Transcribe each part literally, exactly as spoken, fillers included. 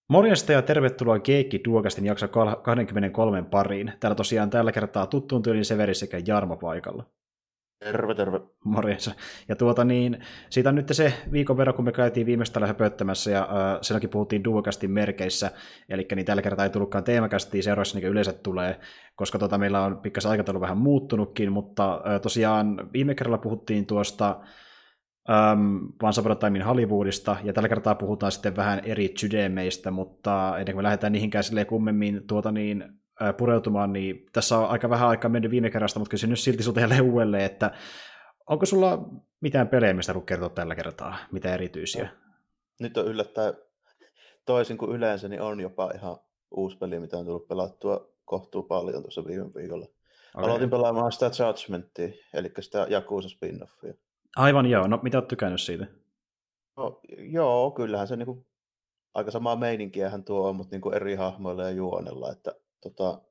Morjesta ja tervetuloa Keikki Duokastin jakso kaksikymmentäkolme pariin. Täällä tosiaan tällä kertaa tuttuun tyyliin Severi sekä Jarmo paikalla. Terve, terve. Morjens. Ja tuota niin, siitä on nyt se viikon verran, kun me käytiin viimeistä täällä höpöttämässä, ja äh, silloinkin puhuttiin Duokastin merkeissä, eli niin tällä kertaa ei tullutkaan teemakästiä, seuraavaksi niin yleensä tulee, koska tuota, meillä on pikkasen aikataulu vähän muuttunutkin, mutta äh, tosiaan viime kerralla puhuttiin tuosta Um, Once Upon a Timein Hollywoodista, ja tällä kertaa puhutaan sitten vähän eri sydämeistä, mutta ennen kuin me lähdetään niihinkään silleen kummemmin tuota niin, äh, pureutumaan, niin tässä on aika vähän aikaa mennyt viime kerrasta, mutta kysyn nyt silti sulta jälleen uudelleen, että onko sulla mitään pelejä, mistä haluat kertoa tällä kertaa? Mitä erityisiä? No, nyt on yllättäen toisin kuin yleensä, niin on jopa ihan uusi peli, mitä on tullut pelattua kohtuu paljon tuossa viime viikolla. Okay. Aloitin pelaamaan sitä Judgmentia, eli sitä Yakuza spin-offia. Aivan joo, no mitä oot tykännyt siitä? No, joo, kyllähän se niinku, aika samaa meininkiähän tuo on, mutta niinku eri hahmoilla ja juonella, että tota,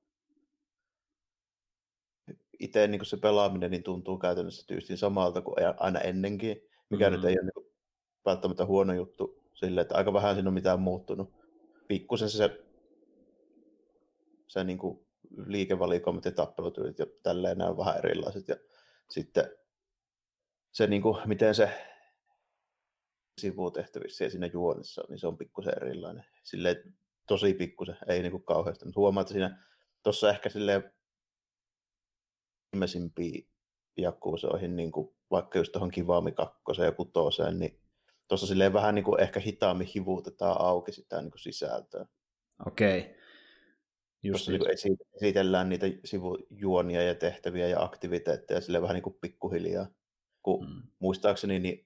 itse niinku se pelaaminen niin tuntuu käytännössä tyystin samalta kuin aina ennenkin, mikä mm. nyt ei ole niinku välttämättä huono juttu sille, että aika vähän siinä on mitään muuttunut. Pikkusen se, se niinku liikevalikoimat ja tappelutyylit ja tälleen nämä on vähän erilaiset. Ja sitten se, niinku, miten se sivutehtävissä ja siinä juonissa, niin se on pikkusen erilainen. Silleen tosi pikkusen, ei niinku kauheasti. Mutta huomaa, että siinä tuossa ehkä silleen viimeisimpiin Yakuzoihin, niin kuin vaikka just tuohon Kiwami kakkoseen ja kutoseen, niin tuossa silleen vähän niin kuin ehkä hitaammin hivutetaan auki sitä niin kuin sisältöä. Okei. Tuossa niin kuin esitellään niitä sivujuonia ja tehtäviä ja aktiviteetteja silleen vähän niin kuin pikkuhiljaa. Kun hmm. muistaakseni niin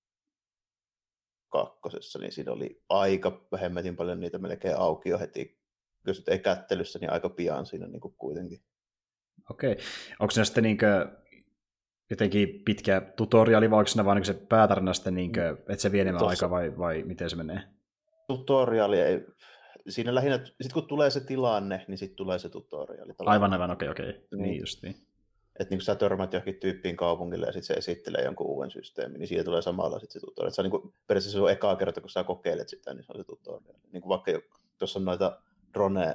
kakkosessa, niin siinä oli aika vähemmätin paljon niitä melkein auki jo heti. Jos ei kättelyssä, niin aika pian siinä niin kuin kuitenkin. Okei. Onko se sitten niin kuin jotenkin pitkä tutoriaali, vai onko siinä vaan niin se päätarina sitten, niin kuin, että se vie enemmän aikaa, vai, vai miten se menee? Tutoriaali ei. Siinä lähinnä, sit kun tulee se tilanne, niin sitten tulee se tutoriaali. Aivan, aivan, okei, okei. Niin, niin justiin. Että niin kun sä törmät johonkin tyyppiin kaupungille ja sitten se esittelee jonkun uuden systeemin, niin siitä tulee samalla sitten se tutoriaali. Se on niin kuin, periaatteessa se on ekaa kerta, kun sä kokeilet sitä, niin se on se tutoriaali. Niin kuin vaikka tuossa on noita drone,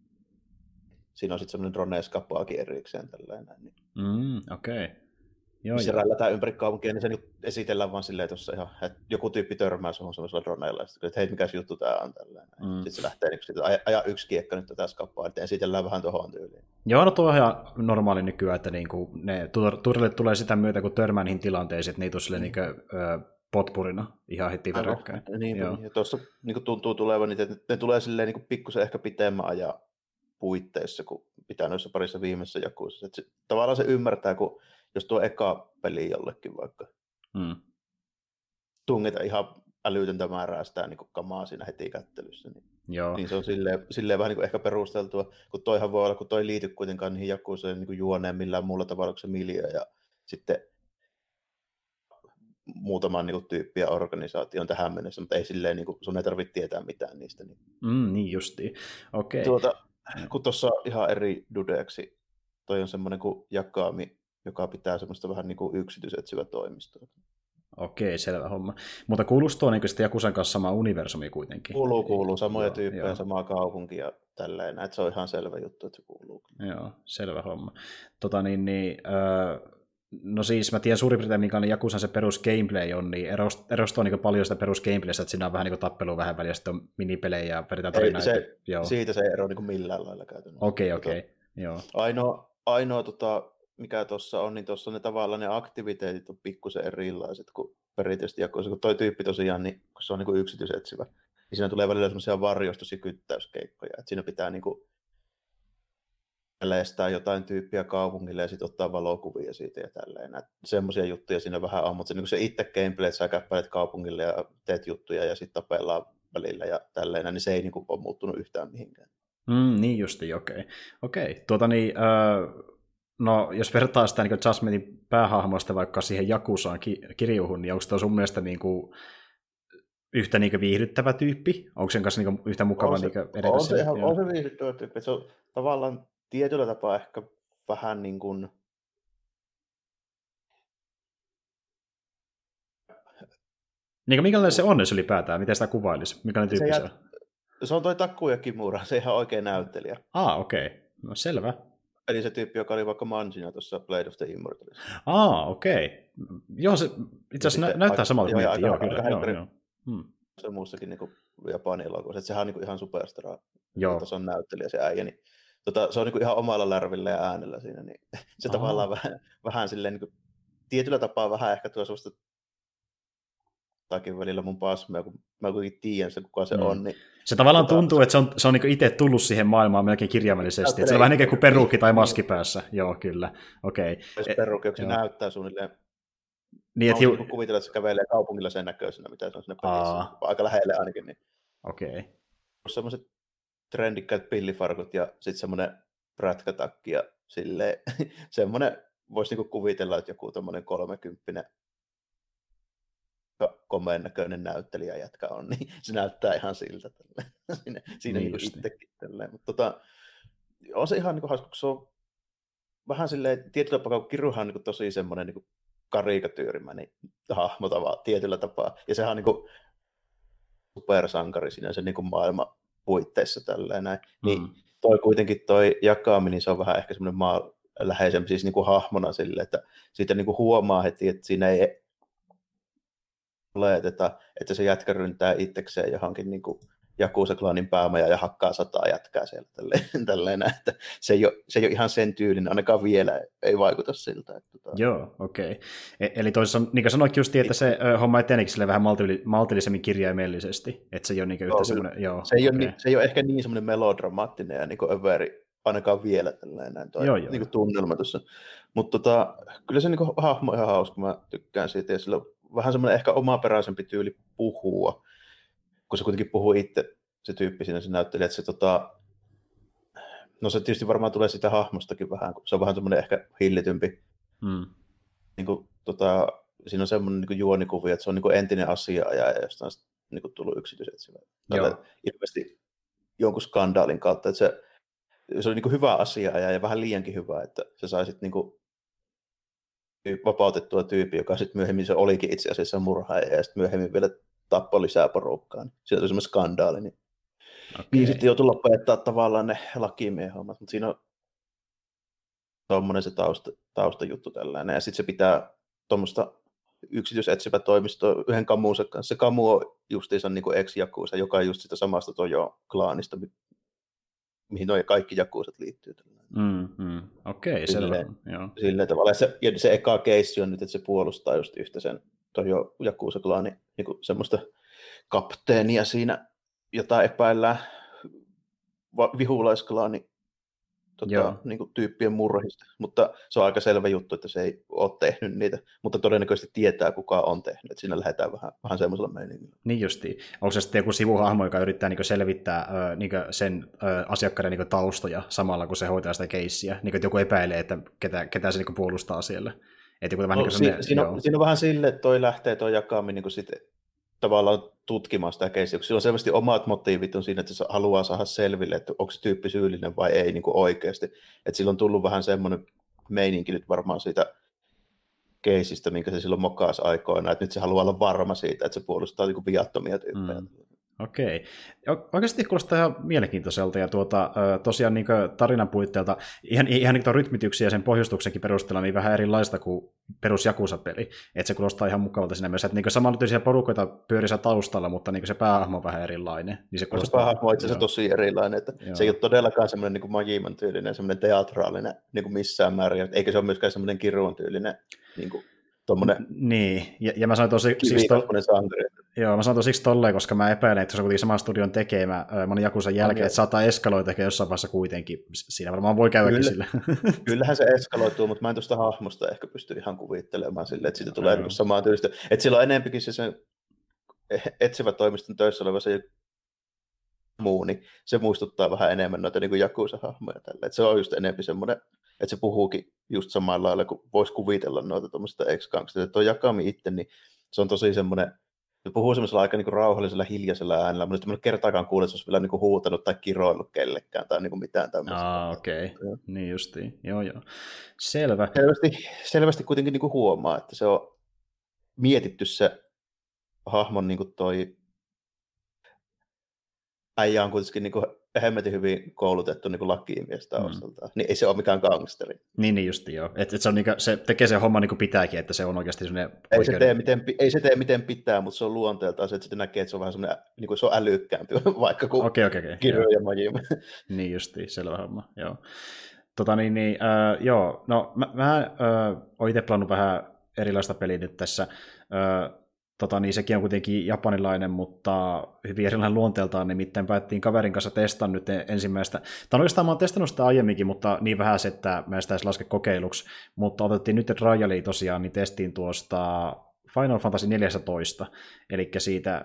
siinä on sitten semmoinen drone-skapaakin erikseen tällainen. Niin. Mm, okei. Okay. Se rällätään ympäri kaupunkia, niin se nyt esitellään vaan silleen tuossa ihan, että joku tyyppi törmää suhun semmoisella droneilla, ja sitten, että hei, mikäs juttu tää on tällainen. Mm. Sitten se lähtee niin sitten aja, aja yksi kiekka nyt tätä skapaa, että esitellään vähän tuohon tyyliin. Joo, no tuo on ihan normaali nykyään, että niinku ne tutorialit tulee sitä myötä, kun törmää niihin tilanteisiin, että ne ei tule silleen mm. niinku, ö, potpurina ihan heti verrekkäin. Niin, ja tuossa niin tuntuu tulevan, niin ne, ne tulee silleen niin pikkusen ehkä pitemmän ajan puitteissa, kun pitää noissa parissa viimeisessä Yakuza. Se, tavallaan se ymmärtää, kun jos tuo eka peli jollekin vaikka mm. tungita ihan älytöntä määrää sitä niin kuin kamaa siinä heti kättelyssä, niin, niin se on silleen, silleen vähän niin kuin ehkä perusteltua, kun toihan voi olla, kun toi liity kuitenkaan niihin Yakuzeen niin kuin juoneen millään muulla tavalla kuin se miljö ja sitten muutaman niin kuin tyyppi ja organisaation tähän mennessä, mutta ei silleen, niin kuin, sun ei tarvitse tietää mitään niistä. Niin, mm, niin justiin, okei. Okay. Tuota, kun tuossa ihan eri dudeeksi, toi on semmoinen kuin Jakami, joka pitää semmoista vähän niin kuin yksityisetsivä toimistoa. Okei, selvä homma. Mutta kuuluuko tuo niin sitten Yakusan kanssa sama universumi kuitenkin? Kuuluu, kuuluu. Samoja tyyppejä, samaa kaupunkia ja tälleen. Että se on ihan selvä juttu, että se kuuluu. Joo, selvä homma. Tota niin, niin äh, no siis mä tiedän suurin piirtein, minkälainen Yakusan se perus gameplay on, niin erostuu niin paljon sitä perus gameplaystä, että siinä on vähän niin kuin tappelua vähän väliä, sitten on minipelejä ja vedetään tarinaa. Se, siitä se ei ero niin millään lailla käytännössä. Okei, okei. Okay, joo. Ainoa, ainoa tota, mikä tuossa on, niin tuossa ne tavallaan ne aktiviteetit on pikkusen erilaiset kuin perinteisesti Yakuza, kun toi tyyppi tosiaan, niin, kun se on niin yksityisetsivä, niin siinä tulee välillä semmoisia varjostus- ja kyttäyskeikkoja, että siinä pitää niin kuin leestää jotain tyyppiä kaupungille ja sitten ottaa valokuvia siitä ja tälleen. Semmoisia juttuja siinä vähän on, mutta se, niin se itse gameplay, että sä käppäilet kaupungille ja teet juttuja ja sitten tapellaan välillä ja tälleen, niin se ei niin kuin ole muuttunut yhtään mihinkään. Mm, niin justiin, okei. Okay. Okei, okay. tuota niin, äh, no jos vertaa sitä niin Judgmentin päähahmoista vaikka siihen Yakuzaan ki- kirjuuhun, niin onko se sun mielestä niin kuin yhtä niin kuin viihdyttävä tyyppi? Onko sen kanssa niin kuin yhtä mukava on se, niin edetä? On se, ihan, on se viihdyttävä tyyppi. Se on tavallaan tietyllä tapaa ehkä vähän niin kuin niin kuin minkälainen se on, jos ylipäätään? Miten sitä kuvailisi? Minkälainen tyyppi se, se on? Se on toi Takuya Kimura, se ihan oikea näyttelijä. Ah, okei. Okay. No selvä. Eli se tyyppi, joka oli vaikka Manjina tuossa Blade of the Immortalissa. Ah, okei. Okay. Joo, se itse asiassa nä- näyttää aika, samalta joo, miettiä. aika, Joo, kyllä. aika Joo, helkkari, joo. Hmm. Se on muussakin niin Japanin elokuvassa. Sehän on niin ihan superstar Joo. tason näyttelijä se äijä. Niin, tota, se on niin ihan omalla lärvillä ja äänellä siinä. Niin, se Aha. tavallaan vähän, vähän silleen, niin kuin, tietyllä tapaa vähän ehkä tuo sellaista takin välillä mun pasmea, kun mä kuitenkin tiedän se, kuka se mm. on. Niin, se tavallaan tota, tuntuu, että se on, se on niin itse tullut siihen maailmaan melkein kirjaimellisesti. Että se on vähän niin kuin peruukki tai maski päässä. Joo, kyllä. Okei. Okay. Peruukki, se näyttää suunnilleen. Niin, että hiu... kuvitella, että se kävelee kaupungilla sen näköisenä, mitä se on siinä pelissä. Aika lähelle ainakin. Niin. Okei. Okay. Sellaiset trendikkäät pillifarkut ja sitten semmoinen prätkätakki ja silleen, semmoinen voisi niinku kuvitella, että joku tommoinen kolmekymppinen komeen näköinen näyttelijä jätkä on, niin se näyttää ihan siltä. siinä siinä niin niinku itsekin. Mutta tota, on se ihan niinku hauska, kun se on vähän silleen, tietyllä tapaa, kun Kiruhan on niinku tosi semmoinen niinku karikatyyrimäinen hahmo tavalla, tietyllä tapaa. Ja sehän on niinku supersankari siinä sen niinku maailman puitteissa tälleen näin. Mm. Niin toi kuitenkin toi Yakami, niin se on vähän ehkä semmoinen maanläheisempi siis niinku hahmona silleen, että siitä niinku huomaa heti, että siinä ei oleteta, että se jätkä ryntää itsekseen johonkin niinku Yakuza-klaanin päämaja ja hakkaa sataa jätkää siellä tälleen, tälleen että se ei, ole, se ei ole ihan sen tyylinen, ainakaan vielä ei vaikuta siltä. Että tota... Joo, okei. Okay. Eli toisaalta, niin kuin sanoitkin just, että se ö, homma eteneekin sille vähän maltillisemmin kirjaimellisesti, että se ei ole niin yhtä semmoinen, joo. Se ei, okay. ole, niin, se ei ole ehkä niin semmoinen melodramaattinen ja niin kuin överi, ainakaan vielä tällainen toi, joo, joo. Niin kuin tunnelma tuossa. Mutta tota, kyllä se niin kuin hahmo on ihan hauska, mä tykkään siitä, ja sillä on vähän semmoinen ehkä omaperäisempi tyyli puhua, kun se kuitenkin puhuu itse, se tyyppi siinä se näytteli, että se tota, no se tietysti varmaan tulee sitä hahmostakin vähän, kun se on vähän semmoinen ehkä hillitympi. Mm. Niin kuin, tota, siinä on semmoinen niin kuin juonikuvia, että se on niin kuin entinen asiaaja ja jostain niin kuin tullut yksityisetsivä. Ilmeisesti jonkun skandaalin kautta, että se, se oli niin kuin hyvä asiaaja ja vähän liiankin hyvä, että se sai sitten niin kuin vapautettua tyyppi, joka sitten myöhemmin se olikin itse asiassa murhaaja ja sitten myöhemmin vielä tappoi lisää porukkaa. Niin siinä oli semmoinen skandaali. Niin, okay. Niin sitten joutui lopettaa tavallaan ne lakimiehen hommat, mutta siinä on tuommoinen se tausta, taustajuttu tällainen. Ja sitten se pitää tuommoista yksityisetsivä toimistoa yhden Kamuunsa kanssa. Se Kamu on justiinsa niin kuin ex-Jakuusa, joka on just sitä samasta Tojo-klaanista, mihin noi kaikki Jakuusat liittyy. Mm, mm. Okei, okay, selvä. Silleen tavalla. Ja se, ja se eka keissi on nyt, että se puolustaa just yhtä sen Tojo-Jakuusa-klaanin niin kuin semmoista kapteenia siinä, jota epäillään vihulaisklaani tota, niin kuin tyyppien murhista, mutta se on aika selvä juttu, että se ei ole tehnyt niitä, mutta todennäköisesti tietää, kuka on tehnyt, että siinä lähdetään vähän, vähän semmoisella meiningillä. Niin justiin. Onko se sitten joku sivuhahmo, joka yrittää niin selvittää äh, niin sen äh, asiakkaiden niin taustoja samalla, kun se hoitaa sitä keissiä, niin että joku epäilee, että ketä, ketä se niin puolustaa siellä. Että joku no, niin si- siinä, on, siinä on vähän silleen, että toi lähtee toi Yakami niin sitten tavallaan tutkimaan sitä keissiä, kun sillä on selvästi omat motiivit on siinä, että se haluaa saada selville, että onko se tyyppi syyllinen vai ei niin kuin oikeasti. Että sillä on tullut vähän semmoinen meininki nyt varmaan siitä keisistä, minkä se silloin mokasi aikoina, että nyt se haluaa olla varma siitä, että se puolustaa niin kuin viattomia tyyppejä. Mm. Okei. Oikeasti kuulostaa ihan mielenkiintoiselta, ja tuota, tosiaan niin tarinan puitteilta, ihan, ihan niin rytmityksiä ja sen pohjustuksenkin perusteella, niin vähän erilaista kuin perus Yakuza-peli. Että se kuulostaa ihan mukavalta siinä myös, että niin samanlaisia porukoita pyörissä taustalla, mutta niin se päähahmo on vähän erilainen. Niin se, kuulostaa, se päähahmo on itse asiassa tosi erilainen, että joo. Se ei ole todellakaan semmoinen niin kuin Majiman tyylinen, semmoinen teatraalinen niin kuin missään määrin, eikä se ole myöskään semmoinen Kiruun tyylinen niin kuin tommonen niin, ja, ja mä sanoin tosi siksi to... Joo, mä sanon siksi tolleen, koska mä epäilen, että se on kuitenkin saman studion tekemä monen Jakusan jälkeen, että saattaa eskaloida ehkä jossain vaiheessa kuitenkin. Siinä varmaan voi käydäkin Kyllä, sille. Kyllähän se eskaloituu, mutta mä en tuosta hahmosta ehkä pysty ihan kuvittelemaan silleen, että siitä tulee niin samaa tyylistä. Että sillä on enempikin se sen etsivä toimiston töissä oleva se muu, niin se muistuttaa vähän enemmän noita niin kuin Jakusa-hahmoja tällä. Että se on just enempi semmoinen, että se puhuukin just samalla lailla, kun voisi kuvitella noita tuommoista ex-gangsteria. Tuo Yakami itse, niin se on tosi semmoinen, se puhuu semmoisella aika niinku rauhallisella, hiljaisella äänellä, mutta en kertaakaan kuule, että se olisi vielä niinku huutanut tai kiroillut kellekään tai niinku mitään tämmöistä. Ah, okei. Okay. Niin justiin. Joo, joo. Selvä. Selvästi, selvästi kuitenkin niinku huomaa, että se on mietitty se hahmon niinku toi äijä on kuitenkin niin kuin hemmetin hyvin koulutettu niin kuin lakimies taustaltaan, mm. niin ei se ole mikään gangsteri. Niin, niin justi joo. Et, et se, on niinku, se tekee sen homman niin kuin pitääkin, että se on oikeasti sellainen... Ei se, tee miten, ei se tee miten pitää, mutta se on luonteeltaan se, että sitten näkee, että se on vähän semmoinen, niin kuin se on älykkäämpi, vaikka kuin okay, okay, okay, Kirjo ja Majima. Niin justi, selvä homma, joo. Tota niin, niin äh, joo, no mä, mä äh, oon itse pelannut vähän erilaista peliä nyt tässä. Äh, tota niin, sekin on kuitenkin japanilainen, mutta hyvin erilainen luonteeltaan, nimittäin päättiin kaverin kanssa testaa nyt ensimmäistä. Tai oikeastaan mä oon testannut sitä aiemminkin, mutta niin vähän se, että mä en sitä edes laske kokeiluksi, mutta otettiin nyt Trialia tosiaan, niin testiin tuosta Final Fantasy neljätoista, eli siitä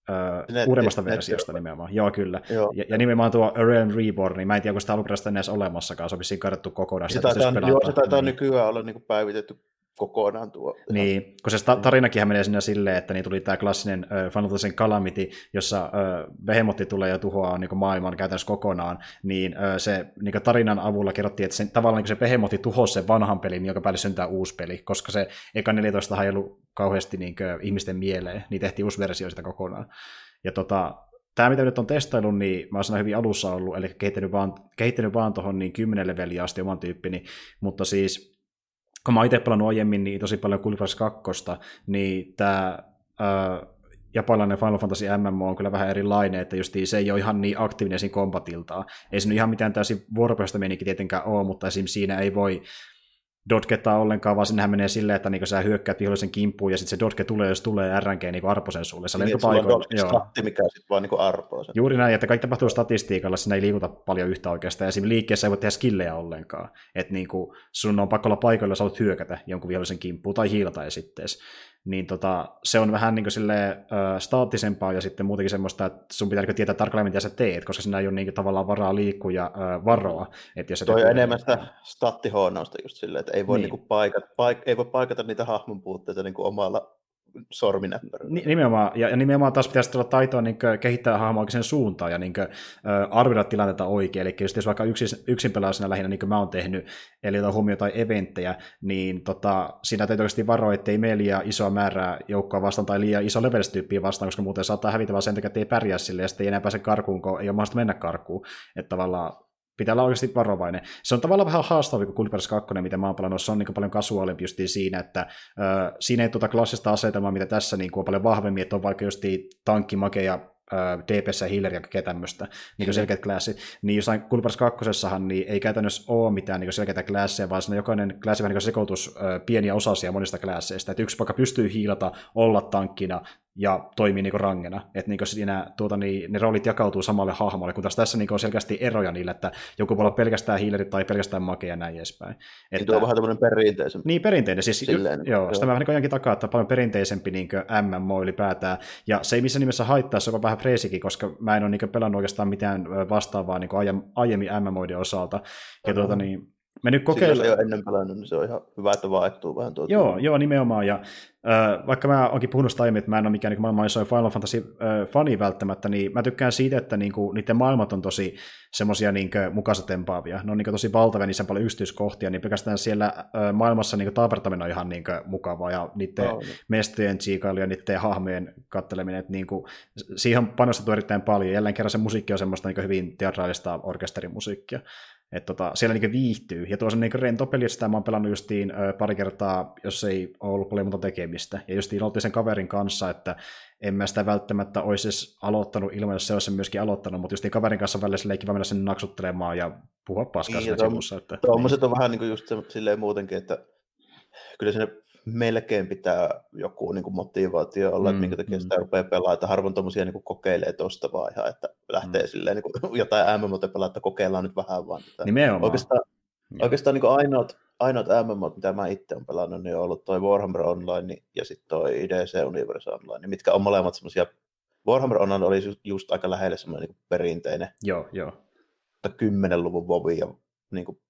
Uh, uudemmasta versiosta nimenomaan. Joo, kyllä. Joo. Ja, ja nimenomaan tuo A Realm Reborn, niin mä en tiedä, onko sitä alkuperäistä edes olemassakaan, se on vissiin karttu kokonaan. Se taitaa, joo, se taitaa niin. nykyään olla niin päivitetty kokonaan tuo. Niin, kun se tarinakin menee sinne silleen, että niin tuli tämä klassinen uh, Final Fantasy Calamity, jossa uh, Behemothi tulee ja tuhoaa niin maailman käytännössä kokonaan, niin uh, se niin tarinan avulla kerrottiin, että se, tavallaan niin se Behemothi tuhosi sen vanhan pelin, joka päälle syntää uusi peli, koska se eka neljätoista ei ollut kauheasti niin kuin, ihmisten mieleen, niin tehtiin uusi versio sitä kokonaan. Ja tota, tämä, mitä nyt on testaillut, niin mä oon siinä hyvin alussa ollut, eli kehittänyt vaan, kehittänyt vaan tuohon niin kymmenen leveliä asti oman tyyppini, mutta siis kun mä oon itse pelannut aiemmin niin tosi paljon Guild Wars kaksi, niin tämä äh, japanilainen Final Fantasy M M O on kyllä vähän erilainen, että just se ei ole ihan niin aktiivinen siinä kombatiltaan. Ei siinä ihan mitään täysin vuoropohjaista meininki tietenkään ole, mutta esimerkiksi siinä ei voi dodgettaa ollenkaan, vaan sinnehän menee silleen, että niinku sä hyökkäät vihollisen kimppuun, ja sitten se dodge tulee, jos tulee R N G niinku arposen sulle. Se niin, että sulla on dodge-statti, mikä sitten vaan niinku arpoo sen. Juuri näin, että kaikki tapahtuu statistiikalla, siinä ei liikuta paljon yhtä oikeastaan, ja siinä liikkeessä ei voi tehdä skillejä ollenkaan. Että niinku sun on pakko olla paikoilla, jos haluat hyökätä jonkun vihollisen kimppuun tai hiilata esitteessä. Niin tota, se on vähän niinku silleen, äh, staattisempaa ja sitten muutenkin semmoista, että sun pitää niinku tietää tarkalleen, mitä sä teet, koska siinä ei ole niinku tavallaan varaa liikkua ja äh, varoa. Että jos toi on enemmän sitä stattihoonausta just silleen, että ei voi, niin. niinku paikata, paik- ei voi paikata niitä hahmon puutteita niinku omalla sorminäppärillä. Nimenomaan, ja, ja nimenomaan taas pitäisi olla taitoa niin kehittää hahmoa oikein suuntaan ja niin kuin, äh, arvioida tilanteita oikein. Eli jos vaikka yksin, yksin pelaajana lähinnä, niin kuin mä oon tehnyt, eli jotain huomioon tai eventtejä, niin tota, siinä täytyy oikeasti varoa, ettei mene liian isoa määrää joukkoa vastaan tai liian iso levelistyyppiä vastaan, koska muuten saattaa hävitä vaan sen takia, että ei pärjää sille, ja sitten ei enää pääse karkuun, kun ei ole mahdollista mennä karkuun. Että tavallaan pitää olla oikeasti varovainen. Se on tavallaan vähän haastavaa kuin Guild Wars kaksi, mitä mä oon pelannut. Se on niin paljon kasuaalimpi justiin siinä, että äh, siinä ei tuota klassista asetelmaa, mitä tässä niin on paljon vahvemmin, että on vaikka justiin tankki, make ja äh, D P S ja healer ja kaikkea tämmöistä, niin selkeät klassit. Niin jossain Guild Wars kakkosessahan niin ei käytännössä ole mitään niin selkeitä klasseja, vaan siinä jokainen klassi vähän niin sekoitus äh, pieniä osasia monista klasseista. Että yksi vaikka pystyy hiilata, olla tankkina, ja toimii niinku rangena. Että niinku siinä tuota, niin, ne roolit jakautuu samalle hahmolle, kun taas tässä niinku on selkeästi eroja niillä, että joku voi olla pelkästään healeri tai pelkästään make ja näin edespäin. Että, tuo on vähän tämmöinen perinteisempi. Niin, perinteinen. Siis, Silleen, joo, joo, sitä mä vähän ajankin takaa, että paljon perinteisempi niin M M O ylipäätään. Ja se ei missään nimessä haittaa, se on vähän freesikin, koska mä en ole niin pelannut oikeastaan mitään vastaavaa niin aiemmin M M Oiden osalta. Ja tuota niin, me nyt kokeillaan. Jos ei ole ennen pelannut, niin se on ihan hyvä, että vaihtuu vähän tuota. Joo, joo, nimenomaan. Ja äh, vaikka mä oonkin puhunut sitä aiemmin, että mä en ole mikään niin maailman isoin Final Fantasy-fani äh, välttämättä, niin mä tykkään siitä, että niin kuin, niiden maailmat on tosi semmoisia niin mukansa tempaavia. Ne on niin tosi valtavia, niissä on paljon yksityiskohtia, niin pelkästään siellä äh, maailmassa niin taapertaminen on ihan niin mukavaa, ja niiden oh, mestojen tsiikailu ja niiden hahmojen katteleminen, että niin kuin, siihen on panostettu erittäin paljon. Jälleen kerran se musiikki on semmoista niin hyvin teatraalista orkesterimusiikkia. Että tota, siellä niinku viihtyy. Ja tuossa on niinku rento peli, että sitä mä oon pelannut justiin ö, pari kertaa, jos ei ole ollut paljon muuta tekemistä. Ja justiin oltiin sen kaverin kanssa, että en mä sitä välttämättä olisi edes aloittanut ilman, jos se olisi sen myöskin aloittanut, mutta justiin kaverin kanssa välillä silleen kiva mennä sen naksuttelemaan ja puhua paskaa siinä sivussa. Että, tuommoiset niin. On vähän niin kuin just silleen muutenkin, että kyllä sinne melkein pitää joku niin kuin motivaatio olla, mm, että minkä takia mm. sitä rupeaa pelaa, että harvoin tuommoisia niin kuin kokeilee tuosta vaan ihan, että lähtee mm. silleen niin kuin jotain M M O-te pelaa, että kokeillaan nyt vähän vaan. Nimenomaan. Oikeastaan, oikeastaan niin kuin ainoat, ainoat M M O, mitä mä itse olen pelannut, niin on ollut toi Warhammer Online ja sitten toi I D C Universe Online, mitkä on molemmat semmoisia, Warhammer Online oli just, just aika lähellä semmoinen niin kuin perinteinen. Joo, joo. kymmenen luvun vovi ja niin kuin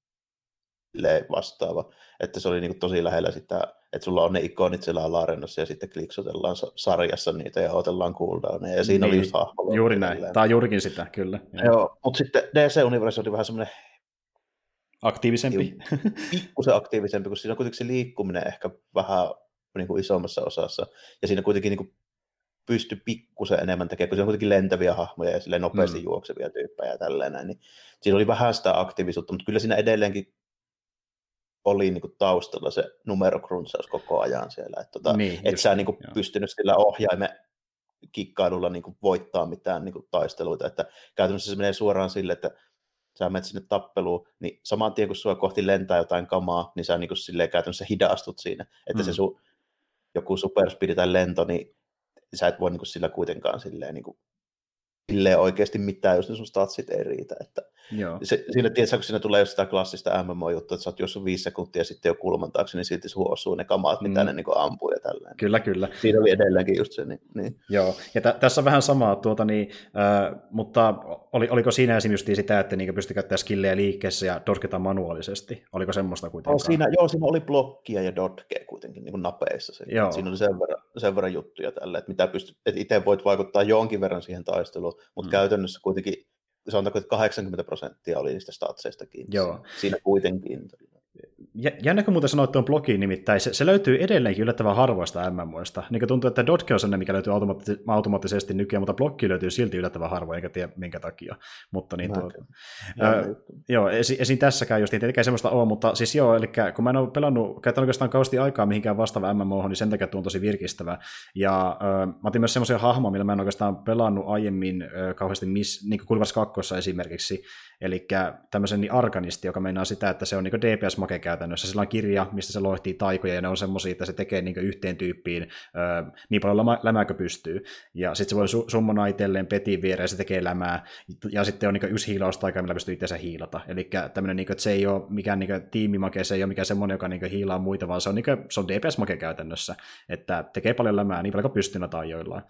vastaava, että se oli niin kuin tosi lähellä sitä, että sulla on ne ikonit siellä ala-arenassa ja sitten kliksotellaan sarjassa niitä ja otellaan cooldowneja ja siinä niin, oli just hahmolla. Juuri näin, näin. Tämä on juurikin sitä, kyllä. Joo, mutta sitten D C Universe oli vähän semmoinen aktiivisempi. Pikkusen aktiivisempi, kun siinä on kuitenkin se liikkuminen ehkä vähän niin kuin isommassa osassa ja siinä kuitenkin niin kuin pysty pikkusen enemmän tekemään, kun se on kuitenkin lentäviä hahmoja ja silleen nopeasti mm. juoksevia tyyppejä ja tälleen, niin siinä oli vähän sitä aktiivisuutta, mutta kyllä siinä edelleenkin oli niin kuin taustalla se numerokruntsaus koko ajan siellä, että tota, niin, et sä niin kuin pystynyt sillä ohjaimen kikkailulla niin kuin voittaa mitään niin kuin taisteluita, että käytännössä se menee suoraan sille, että sä menet sinne tappeluun, niin saman tien kun sua kohti lentää jotain kamaa, niin sä niin kuin silleen käytännössä hidastut siinä, että mm. se sun joku superspeed tai lento, niin sä et voi niin kuin sillä kuitenkaan silleen, niin kuin, silleen oikeasti mitään, jos ne sun statsit ei riitä. Että se, siinä, tiedätkö, kun siinä tulee just sitä klassista M M O-juttua, että sä oot juossut viisi sekuntia sitten jo kulman taakse, niin silti sun osuu ne kamaat, mitä mm. ne niin kuin ampuu ja tällainen. Kyllä, kyllä. Siinä oli edelleenkin just se. Niin, niin. Joo, ja t- tässä on vähän samaa, tuota, niin, äh, mutta oli, oliko siinä esimerkiksi sitä, että niin pystyi käyttämään skillejä liikkeessä ja dodgeta manuaalisesti? Oliko semmoista kuitenkaan? Oh, siinä, joo, siinä oli blokkia ja dodgea kuitenkin niin kuin napeissa. Siinä oli sen verran, sen verran juttuja tällä, että, mitä pystyt, että itse voit vaikuttaa jonkin verran siihen taisteluun, mutta mm. käytännössä kuitenkin sanotaanko, että kahdeksankymmentä prosenttia oli niistä statseistakin. Joo. Siinä kuitenkin. Jännä, kun muuten sanoit tuon blogiin, nimittäin se, se löytyy edelleenkin yllättävän harvoista M M Oista. Niin tuntuu, että dodge on sellainen, mikä löytyy automaatti- automaattisesti nykyään, mutta blokki löytyy silti yllättävän harvoin, eikä tiedä minkä takia. Mutta niin tuo, ää, joo, esi, esiin tässäkään just, niin tietenkään semmoista ole, mutta siis joo, eli kun mä en ole pelannut, käyttänyt oikeastaan kausti aikaa mihinkään vastaava M M O:hon, niin sen takia tuo on tosi virkistävä. Ja ää, mä otin myös semmoisia hahmoja, millä mä en oikeastaan pelannut aiemmin ää, kauheasti, miss, niin kuin Kulvars kaksi esimerkiksi, eli tämmöisen niin arkanisti, joka meinaa sitä, että se on niin D P S-make käytännössä. Sillä on kirja, mistä se lohtii taikoja, ja ne on semmoisia, että se tekee niin yhteen tyyppiin ö, niin paljon lämä, lämää kuin pystyy. Ja sitten se voi su- summona itselleen petin viereen, ja se tekee lämää. Ja sitten on niin yksi hiilaustaika, millä pystyy itseensä hiilata. Eli tämmöinen, niin että se ei ole mikään niin tiimimake, se ei ole mikään semmoinen, joka niin hiilaa muita, vaan se on, niin kuin, se on D P S-make käytännössä. Että tekee paljon lämää, niin paljon kuin pystyy noita ajoillaan.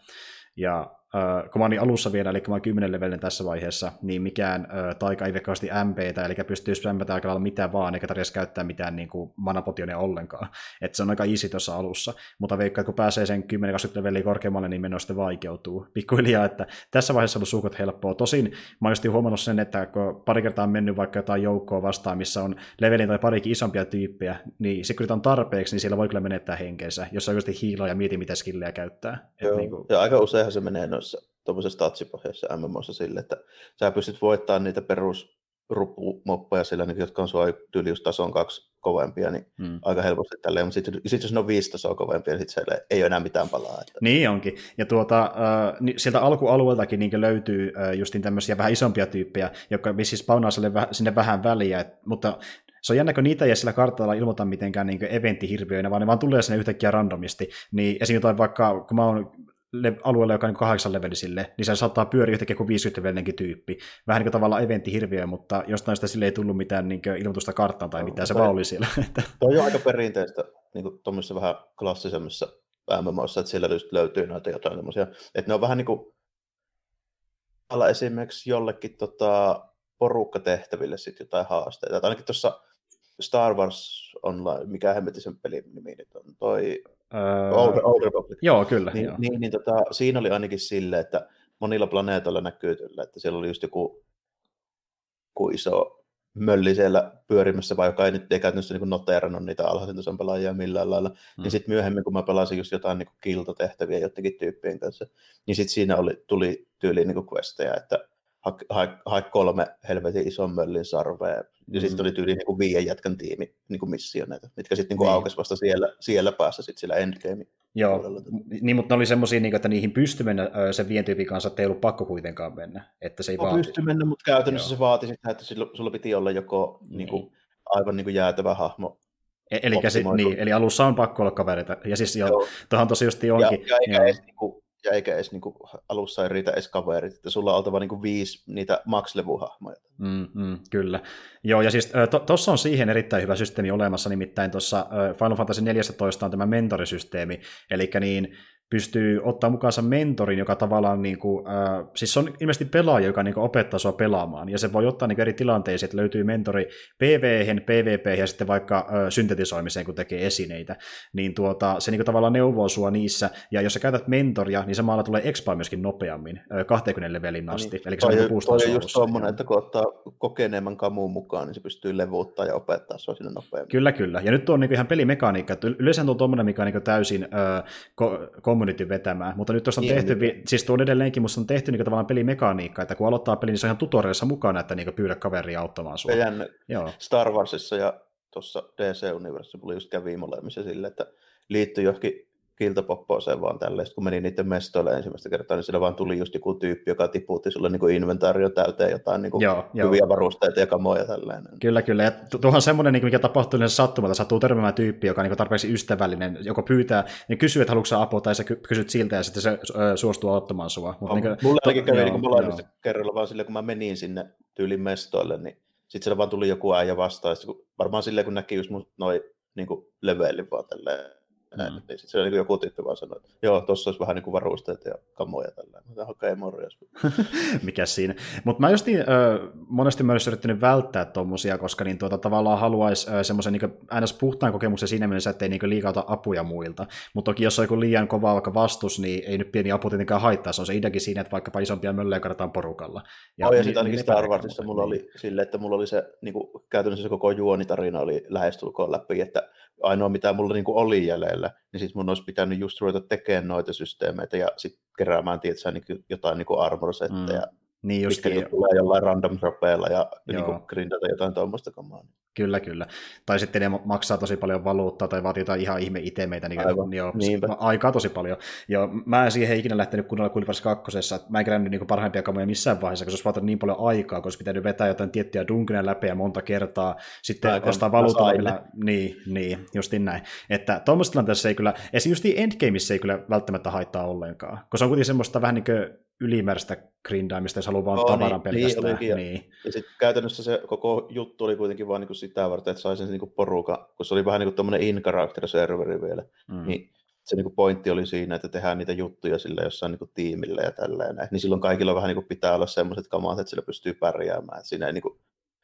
Ja äh, kun mä oon niin alussa vielä, eli mä oon kymmenen levelin tässä vaiheessa, niin mikään äh, taika ei veikkaasti M P:tä, eli pystyy spämmätä aika lailla mitä vaan, eikä tarvitse käyttää mitään niin kuin manapotionia ollenkaan. Että se on aika easy tuossa alussa. Mutta veikkaa, kun pääsee sen kymmenen kaksikymmentä leveliä korkeammalle, niin meno sitten vaikeutuu pikkuhiljaa, että tässä vaiheessa on ollut suukot helppoa. Tosin mä oon just huomannut sen, että kun pari kertaa on mennyt vaikka jotain joukkoa vastaan, missä on levelin tai parikin isompia tyyppejä, niin sitten kun on tarpeeksi, niin siellä voi kyllä menettää henkeensä, jos on just hiiloa ja mieti, mitä skillejä käyttää. Joo, niin kuin... ja aika useinhan se menee noissa tuollaisessa tatsipohjassa M M O:ssa sille, että sä pystyt voittamaan niitä perusrupumoppeja sillä, jotka on sua tyyli just tason kaksi kovempia, niin hmm. aika helposti tälleen, mutta sitten sit jos ne on viisi tasoa kovempia, niin sitten siellä ei ole enää mitään palaa. Että... Niin onkin, ja tuota, äh, sieltä alkualueeltakin niin löytyy äh, justiin tämmöisiä vähän isompia tyyppejä, jotka siis spawnaa sinne vähän väliä, et, mutta se on jännä, kun niitä ei sillä kartalla ilmoita mitenkään niin eventtihirviöinä, vaan ne vaan tulee sinne yhtäkkiä randomisti, niin esim. Jotain vaikka, kun mä oon alueella, joka on niin kahdeksan levelisille, niin se saattaa pyöriä yhtäkkiä kuin viisikymmentä levelinenkin tyyppi. Vähän niin kuin tavallaan eventtihirviö, mutta jostain sitä sille ei tullut mitään niin ilmoitusta karttaan tai mitään, no, se vaan oli siellä. Tuo on aika perinteistä niin tuommoisessa vähän klassisemmissa M M O:ssa, että siellä löytyy noita jotain semmoisia, että ne on vähän niin kuin esimerkiksi jollekin tota, porukkatehtäville sitten jotain haasteita. Tai ainakin tuossa Star Wars Online, mikä hemmetisen pelin nimi nyt on, toi Öö, Old, Old Republic. Joo, kyllä. Niin, joo. niin, niin tota, siinä oli ainakin sille, että monilla planeetoilla näkyy kyllä, että siellä oli just joku, joku iso mölli siellä pyörimässä, vai joka ei nyt ei käytännössä niin noteerannut niitä alhaisen tason pelaajia millään lailla. Hmm. Niin sitten myöhemmin, kun mä pelasin just jotain niin kiltotehtäviä jotenkin tyyppien kanssa, niin sitten siinä oli, tuli tyyliin niin questejä, että hae, hae kolme helvetin ison möllin sarvea, ja mm. sitten oli tyyliin niin viien jätkän tiimi niin missioneita, mitkä sitten niin niin. aukesi vasta siellä, siellä päässä sitten sillä endgame. Joo, niin, mutta ne oli semmoisia, että niihin pystyi mennä sen vien tyypin kanssa, että ei ollut pakko kuitenkaan mennä. Että se ei no, pystyi mennä, mutta käytännössä Joo. se vaati sitä, että sulla piti olla joko niin. Niin kuin, aivan niin kuin jäätävä hahmo. Eli, se, niin, eli alussa on pakko olla kavereita, ja siis jo, tuohon tosi just onkin. Ja, ja eikä edes niin kuin, ja eikä edes niin kuin, alussa ei riitä edes kaverit, että sulla on oltava niin kuin viisi niitä max-levuhahmoja. Mm, mm, kyllä. Joo, ja siis tuossa to, on siihen erittäin hyvä systeemi olemassa, nimittäin tuossa Final Fantasy neljätoista on tämä mentorisysteemi, eli niin pystyy ottaa mukaansa mentorin, joka tavallaan, niin kuin, äh, siis on ilmeisesti pelaaja, joka niin kuin opettaa sua pelaamaan, ja se voi ottaa niin kuin eri tilanteisiin, että löytyy mentori Pv:hen, PvP ja sitten vaikka äh, syntetisoimiseen, kun tekee esineitä, niin tuota, se niin kuin tavallaan neuvoo sua niissä, ja jos sä käytät mentoria, niin samalla tulee expa myöskin nopeammin, äh, kaksikymmentä levelin asti. Niin, eli toi, se toi, toi on just tommoinen, että kun ottaa kokeneemman kamuun mukaan, niin se pystyy levuuttaa ja opettaa sua sinne nopeammin. Kyllä, kyllä, ja nyt tuo on niin kuin ihan pelimekaniikka, että yleensä tuo tuommoinen, mikä on niin kuin täysin äh, ko- community vetämään, mutta nyt tuossa on Niin, tehty, niin. siis tuo on edelleenkin, musta on tehty niin tavallaan pelimekaniikka, että kun aloittaa pelin, niin se on ihan tutorialissa mukana, että niin pyydä kaveria auttamaan sua. Jännä. Joo. Star Warsissa ja tuossa D C-universissa mulla just kävi molemmissa silleen, että liittyi johonkin kiltapoppoiseen vaan tälleen, kun meni niiden mestoille ensimmäistä kertaa, niin siellä vaan tuli just joku tyyppi, joka tiputti sulle niin inventaario täyteen jotain niin joo, hyviä joo. varusteita ja kamoja tällainen. Kyllä, kyllä. Ja tuohon on semmoinen, mikä tapahtuu yleensä sattumalta, sattuu törmäämään tyyppi, joka on niin tarpeeksi ystävällinen, joko pyytää, niin kysyy, että haluatko sä apua, tai sä kysyt siltä, ja sitten se suostuu auttamaan sua. Mutta no, niin kuin, mulla ainakin kävi joo, niin molemmista kerralla vaan silleen, kun mä menin sinne tyylin mestoille, niin sitten siellä vaan tuli joku äijä vastaan, ja varmaan silleen, kun näki just mun noin niin levelin vaan tälleen, Mm. Niin sitten se niin joku tyyppi vaan sanoi, että joo, tuossa olisi vähän niin kuin varusteet ja kamoja tällä. Mä okei, okay, morjens. Mikäs siinä. Mutta mä just niin, äh, monesti myös yrittänyt välttää tommosia, koska niin tuota, tavallaan haluaisi äh, semmoisen niin ns. Puhtaan kokemuksen siinä mielessä, ettei niin liikauta apuja muilta. Mutta toki jos on joku liian kova vaikka vastus, niin ei nyt pieni apu tietenkään haittaa. Se on se ideakin siinä, että vaikkapa isompia möllejä karataan porukalla. Ja, oh, ja sitten ainakin Star Warsissa mulla oli silleen, että mulla oli se niin kuin, käytännössä se koko juonitarina oli lähestulkoon läpi, että ainoa mitä mulla niin kuin oli jäljellä, niin sitten mun olisi pitänyt just ruveta tekemään noita systeemeitä ja sitten keräämään tietysti niin jotain niin armor-setteja. Mm. Niin just niin. Tulee jollain random dropeilla ja niin kuin grindata jotain tuommoista kamaa. Kyllä, kyllä. Tai sitten ne maksaa tosi paljon valuuttaa tai vaatii jotain ihan ihme itemeitä, niin jo, aikaa tosi paljon. Ja mä en siihen ikinä lähtenyt kunnolla Guild Wars kakkosessa, että mä en kerännyt niin parhaimpia kamoja missään vaiheessa, koska se olisi vaatinut niin paljon aikaa, kun olisi pitänyt vetää jotain tiettyjä dungeoneja läpi ja monta kertaa. Sitten Aivan, jostain valuutalla vielä, niin, niin, justiin näin. Että tuommoisessa tilanteessa ei kyllä, esimerkiksi justiin Endgameissa ei kyllä välttämättä haittaa ollenkaan, koska se on kuitenkin semmoista vähän niin kuin ylimääräistä grindaamista, jos haluaa vaan no, tavaran niin, pelkästään. Niin, niin. Ja sitten käytännössä se koko juttu oli kuitenkin vaan niinku sitä varten, että sai sen niinku porukan, kun se oli vähän niin kuin tommoinen in-character-serveri vielä, mm. niin se niinku pointti oli siinä, että tehdään niitä juttuja sillä jossain niinku tiimillä ja tälleen näin. Niin silloin kaikilla vähän niinku pitää olla semmoiset kamat, että sillä pystyy pärjäämään. Että siinä ei niinku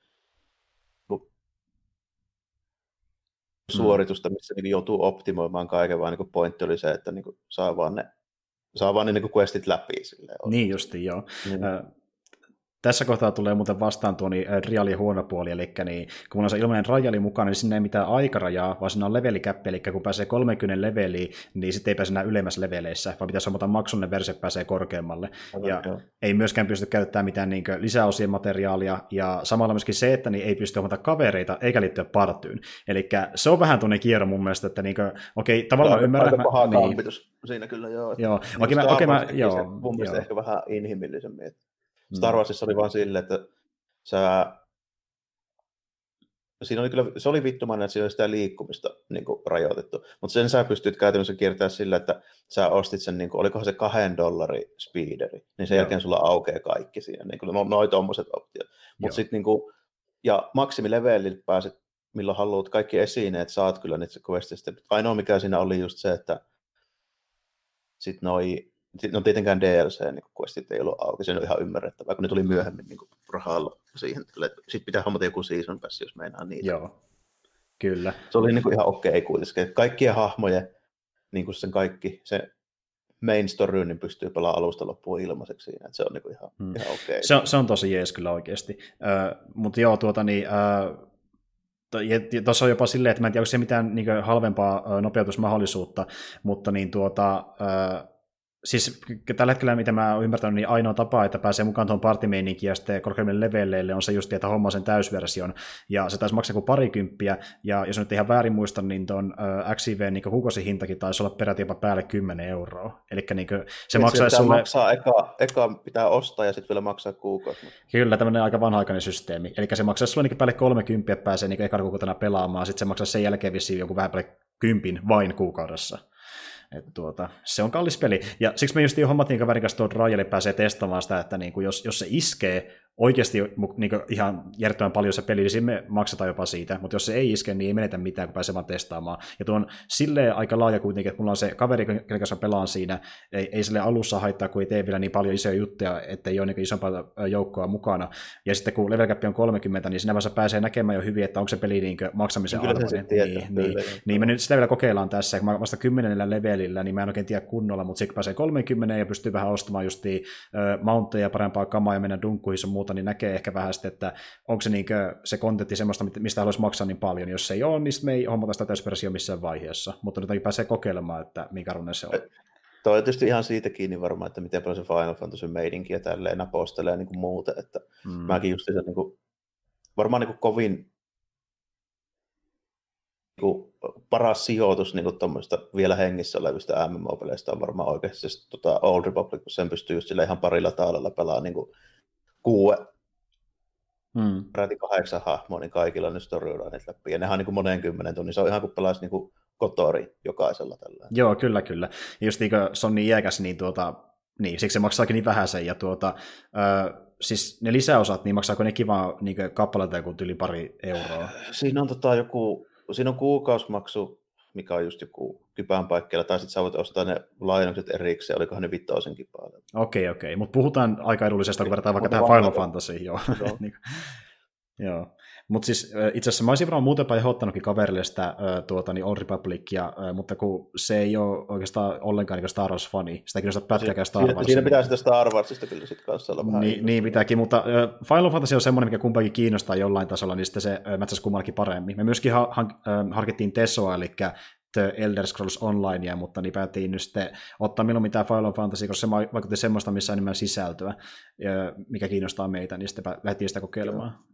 suoritusta, missä niinku joutuu optimoimaan kaiken, vaan niinku pointti oli se, että niinku saa vaan ne saa vaan ne niin questit läpi. Silleen. Niin justiin, joo. Mm. Äh, tässä kohtaa tulee muuten vastaan tuo niin, reaali huono puoli, eli niin, kun on se ilmainen rajali mukana, niin sinne ei mitään aikarajaa, vaan siinä on levelikäppi, eli kun pääsee kolmekymmentä leveliin, niin sitten ei pääse enää ylemmässä leveleissä, vaan pitäisi saada maksullinen versio, pääsee korkeammalle. Okay, ja okay. Ei myöskään pysty käyttämään mitään niin kuin, lisäosien materiaalia, ja samalla myöskin se, että niin ei pysty huomata kavereita, eikä liittyä partyyn. Eli se on vähän tuonne kierro mun mielestä, että niin kuin, okei, okay, tavallaan ymmärrän. Aika paha niin. kampitus siinä kyllä, joo. Joo, okei, okay, okay, mä, joo. Mun mielestä ehkä vähän inhimillisemmin. Star Warsissa oli vaan silleen, että sä... Siinä oli kyllä, se oli vittumainen, että siinä oli sitä liikkumista niin kuin, rajoitettu, mutta sen sä pystyt käytännössä kiertämään sillä, että sä ostit sen, niin kuin, olikohan se kahden dollarin speederi, niin sen Joo. jälkeen sulla aukeaa kaikki siinä, niin kuin, no, noi tommoset optiot. Mutta sitten niin kuin, ja maksimilevelille pääset, milloin haluat kaikki esineet, saat kyllä niitä questista. Ainoa mikä siinä oli just se, että sit noi no tietenkään D L C-questit ei ollut auki, se on ihan ymmärrettävää, kun ne tuli myöhemmin niin kuin rahalla siihen. Sitten pitää hommata joku season pass, jos meinaa niitä. Joo, kyllä. Se oli niin kuin ihan okei kuitenkin. Kaikkien hahmojen, niin kuin sen kaikki, se main story, niin pystyy pelaamaan alusta loppuun ilmaiseksi siinä. Että se on niin kuin ihan, hmm. ihan okei. Se on, se on tosi jees kyllä oikeasti. Uh, mutta joo, tuota niin... Uh... Tuossa on jopa silleen, että mä en tiedä, onko se mitään niin halvempaa nopeutusmahdollisuutta, mutta niin tuota... Uh... Siis tällä hetkellä, mitä mä oon ymmärtänyt, niin ainoa tapa, että pääsee mukaan tuon partimeininkiin ja sitten korkeammille leveleille on se just, että hommaa sen täysversion. Ja se taisi maksaa kuin parikymppiä, ja jos nyt ihan väärin muistan, niin tuon X I V niin Hugosin hintakin taisi olla peräti jopa päälle kymmenen euroa. Eli niin se maksaa sulle... maksaa, eka, eka pitää ostaa ja sitten vielä maksaa kuukausi. Kyllä, tämmöinen aika vanha-aikainen systeemi. Eli se maksaa sulle niin päälle kolmekymppiä, pääsee niin ekan kuukautena pelaamaan, sitten se maksaa sen jälkeen vissiin joku vähän päälle kympin vain kuukaudessa. Että tuota, se on kallis peli. Ja siksi me just hommattiin kaverin kanssa tuon Royale pääsee testaamaan sitä, että niinku jos, jos se iskee oikeasti niinku ihan järjettömän paljon se peli, niin me maksetaan jopa siitä, mutta jos se ei iske, niin ei menetä mitään, kun pääsee vaan testaamaan. Ja tuo on silleen aika laaja kuitenkin, että mulla on se kaveri, kenen kanssa pelaan siinä, ei, ei sille alussa haittaa, kun ei tee vielä niin paljon isoja juttuja, ettei ole niin isompaa joukkoa mukana. Ja sitten kun level cap on kolmekymmentä, niin siinä vaiheessa pääsee näkemään jo hyvin, että onko se peli niin maksamisen arvoinen. Niin, niin, niin me nyt sitä vielä kokeillaan tässä, kun mä vasta kymmenellä levelillä, niin mä en oikein tiedä kunnolla, mutta sitten kun pääsee kolmekymmentä ja pystyy vähän ostamaan justiin uh, mountteja, parempaa kamaa ja mennä dunkkuihin ja muuta, niin näkee ehkä vähän sitten, että onko se, niinkö, se kontentti semmoista, mistä haluaisi maksaa niin paljon. Jos se ei ole, niin me ei hommata sitä täysversiota missään vaiheessa, mutta nyt pääsee kokeilemaan, että minkä runne se on. toi on tietysti ihan siitä kiinni varmaan, että miten paljon se Final Fantasy meidinkin ja tälleen napostelee niin kuin muuten, että mm. mäkin just se niin kuin, varmaan niin kuin kovin niin kuin paras sijoitus niin kuin tuommoista vielä hengissä olevista M M O-peleistä on varmaan oikeasti se tota Old Republic, kun sen pystyy just sillä ihan parilla taalalla pelaamaan niin kuin kuue, mm. peräti kahdeksan hahmoa, niin kaikilla on ne storylineit läpi, ja nehän on niin kuin monen kymmenen tunnin, se on ihan kuin pelaisi niin kuin kotori jokaisella tällä. Joo, kyllä, kyllä. Ja just niin kuin se on niin iäkäs, niin, tuota, niin siksi se maksaakin niin vähän sen. Ja tuota, äh, siis ne lisäosat, niin maksaako ne kivaa niin kappaleita joku yli pari euroa? Siinä on, tota, joku, siinä on kuukausimaksu, mikä on just joku kypään paikkeilla, tai sitten sä voit ostaa ne laajennukset erikseen, olikohan ne vittausenkin paljon. Okei, okei, mutta puhutaan aika edullisesta, kun verrataan vaikka tähän Final Fantasyin. Joo. niin, joo. Mutta siis itse asiassa mä olisin varmaan muutenpa ehdottanutkin kaverille sitä tuota, niin Old Republicia, mutta kun se ei ole oikeastaan ollenkaan niin Star Wars-fani, sitä kiinnostaa pätkääkään Star Wars. Siinä pitää sitä Star Warsista kyllä sitten kanssa olla vähän. Niin, niin pitääkin, mutta Final Fantasy on semmoinen, mikä kumpakin kiinnostaa jollain tasolla, niin sitten se mätsäisi kummallakin paremmin. Me myöskin ha- ha- harkittiin Tesoa, eli The Elder Scrolls Onlinea, mutta niin päättiin nyt sitten ottaa milloin mitään Final Fantasy, koska se vaikutti semmoista, missä on enemmän sisältöä, mikä kiinnostaa meitä, niin sitten lähdettiin sitä kokeilemaan. Joo.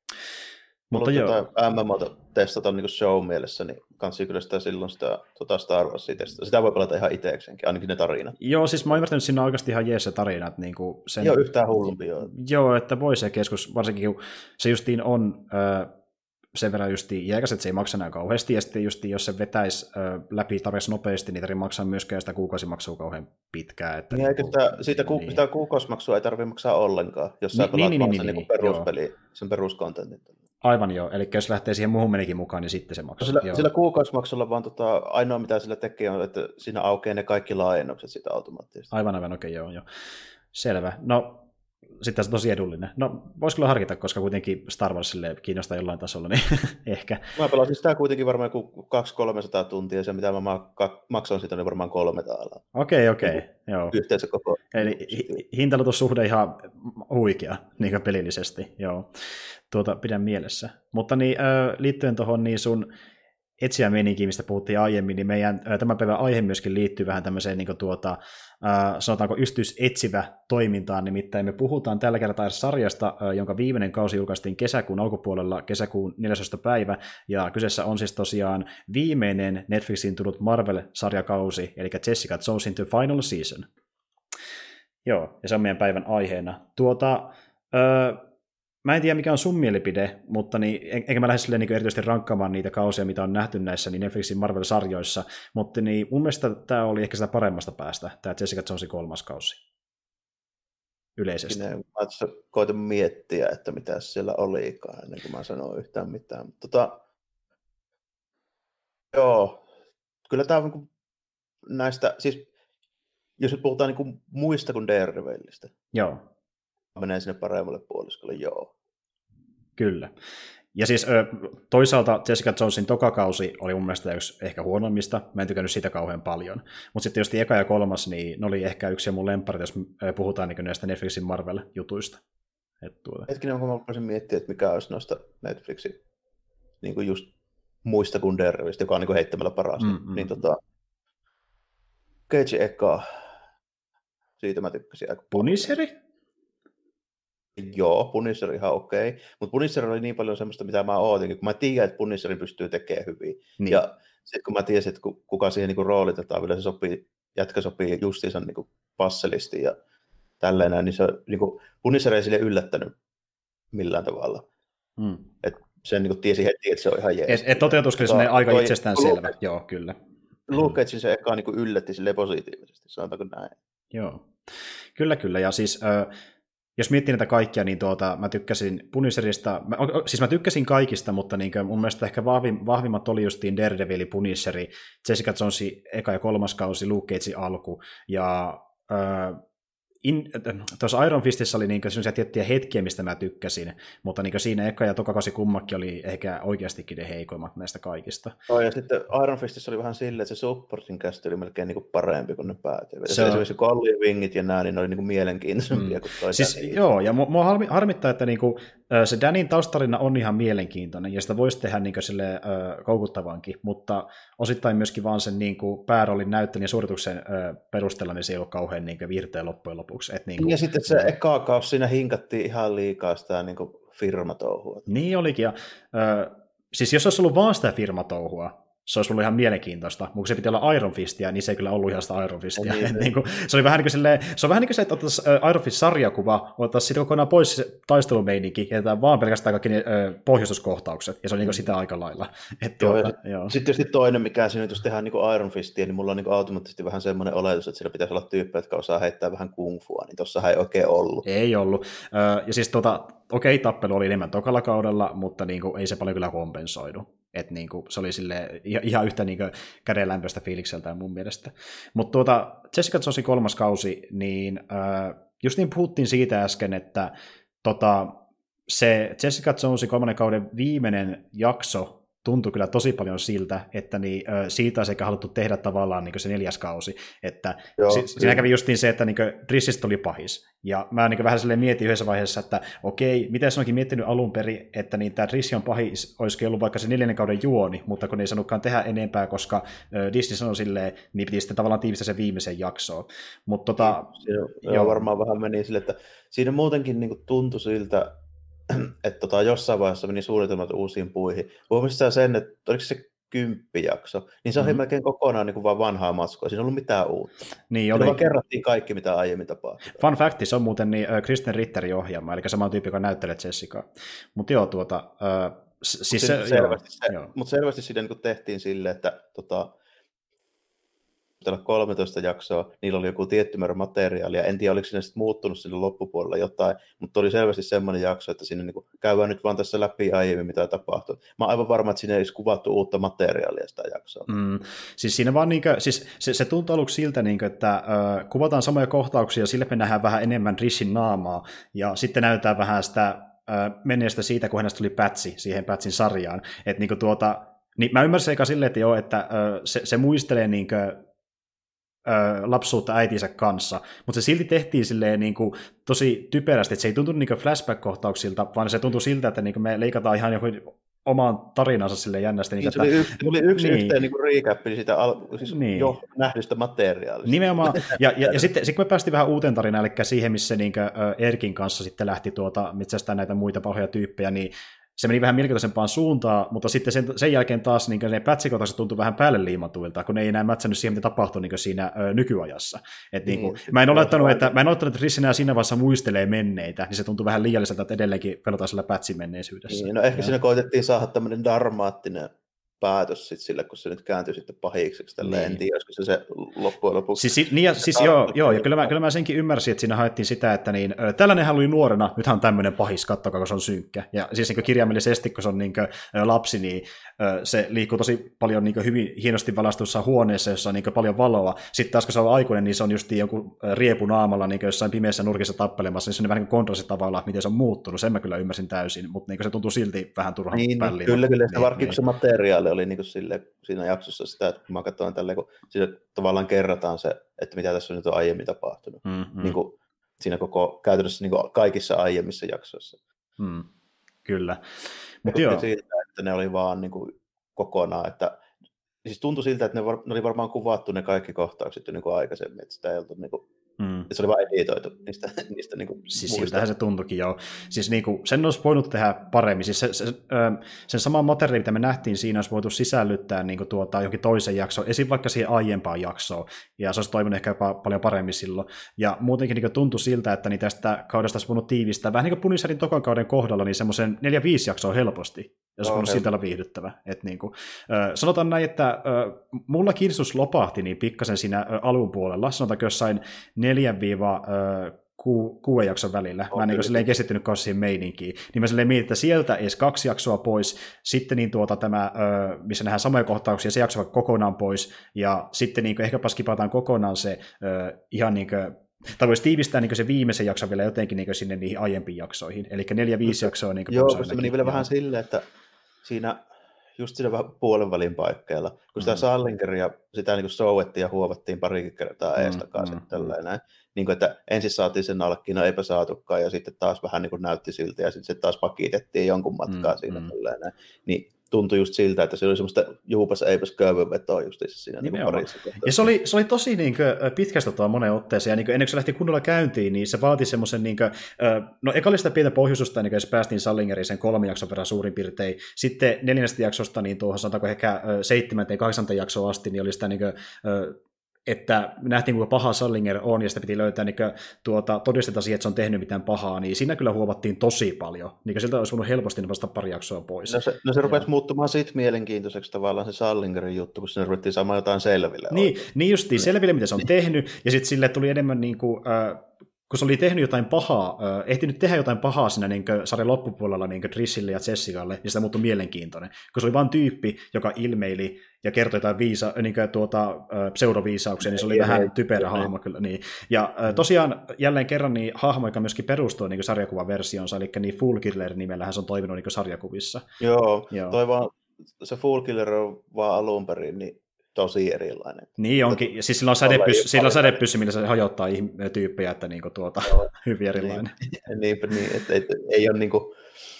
Mutta joo. M M O:ta testata niin show-mielessä, niin kansi kyllä sitä silloin sitä tota Star Warsia testata. Sitä voi pelata ihan itsekseenkin, ainakin ne tarinat. Joo, siis mä oon ymmärtänyt, että siinä on oikeasti ihan jees se tarinat. Niin kuin sen... Joo, yhtään hullumpi. Joo. joo, että voi se keskus, varsinkin kun se justiin on äh, sen verran justiin iäkäs, että se ei maksa näin kauheasti, ja sitten justiin, jos se vetäisi äh, läpi tarpeeksi nopeasti, niin tarvitsee maksaa myöskään sitä kuukausimaksua kauhean pitkään. Että niin, eikö sitä, siitä ku, niin. kuukausimaksua ei tarvitse maksaa ollenkaan, jos sä niin, pelaat niin, vaan niin, sen niin, peruspeli, joo. sen peruskontentin. Aivan joo, eli jos lähtee siihen muuhun menikin mukaan, niin sitten se maksaa. Sillä, sillä kuukausimaksulla vaan tota, ainoa mitä sillä tekee on, että siinä aukeaa ne kaikki laajennukset sitä automaattisesti. Aivan, aivan, okei, okay, joo, joo. Selvä. No, sitten se on tosi edullinen. No, voisi kyllä harkita, koska kuitenkin Star Wars kiinnostaa jollain tasolla, niin ehkä. Mä pelasin sitä kuitenkin varmaan kaksi kolmesataa tuntia, ja se mitä mä maksoin siitä, niin varmaan kolme taalaa. Okei, okay, okei, okay, joo. Yhteensä koko. Eli hintalutussuhde ihan huikea, niin kuin pelillisesti, joo. Tuota pidän mielessä. Mutta niin, liittyen tuohon niin sun etsijämeininkiin, mistä puhuttiin aiemmin, niin meidän tämän päivän aihe myöskin liittyy vähän tämmöiseen niin kuin tuota, sanotaanko yksityisetsivä toimintaan, nimittäin me puhutaan tällä kertaa sarjasta, jonka viimeinen kausi julkaistiin kesäkuun alkupuolella, kesäkuun neljästoista päivä, ja kyseessä on siis tosiaan viimeinen Netflixiin tullut Marvel-sarjakausi, eli Jessica Jones into Final Season. Joo, ja se on meidän päivän aiheena. Tuota, öö, Mä en tiedä, mikä on sun mielipide, mutta niin, enkä mä lähde silleen niin erityisesti rankkaamaan niitä kausia, mitä on nähty näissä niin Netflixin Marvel-sarjoissa, mutta niin, mun mielestä tämä oli ehkä sitä paremmasta päästä, tämä Jessica Jonesin kolmas kausi. Yleisesti. Mä koitan miettiä, että mitä siellä olikaan, ennen kuin mä sanon yhtään mitään. Tota, joo, kyllä tämä on näistä, siis jos nyt puhutaan niin muista kuin Daredevilistä. Joo. Menee sinne paremmalle puoliskolle, joo. Kyllä. Ja siis toisaalta Jessica Jonesin tokakausi oli mun mielestä yksi ehkä huonoimmista. Mä en tykännyt sitä kauhean paljon. Mutta sitten jos eka ja kolmas, niin ne oli ehkä yksi ja mun lemparit, jos puhutaan niin näistä Netflixin Marvel-jutuista. Tuota. Hetkinen, kun mä voisin miettiä, että mikä olisi noista Netflixin niin kuin just muista kuin Daredevilistä, joka on niin kuin heittämällä paras. Mm-hmm. Niin tota, Cage eka, siitä mä tykkäsin aika Punisheri? Joo, Punisher ihan okei, okay. Mutta Punisher oli niin paljon semmoista, mitä mä ootinkin, kun mä tiedän, että Punisherin pystyy tekemään hyvin. Niin. Ja sitten kun mä tiesin, että kuka siihen niinku roolitetaan, vielä se sopii, jätkä sopii justiinsa niinku passelisti ja tälleen näin, niin se niinku, Punisher ei sille yllättänyt millään tavalla. Mm. Et sen niinku tiesi heti, että se on ihan jees. Et, et toteutuskin se aika itsestäänselvä, Luke, joo, kyllä. Luke Cagein se eka niinku yllätti silleen positiivisesti, sanotaanko näin. Joo, kyllä, kyllä, ja siis... Äh, Jos miettii näitä kaikkia, niin tuota, mä tykkäsin Punisherista, mä, siis mä tykkäsin kaikista, mutta niin mun mielestä ehkä vahvim, vahvimmat oli justiin Daredevil, Punisheri, Jessica Jonesin eka ja kolmas kausi, Luke Cagein alku, ja äh, tuossa Iron Fistissä oli niin sellaisia tiettyjä hetkiä, mistä mä tykkäsin, mutta niin siinä eka ja toka kausi kummakin oli ehkä oikeastikin ne heikoimmat näistä kaikista. No, ja sitten Iron Fistissä oli vähän silleen, että se supportin cast oli melkein niin kuin parempi kuin ne päät. Se on... esimerkiksi Colli Wingit ja nämä, niin ne oli niin kuin mielenkiintoisempia mm. kuin toi siis, joo, ja mua harmittaa, että niinku, se Danin taustarina on ihan mielenkiintoinen, ja sitä voisi tehdä niinku sille, äh, koukuttavankin, mutta osittain myöskin vaan sen niinku, pääroolin näyttön ja suorituksen äh, perusteella, niin se ei ole kauhean niinku, virteä loppujen lopuksi. Et, niinku, ja sitten se eka kausi siinä hinkattiin ihan liikaa sitä niinku, firmatouhua. Niin olikin, ja äh, siis jos olisi ollut vaan sitä firmatouhua, se olisi ollut ihan mielenkiintoista, mutta kun se piti olla Iron Fistia, niin se ei kyllä ollut ihan sitä Iron Fistia. Niin, niin kuin, se, oli vähän niin kuin silleen, se on vähän niin kuin se, että otettaisiin Iron Fist-sarjakuva, otettaisiin siitä kokonaan pois se taistelumeininki, ja jätetään vaan pelkästään kaikki ne pohjustuskohtaukset, ja se on niin kuin sitä aika lailla. Että joo, tuota, sit, joo. Sitten tietysti toinen, mikä siinä, jos tehdään niin kuin Iron Fistia, niin mulla on niin kuin automaattisesti vähän semmoinen oletus, että siellä pitäisi olla tyyppejä, jotka osaa heittää vähän kung-fua, niin tossahan ei oikein ollut. Ei ollut. Ja siis tota, okei, tappelu oli enemmän tokalla kaudella, mutta niin kuin, ei se paljon kyllä kompensoidu. Että niinku, se oli sille ihan yhtä niinku kädenlämpöistä fiilikseltään mun mielestä. Mutta tuota, Jessica Jonesin kolmas kausi, niin äh, just niin puhuttiin siitä äsken, että tota, se Jessica Jonesin kolmannen kauden viimeinen jakso tuntui kyllä tosi paljon siltä, että niin, äh, siitä olisi eikä haluttu tehdä tavallaan niin se neljäs kausi. Että Joo, si- siinä kävi just niin se, että niin Drissistä tuli pahis. Ja mä niin vähän silleen mietin yhdessä vaiheessa, että okei, miten se onkin miettinyt alun perin, että niin tämä Drissi on pahis, olisikin ollut vaikka se neljännen kauden juoni, mutta kun ei saanutkaan tehdä enempää, koska äh, Disney sanoi silleen, niin piti sitten tavallaan tiivistää sen viimeisen jaksoon. Mutta tota, siinä, joo, varmaan vähän meni sille, että siinä muutenkin niin kuin tuntui siltä, että tota, jossain vaiheessa meni suunnitelmat uusiin puihin. Huomasitko sen, että oliko se kymppijakso, niin se oli mm-hmm. melkein kokonaan niin kuin vaan vanhaa matskua. Siinä ei ollut mitään uutta. Niin, oli. Vaan kerrattiin kaikki, mitä aiemmin tapahtui. Fun fact, se on muuten niin, uh, Kristen Ritterin ohjelma, eli sama tyyppi, joka näyttelee Jessicaa. Mutta joo, tuota... Uh, siis Mutta se, selvästi, joo, se, mut selvästi siinä niin tehtiin silleen, että... Tota, kolmetoista jaksoa, niillä oli joku tietty määrä materiaalia, en tiedä oliko siinä sitten muuttunut sinne loppupuolella jotain, mutta oli selvästi semmoinen jakso, että siinä niinku käydään nyt vaan tässä läpi aiemmin, mitä tapahtui. Mä oon aivan varma, että siinä ei olisi kuvattu uutta materiaalia sitä jaksoa. Mm, siis siinä vaan niinkö, siis se, se tuntui aluksi siltä, niinkö, että äh, kuvataan samoja kohtauksia, sille me nähdään vähän enemmän Drissin naamaa, ja sitten näytetään vähän sitä äh, menneestä siitä, kun hänestä tuli pätsi siihen pätsin sarjaan. Että niinku tuota, niin mä ymmärsin eikä silleen, että joo, että äh, se, se muistelee niinkö lapsuutta äitinsä kanssa, mutta se silti tehtiin silleen niin kuin tosi typerästi, että se ei tuntunut niin kuin flashback-kohtauksilta, vaan se tuntui siltä, että niin kuin me leikataan ihan joku omaan tarinansa silleen jännästi. Niin, niin, se oli yksi, oli yksi niin. yhteen niin recap siitä al- siis niin. jo nähdystä materiaalista. Nimenomaan, ja, ja, ja sitten sit kun me päästiin vähän uuteen tarinaan, eli siihen, missä niin kuin Erkin kanssa sitten lähti tuota, metsästään näitä muita pahoja tyyppejä, niin se meni vähän mielenkiintoisempaan suuntaan, mutta sitten sen, sen jälkeen taas niin ne pätsikohtaiset tuntui vähän päälle liimatuilta, kun ne ei enää mätsännyt siihen, mitä tapahtui niin siinä ö, nykyajassa. Et, niin, niin, mä en olettanut, että, mä en olettanut, että Rissi enää siinä vaiheessa muistelee menneitä, niin se tuntui vähän liialliselta, että edelleenkin pelataan sillä pätsin menneisyydessä. Niin, no ehkä ja. siinä koitettiin saada tämmöinen dramaattinen päätös sit sille, kun se nyt kääntyi sitten pahikseksi. Tälleen. Niin. En tiedä, olisiko se se loppujen lopuksi. Siis, niin ja, siis joo, joo, ja kyllä mä, kyllä mä senkin ymmärsin, että siinä haettiin sitä, että niin, ö, tällainenhän oli nuorena, nythän on tämmöinen pahis, kattokaa, kun se on synkkä. Ja siis niin kirjaimellisesti, kun se on niin kuin, ö, lapsi, niin ö, se liikkuu tosi paljon niin kuin, hyvin hienosti valaistussa huoneessa, jossa on niin kuin, paljon valoa. Sitten taas, kun se on aikuinen, niin se on just joku riepu naamalla niin kuin, jossain pimeässä nurkissa tappelemassa, niin se on vähän niin kuin kontrasti tavallaan, miten se on muuttunut. Sen mä kyllä ymmärsin täysin, mutta niin kuin, se tuntuu silti vähän turhan niin, pälliin. Kyllä, kyllä, niin, varsinkin niin. se materiaali oli niin kuin silleen, siinä jaksossa sitä, että kun mä katsoin tälleen, kun siinä tavallaan kerrataan se, että mitä tässä nyt on aiemmin tapahtunut. Mm-hmm. Niin kuin siinä koko, käytännössä niin kuin kaikissa aiemmissa jaksoissa. Mm, kyllä. Mutta joo. Siitä, että ne oli vaan niin kuin kokonaan, että siis tuntui siltä, että ne, var, ne oli varmaan kuvattu ne kaikki kohtaukset jo niin kuin aikaisemmin, että sitä ei oltu niin kuin, mm. se oli vaan editoitu niistä, niistä niin kuin siis siltähän se tuntuikin, joo. Siis niin kuin, sen olisi voinut tehdä paremmin. Siis se, se, sen saman materiaalin, mitä me nähtiin siinä, olisi voitu sisällyttää niin kuin tuota, johonkin toisen jaksoon, esim. Vaikka siihen aiempaan jaksoon, ja se olisi toiminut ehkä jopa paljon paremmin silloin. Ja muutenkin niin kuin tuntui siltä, että niin tästä kaudesta olisi voinut tiivistää, vähän niin kuin Punisherin tokan kauden kohdalla, niin semmoisen neljä viisi jaksoa helposti, jos olisi voinut siitä olla viihdyttävä. Et niin kuin, äh, sanotaan näin, että äh, mulla kiinnostus lopahti niin pikkasen siinä äh, alun puolella, sanotaanko jossain neljän viiva kuuden jakson välillä. Mä en niin silleen keskittynyt kauan siihen meininkiin. Niin mä silleen mietin, että sieltä edes kaksi jaksoa pois, sitten niin tuota tämä, missä nähdään samoja kohtauksia, se jakso kokonaan pois, ja sitten niin ehkäpä skipataan kokonaan se ihan niin Tai voisi tiivistää niin se viimeisen jakson vielä jotenkin niin sinne niihin aiempiin jaksoihin. Eli neljä, viisi jaksoa. Niin joo, koska se meni vielä vähän silleen, että siinä just siinä vähän puolen välin paikkeilla, kun mm. sitä Sallingeria, sitä niin souvettiin ja huovattiin parikin kertaa mm, ees takaisin, mm, tällainen, niin kuin, että ensin saatiin sen alkkiin, no eipä saatukaan, ja sitten taas vähän niin kuin näytti siltä, ja sitten se taas pakitettiin jonkun matkaa mm, siinä, mm. tällainen, niin tuntui just siltä, että se oli semmoista juupas eipäs köövönvetoa justiinsa siinä niin parissa kohtaa. Ja se oli, se oli tosi niin kuin, pitkästä tuo monen otteeseen, ja niin kuin, ennen kuin se lähti kunnolla käyntiin, niin se vaati semmoisen, niin kuin, no eka oli sitä pientä pohjustusta, niin kuin, jos päästiin Sallingeriin sen kolmen jakson verran suurin piirtein, sitten neljännestä jaksosta, niin tuohon sanotaanko ehkä seitsemänteen, kahdeksanteen jaksoon asti, niin oli sitä niin kuin, että nähtiin, kuinka paha Sallinger on, ja sitä piti löytää niin kuin, tuota, todisteta siihen, että se on tehnyt mitään pahaa, niin siinä kyllä huomattiin tosi paljon. Niin siltä olisi voinut helposti vasta pari jaksoa pois. No se, no se rupesi ja. muuttumaan siitä mielenkiintoiseksi tavallaan se Sallingerin juttu, kun sinne ruvettiin saamaan jotain selville. Niin, niin justiin, selville, mitä se on tehnyt, ja sitten sille tuli enemmän niin kuin, äh, kun se oli tehnyt jotain pahaa, äh, ehtinyt tehdä jotain pahaa siinä niin kuin, sarjan loppupuolella niin kuin Trishille ja Jessicalle, niin sitä muuttui mielenkiintoinen. Kun se oli vain tyyppi, joka ilmeili ja kertoi jotain viisa, niin kuin, tuota, äh, pseudoviisauksia, niin se oli ja vähän typerä hahmo kyllä. Niin. Ja äh, tosiaan jälleen kerran niin hahmo, joka myöskin perustuu niin sarjakuvaversioonsa, eli niin Fool Killer nimellähän se on toiminut niin sarjakuvissa. Joo, Joo. Toi vaan, se Fool Killer on vaan alun perin, niin tosi erilainen. Niin onkin, ja siis sillä on sädepyssy, sillä on sädepyssy millä se hajottaa tyyppejä, että niinku tuota, no, hyvin erilainen. Niin, niinpä niin, että et, ei ole niinku,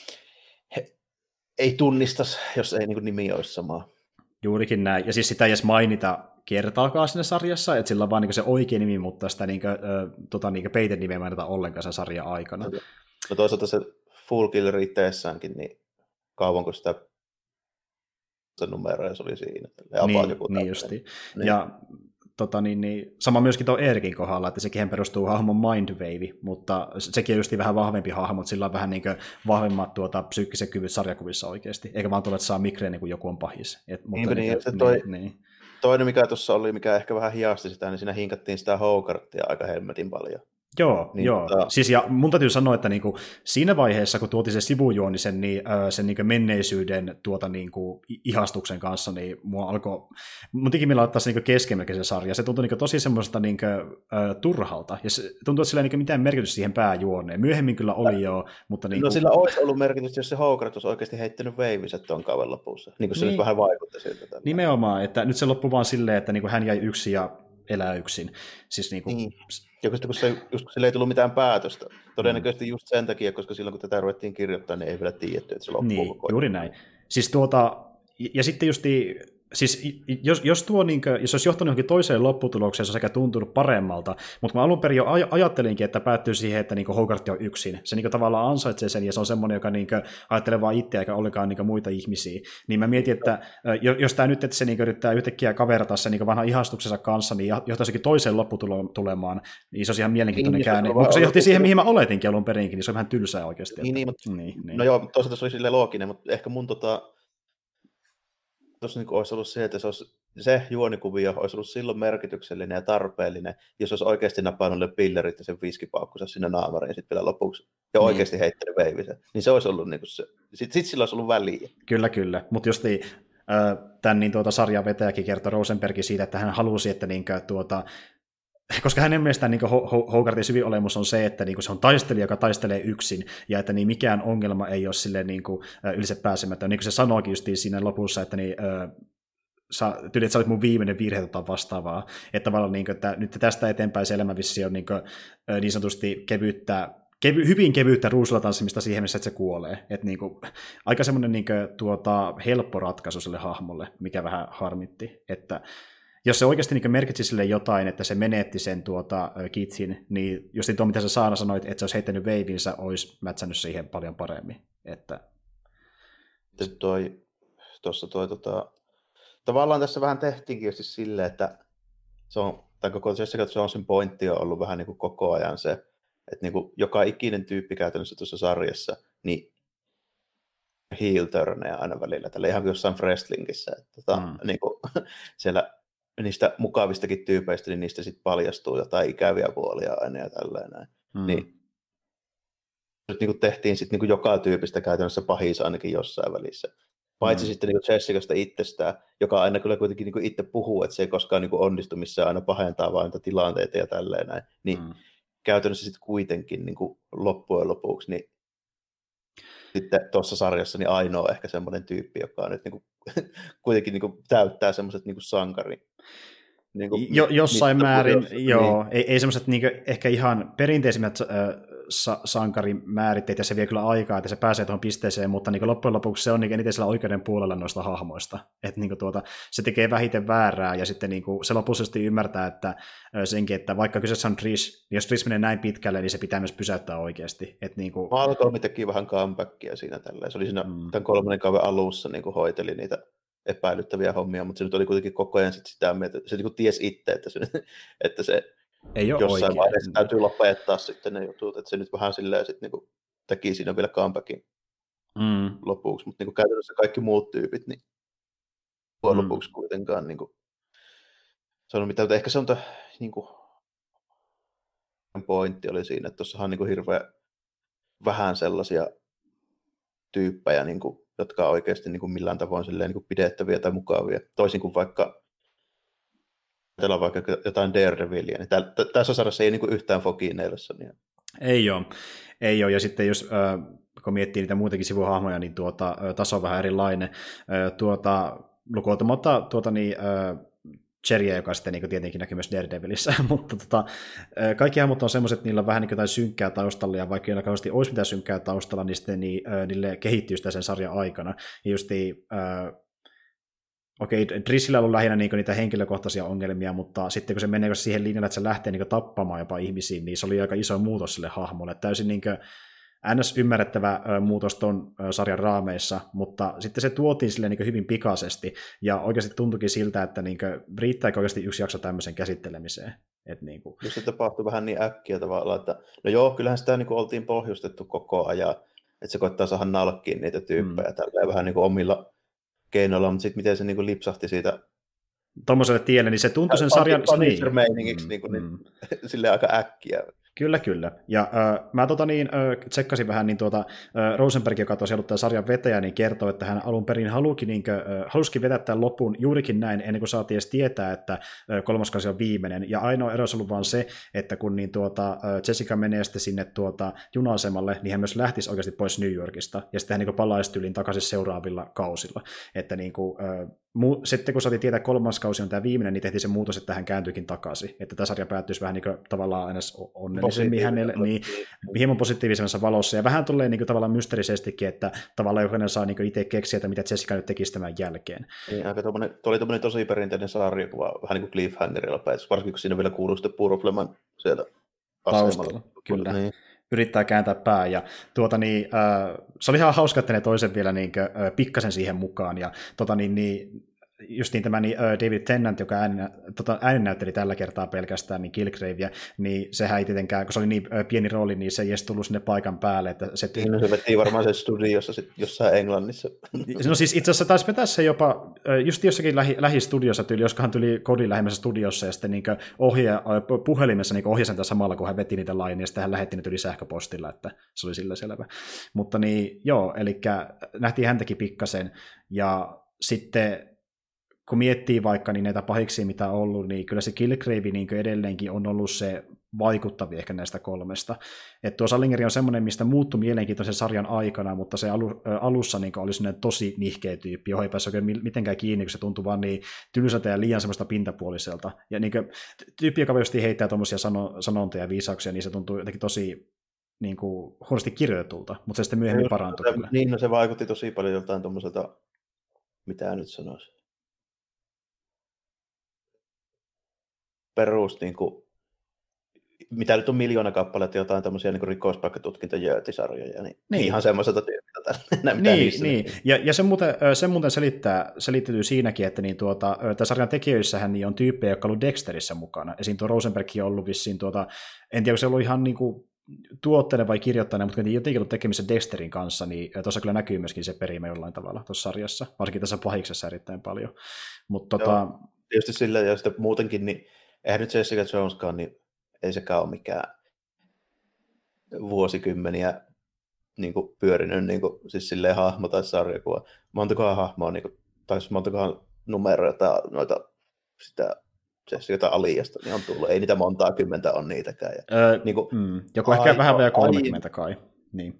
he, ei tunnistas, jos ei niinku nimi olisi samaa. Juurikin näin, ja siis sitä ei edes mainita kertaakaan siinä sarjassa, että sillä on vaan niinku se oikea nimi, mutta sitä niinku, äh, tota, niinku peitenimeä mainita ollenkaan sen sarjan aikana. No toisaalta se Fool Killer itseessäänkin, niin kauanko sitä numero, ja se oli siinä. Ja niin, niin justiin. Niin. Ja tota, niin, niin, sama myöskin tuon Erikin kohdalla, että sekin perustuu hahmon Mindwave, mutta sekin on justiin vähän vahvempi hahmo, mutta sillä on vähän niin kuin vahvemmat tuota, psyykkiset kyvyt sarjakuvissa oikeasti, eikä vaan tule, että saa migreen, kun joku on pahis. Et, mutta niin, niin, niin, toi, niin. Toinen, mikä tuossa oli, mikä ehkä vähän hiasti sitä, niin siinä hinkattiin sitä Hogarthia aika helmetin paljon. Joo, niin, joo. Tota... Siis, ja mun täytyy sanoa, että niinku, siinä vaiheessa, kun tuotiin se sivujuonisen niin, äh, sen niinku menneisyyden tuota, niinku, ihastuksen kanssa, niin mua alkoi, mun teki millä ottaa se niinku kesken se sarja. Se tuntui niinku, tosi semmoista niinku, äh, turhalta, ja se tuntui, että sillä ei niinku, mitään merkitystä siihen pääjuoneen. Myöhemmin kyllä oli jo, mutta... Niinku... No sillä olisi ollut merkitystä, jos se Hogarth olisi oikeasti heittänyt veiviset tuon kauden lopussa. Niin kuin se niin. nyt vähän vaikutti siltä. Tämän. Nimenomaan, että nyt se loppui vaan silleen, että niinku, hän jäi yksin ja elää yksin. Siis, niinku... niin. Ja kun se, just kun sille ei tullut mitään päätöstä. Todennäköisesti just sen takia, koska silloin kun tätä ruvettiin kirjoittaa, niin ei vielä tiedetty, että se loppuu niin, koko juuri näin. Siis tuota, ja sitten justi, siis jos, jos tuo niin kuin, jos olisi johtanut johonkin toiseen lopputulokseen, se on sekä tuntunut paremmalta, mutta mä alun perin jo aj- ajattelinkin, että päättyy siihen, että niin Hogarth on yksin. Se niin kuin, tavallaan ansaitsee sen, ja se on semmoinen, joka niin kuin, ajattelee vaan itseä, eikä ollenkaan niin kuin, muita ihmisiä. Niin mä mietin, että jos tämä nyt, että se niin kuin, yrittää yhtäkkiä kaverata sen niin vanhan ihastuksensa kanssa, niin johtaisikin toiseen lopputulemaan, niin se olisi ihan mielenkiintoinen niin, käänne. Mutta se johti siihen, mihin mä oletinkin alun perinkin, niin se on vähän tylsää oikeasti. Niin, että... niin, mutta... niin, niin. No joo, toisaalta se oli silleen looginen, mutta ehkä mun tota... tuossa niin olisi ollut se, että se, olisi, se juonikuvio olisi ollut silloin merkityksellinen ja tarpeellinen, jos olisi oikeasti napannut ne pillerit ja sen viskipaukkunsa sinne naamariin sitten vielä lopuksi ja niin. oikeasti heittänyt veivisen. Niin se olisi ollut niin kuin se, sitten sit sillä olisi ollut väliä. Kyllä, kyllä. Mutta just niin, äh, tämän niin tuota sarjan vetäjäkin kertoi Rosenbergin siitä, että hän halusi, että niin kuin, tuota, koska hänen mielestään niin Hogarthin syvin olemus on se, että niin se on taistelija, joka taistelee yksin, ja että niin mikään ongelma ei ole silleen niin ylitse pääsemätön. Niin kuin se sanoikin just siinä lopussa, että, niin, äh, sä, tyyli, että sä olit mun viimeinen virhe tota vastaavaa. Että tavallaan, niin kuin, että nyt tästä eteenpäin se elämä vissi on niin, kuin, äh, niin sanotusti kevyyttä, kevy, hyvin kevyyttä ruusulla tanssimista siihen, missä se kuolee. Että niin kuin, aika semmoinen niin kuin, tuota, helppo ratkaisu sille hahmolle, mikä vähän harmitti, että jos se oikeasti niin merkitsi sille jotain, että se menetti sen tuota, kitsin, niin just tuo, mitä sä Saana sanoit, että se olisi heittänyt veivinsä, olisi mätsännyt siihen paljon paremmin. Että... Toi, tossa toi, tota, tavallaan tässä vähän tehtiinkin just silleen, että se on, tai koko Johnson pointti on ollut vähän niin kuin koko ajan se, että niin kuin joka ikinen tyyppi käytännössä tuossa sarjassa, niin heel turneja aina välillä, tällä ihan kuin jossain wrestlingissä, että tota, mm. niin kuin, siellä niistä mukavistakin tyypeistä, niin niistä sitten paljastuu jotain ikäviä puolia aina ja tällainen. Mm. Niin nyt niin kuin tehtiin sitten niin kuin joka tyypistä käytännössä pahis ainakin jossain välissä. Paitsi mm. sitten niin kuin Jessicasta itsestään, joka aina kyllä kuitenkin niin kuin itse puhuu, että se ei koskaan niin kuin onnistu missään, aina pahentaa vain niitä tilanteita ja tälleen näin. Niin mm. käytännössä sitten kuitenkin niin kuin loppujen lopuksi, niin sitten tuossa sarjassa niin ainoa ehkä semmoinen tyyppi, joka on nyt niin kuin, kuitenkin niin kuin täyttää semmoiset niin kuin sankari. Niin kuin, jo, jossain määrin, jos, joo. Niin. Ei, ei semmoiset niin ehkä ihan perinteisimmät äh, sa- sankarimääritteet, ja se vie kyllä aikaa, että se pääsee tuohon pisteeseen, mutta niin loppujen lopuksi se on niin eniten siellä oikeuden puolella noista hahmoista. Että niin tuota, se tekee vähiten väärää, ja sitten niin se lopullisesti ymmärtää, että senkin, että vaikka kyseessä on Trish, niin jos Trish menee näin pitkälle, niin se pitää myös pysäyttää oikeasti. Että niin kuin... Malcolm teki vähän comebackia siinä tälleen. Se oli siinä mm. tämän kolmannen kauden alussa, niin kuin hoiteli niitä epäilyttäviä hommia, mutta se nyt oli kuitenkin koko ajan sit sitä mieltä, että se niin kuin tiesi itse, että se, että se ei jossain oikein. vaiheessa täytyy lopettaa sitten ne jutut, että se nyt vähän silleen sit niin kuin teki siinä vielä comebackin mm. lopuksi, mutta niin kuin käytännössä kaikki muut tyypit, niin mm. lopuksi kuitenkaan niin kuin sanonut mitään, mutta ehkä se on tämä niin kuin pointti oli siinä, että tuossahan on niin kuin hirveän vähän sellaisia tyyppejä, niin kuin, jotka on oikeasti niin kuin millään tavoin silleen, niin kuin pidettäviä tai mukavia. Toisin kuin vaikka ajatellaan vaikka jotain Daredevilia, niin tä, tä, tässä sarjassa ei niin kuin yhtään Foggy Nelsonia. Ei ole. Ei ole. Ja sitten jos äh, kun miettii niitä muitakin sivuhahmoja, niin tuota, äh, taso on vähän erilainen. Äh, tuota, lukuottamatta tuota, niin, äh, Cherryä, joka sitten niin tietenkin näkyy myös Daredevilissä, mutta tota, kaikki hahmot on semmoiset, että niillä on vähän niin jotain synkkää taustalla, ja vaikka niillä kauheasti olisi mitään synkkää taustalla, niin sitten niin, äh, niille kehittyy sitä sen sarjan aikana. Ja justi, äh, okei, okay, Drissillä on ollut lähinnä niin niitä henkilökohtaisia ongelmia, mutta sitten kun se menee siihen linjalle, että se lähtee niin tappamaan jopa ihmisiä, niin se oli aika iso muutos sille hahmolle. Täysin niin ns. Ymmärrettävä muutos ton sarjan raameissa, mutta sitten se tuotiin sille niin hyvin pikaisesti, ja oikeasti tuntuikin siltä, että niin riittääkö oikeasti yksi jakso tämmöisen käsittelemiseen. Että niin kuin... Just se tapahtui vähän niin äkkiä tavallaan, että no joo, kyllähän sitä niin kuin oltiin pohjustettu koko ajan, että se koittaa saada nalkkiin niitä tyyppejä mm. tälleen vähän niin kuin omilla keinoilla, mutta sitten miten se niin kuin lipsahti siitä tuommoiselle tielle, niin se tuntui sen sarjan... Punisher-meiningiksi niin, mm. niin, silleen aika äkkiä. Kyllä, kyllä. Ja äh, mä tota niin, äh, tsekkasin vähän, niin tuota, äh, Rosenberg, joka tosiaan ollut tämän sarjan vetäjä, niin kertoo, että hän alun perin halukin, niin kuin, äh, halusikin vetää tämän lopun juurikin näin, ennen kuin saatiin edes tietää, että äh, kolmas kausi on viimeinen. Ja ainoa ero on ollut vaan se, että kun niin, tuota, äh, Jessica menee sitten sinne tuota, juna-asemalle, niin hän myös lähtisi oikeasti pois New Yorkista, ja sitten hän niin palaisi tyyliin takaisin seuraavilla kausilla. Että niin kuin, äh, mu- sitten kun saatiin tietää, että kolmas kausi on tämä viimeinen, niin tehtiin se muutos, että hän kääntyikin takaisin. Että tämä sarja päättyisi vähän niin kuin, tavallaan aina onnellisemmin hänelle, niin hieman positiivisemmassa valossa, ja vähän tulee niin kuin, tavallaan mysteerisestikin, että tavallaan jokainen saa niin kuin, itse keksiä, että mitä Jessica nyt tekisi tämän jälkeen. Niin, aika tuo oli tuommoinen tosi perinteinen sarjakuva, vähän niin kuin cliffhangerilla päätös, varsinkin kun siinä vielä kuuluu sitten Purpleman siellä taustalla. Kyllä. Niin. Yrittää kääntää pää, ja tuota niin, äh, se oli ihan hauska, että ne toisen vielä niin kuin, äh, pikkasen siihen mukaan, ja tota niin, niin justiin tämä niin, uh, David Tennant, joka äänen, tota, ääninäytteli tällä kertaa pelkästään niin Killgravea, niin sehän ei tietenkään, kun se oli niin uh, pieni rooli, niin se ei edes tullut sinne paikan päälle. Että se, niin, se vettiin varmaan se studiossa sit jossain Englannissa. No siis itse asiassa taisi vetää se jopa uh, just jossakin lähi, lähistudiossa tyyli, joskohan tuli kodin lähemmässä studiossa, ja sitten niin ohja, uh, puhelimessa niin ohjasi sitä samalla, kun hän veti niitä lainia, ja sitten hän lähetti ne yli sähköpostilla, että se oli sillä selvä. Mutta niin, joo, eli nähtiin häntäkin pikkasen, ja sitten kun miettii vaikka niin näitä pahiksia, mitä on ollut, niin kyllä se Killgrave niin edelleenkin on ollut se vaikuttavia ehkä näistä kolmesta. Että tuo Salingeri on semmoinen, mistä muuttui mielenkiintoisen sarjan aikana, mutta se alu, alussa niin oli semmoinen tosi nihkeä tyyppi, johon ei päässyt oikein mitenkään kiinni, kun se tuntui vaan niin tylsältä ja liian semmoista pintapuoliselta. Ja niin kuin, tyyppi, joka just heittää tuommoisia sano, sanontoja ja viisauksia, niin se tuntuu jotenkin tosi niin kuin, huonosti kirjoitulta, mutta se sitten myöhemmin parantui. Se, niin, no se vaikutti tosi paljon joltain tuommoiselta, mitä nyt sanoisi, perus, niin kuin, mitä nyt on miljoona kappaletta, jotain tämmöisiä niin rikospaikkatutkintajöötisarjoja, niin, niin ihan semmoiselta tyypiltä. Niin, niin. Ja, ja se muuten, se muuten selittää, selittyy siinäkin, että niin tuota, tämän sarjan tekijöissähän niin on tyyppejä, jotka on ollut Dexterissä mukana. Esiin tuo Rosenbergkin on ollut vissiin, tuota, en tiedä, onko se ollut ihan niin kuin tuotteinen vai kirjoittajana, mutta jotenkin ollut tekemisissä Dexterin kanssa, niin tuossa kyllä näkyy myöskin se perimä jollain tavalla tuossa sarjassa, varsinkin tässä pahiksessa erittäin paljon. Mutta tota... tietysti sillä ja sitten muutenkin, niin eihän nyt Jessica Joneskaan, niin ei sekään ole mikään vuosikymmeniä niin kuin pyörinyt niin kuin, siis silleen hahmo tai sarjakuva. Montakohan hahmoa, niin kuin, tai montakohan numeroita tai noita sitä Jessica Aliasta, niin on tullut. Ei niitä montaa kymmentä on niitäkään. Ja, öö, niin kuin, mm, joku ehkä vähän vajaa kolmekymmentä kai. Niin.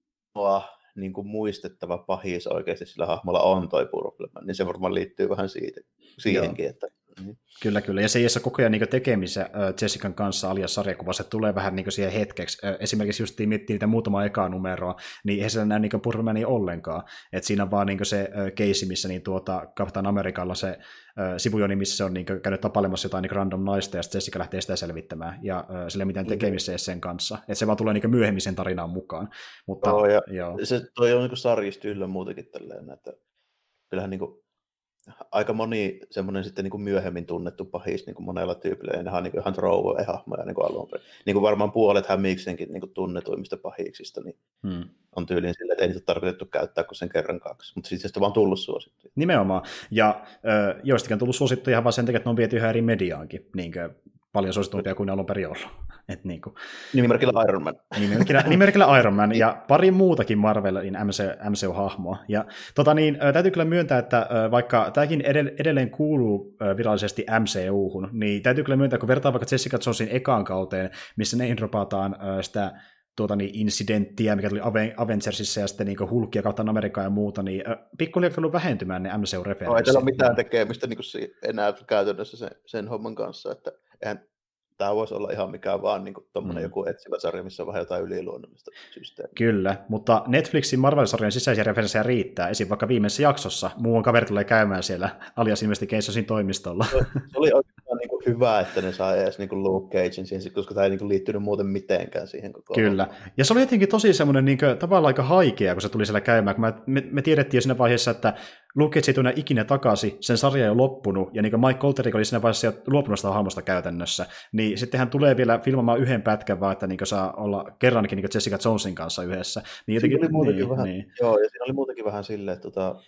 Niin kuin muistettava pahis oikeasti sillä hahmolla on toi Purple, niin se varmaan liittyy vähän siitä, siihenkin. Että, mm. Kyllä, kyllä. Ja se ei ole koko ajan niin tekemisissä Jessican kanssa alias sarjakuvassa, se tulee vähän niin siihen hetkeksi. Esimerkiksi just miettii niitä muutamaa ekaa numeroa, niin eihän se näe niin Purple ollenkaan. Et siinä on vaan niin se keissi, missä niin tuota, Captain Americalla se sivujoni, missä se on niin käynyt tapailemassa jotain niin random naista, ja sitten Jessica lähtee sitä selvittämään. Ja sillä ei mitään tekemistä sen kanssa. Et se vaan tulee niin myöhemmin sen tarinaan mukaan. Mutta, joo, ja joo. Se toi on niin sarjista yllä muutenkin tälleen, että kyllähän niin kuin aika moni semmoinen sitten niin kuin myöhemmin tunnettu pahis niin kuin monella tyypillä, ja nehän on niin ihan throwaway hahmoja niin kuin alun perin. Niin kuin varmaan puolet Hämiksenkin niin kuin tunnetuimmista pahiksista niin hmm. on tyyliin sillä, että ei niitä ole tarkoitettu käyttää kuin sen kerran kaksi, mutta sitten sitä on vaan tullut suosittuja. Nimenomaan, ja äh, joistakin on tullut suosittuja ihan vaan sen takia, että ne on viety ihan eri mediaankin, niin kuin paljon suositumpia kuin ne alun perin ollut. Et niin kuin. Nimimerkillä Iron Man. Nimimerkillä, nimimerkillä Iron Man ja pari muutakin Marvelin M C U-hahmoa. Ja tota niin, täytyy kyllä myöntää, että vaikka tämäkin edelleen kuuluu virallisesti M C U:hun, niin täytyy kyllä myöntää, kun vertaa vaikka Jessica Jonesin ekaan kauteen, missä ne dropataan sitä tuota niin, incidenttiä, mikä tuli Avengersissa ja sitten niin Hulkia kautta Amerikkaa ja muuta, niin pikkuhiljaa on ollut vähentymään ne M C U-referenssit. No, ei täällä ole mitään tekemistä niin kuin enää käytännössä sen, sen homman kanssa, että eihän tämä voisi olla ihan mikään vaan niin tuommoinen mm. joku etsivä sarja, missä on vähän jotain yliluonnollista systeemiä. Kyllä, mutta Netflixin Marvel-sarjan sisäisiä referenssejä riittää. Esim. Vaikka viimeisessä jaksossa muun kaveri tulee käymään siellä Alias Investigationsin toimistolla. Se oli oikeastaan niin kuin hyvä, että ne sai edes niin kuin Luke Cagein siihen, koska tämä ei niin kuin liittynyt muuten mitenkään siihen koko Kyllä, hommaan. Ja se oli jotenkin tosi semmoinen niin kuin, tavallaan aika haikea, kun se tuli siellä käymään. Kun me, me, me tiedettiin jo siinä vaiheessa, että Luke Cage ei tule ikinä takaisin, sen sarja ei ole loppunut, ja niin kuin Mike Colterick oli siinä vaiheessa jo luopunut sitä hahmosta käytännössä, niin sitten hän tulee vielä filmaamaan yhden pätkän vaan, että niin saa olla kerrankin niin Jessica Jonesin kanssa yhdessä. Niin jotenkin, oli muutenkin niin, vähän, niin. Joo, ja siinä oli muutenkin vähän silleen, että tota,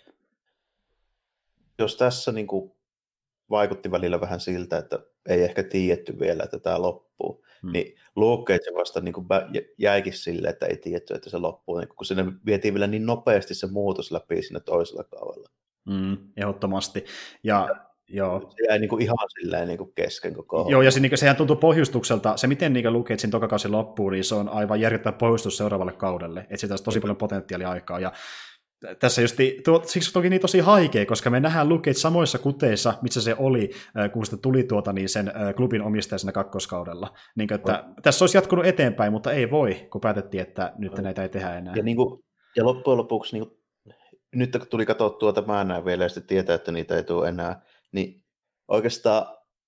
jos tässä niin kuin vaikutti välillä vähän siltä, että ei ehkä tiedetty vielä, että tämä loppuu, hmm. niin Luke Cage vasta niin kuin jäikin silleen, että ei tiedetty, että se loppuu, niin kun sinne vietiin vielä niin nopeasti se muutos läpi siinä toisella kaudella. Mm, ehdottomasti. Ja, ja joo. Se jäi niin kuin ihan silleen niin kuin kesken koko Joo, ja se, niin, sehän tuntuu pohjustukselta. Se, miten niin Luke Cagein tokakausi loppuu, niin se on aivan järkyttävä pohjustus seuraavalle kaudelle. Että siitä olisi tosi paljon potentiaaliaikaa. Ja tässä just, tuo, siksi toki niin tosi haikea, koska me nähdään Luke Cage samoissa kuteissa, missä se oli, kun se tuli tuota, niin sen klubin omistaja siinä kakkoskaudella. Niin, että no. Tässä olisi jatkunut eteenpäin, mutta ei voi, kun päätettiin, että nyt no. näitä ei tehdä enää. Ja, niin kuin, ja loppujen lopuksi, niin kuin, nyt kun tuli katsottua tämä näin vielä ja sitten tietää, että niitä ei tule enää, niin oikeastaan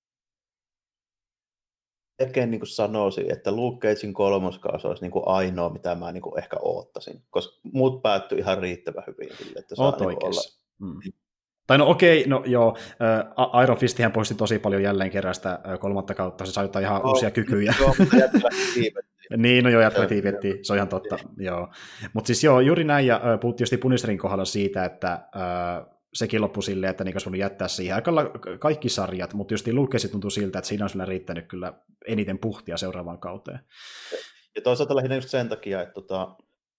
melkein niin kuin sanoisin, että Luke Cagein kolmoskausi olisi niin kuin ainoa, mitä mä niin kuin ehkä oottaisin, koska muut päättyi ihan riittävän hyvin. Että saa niin olla. Mm. Tai no okei, no joo, uh, Iron Fistihän poisti tosi paljon jälleen kerran sitä uh, kolmatta kautta, se sai jotain ihan no, uusia kykyjä. Joo, mutta jättiläkin Niin, no joo, jättiläkin tiivettiin, se on ihan totta, joo. Mutta siis joo, juuri näin, ja uh, puhuttiin just Punisherin kohdalla siitä, että uh, sekin loppui silleen, että niin olisi voinut jättää siihen aika kaikki sarjat, mutta just Luke Cage tuntuu siltä, että siinä olisi riittänyt kyllä eniten puhtia seuraavaan kauteen. Ja toisaalta lähinnä just sen takia, että tota,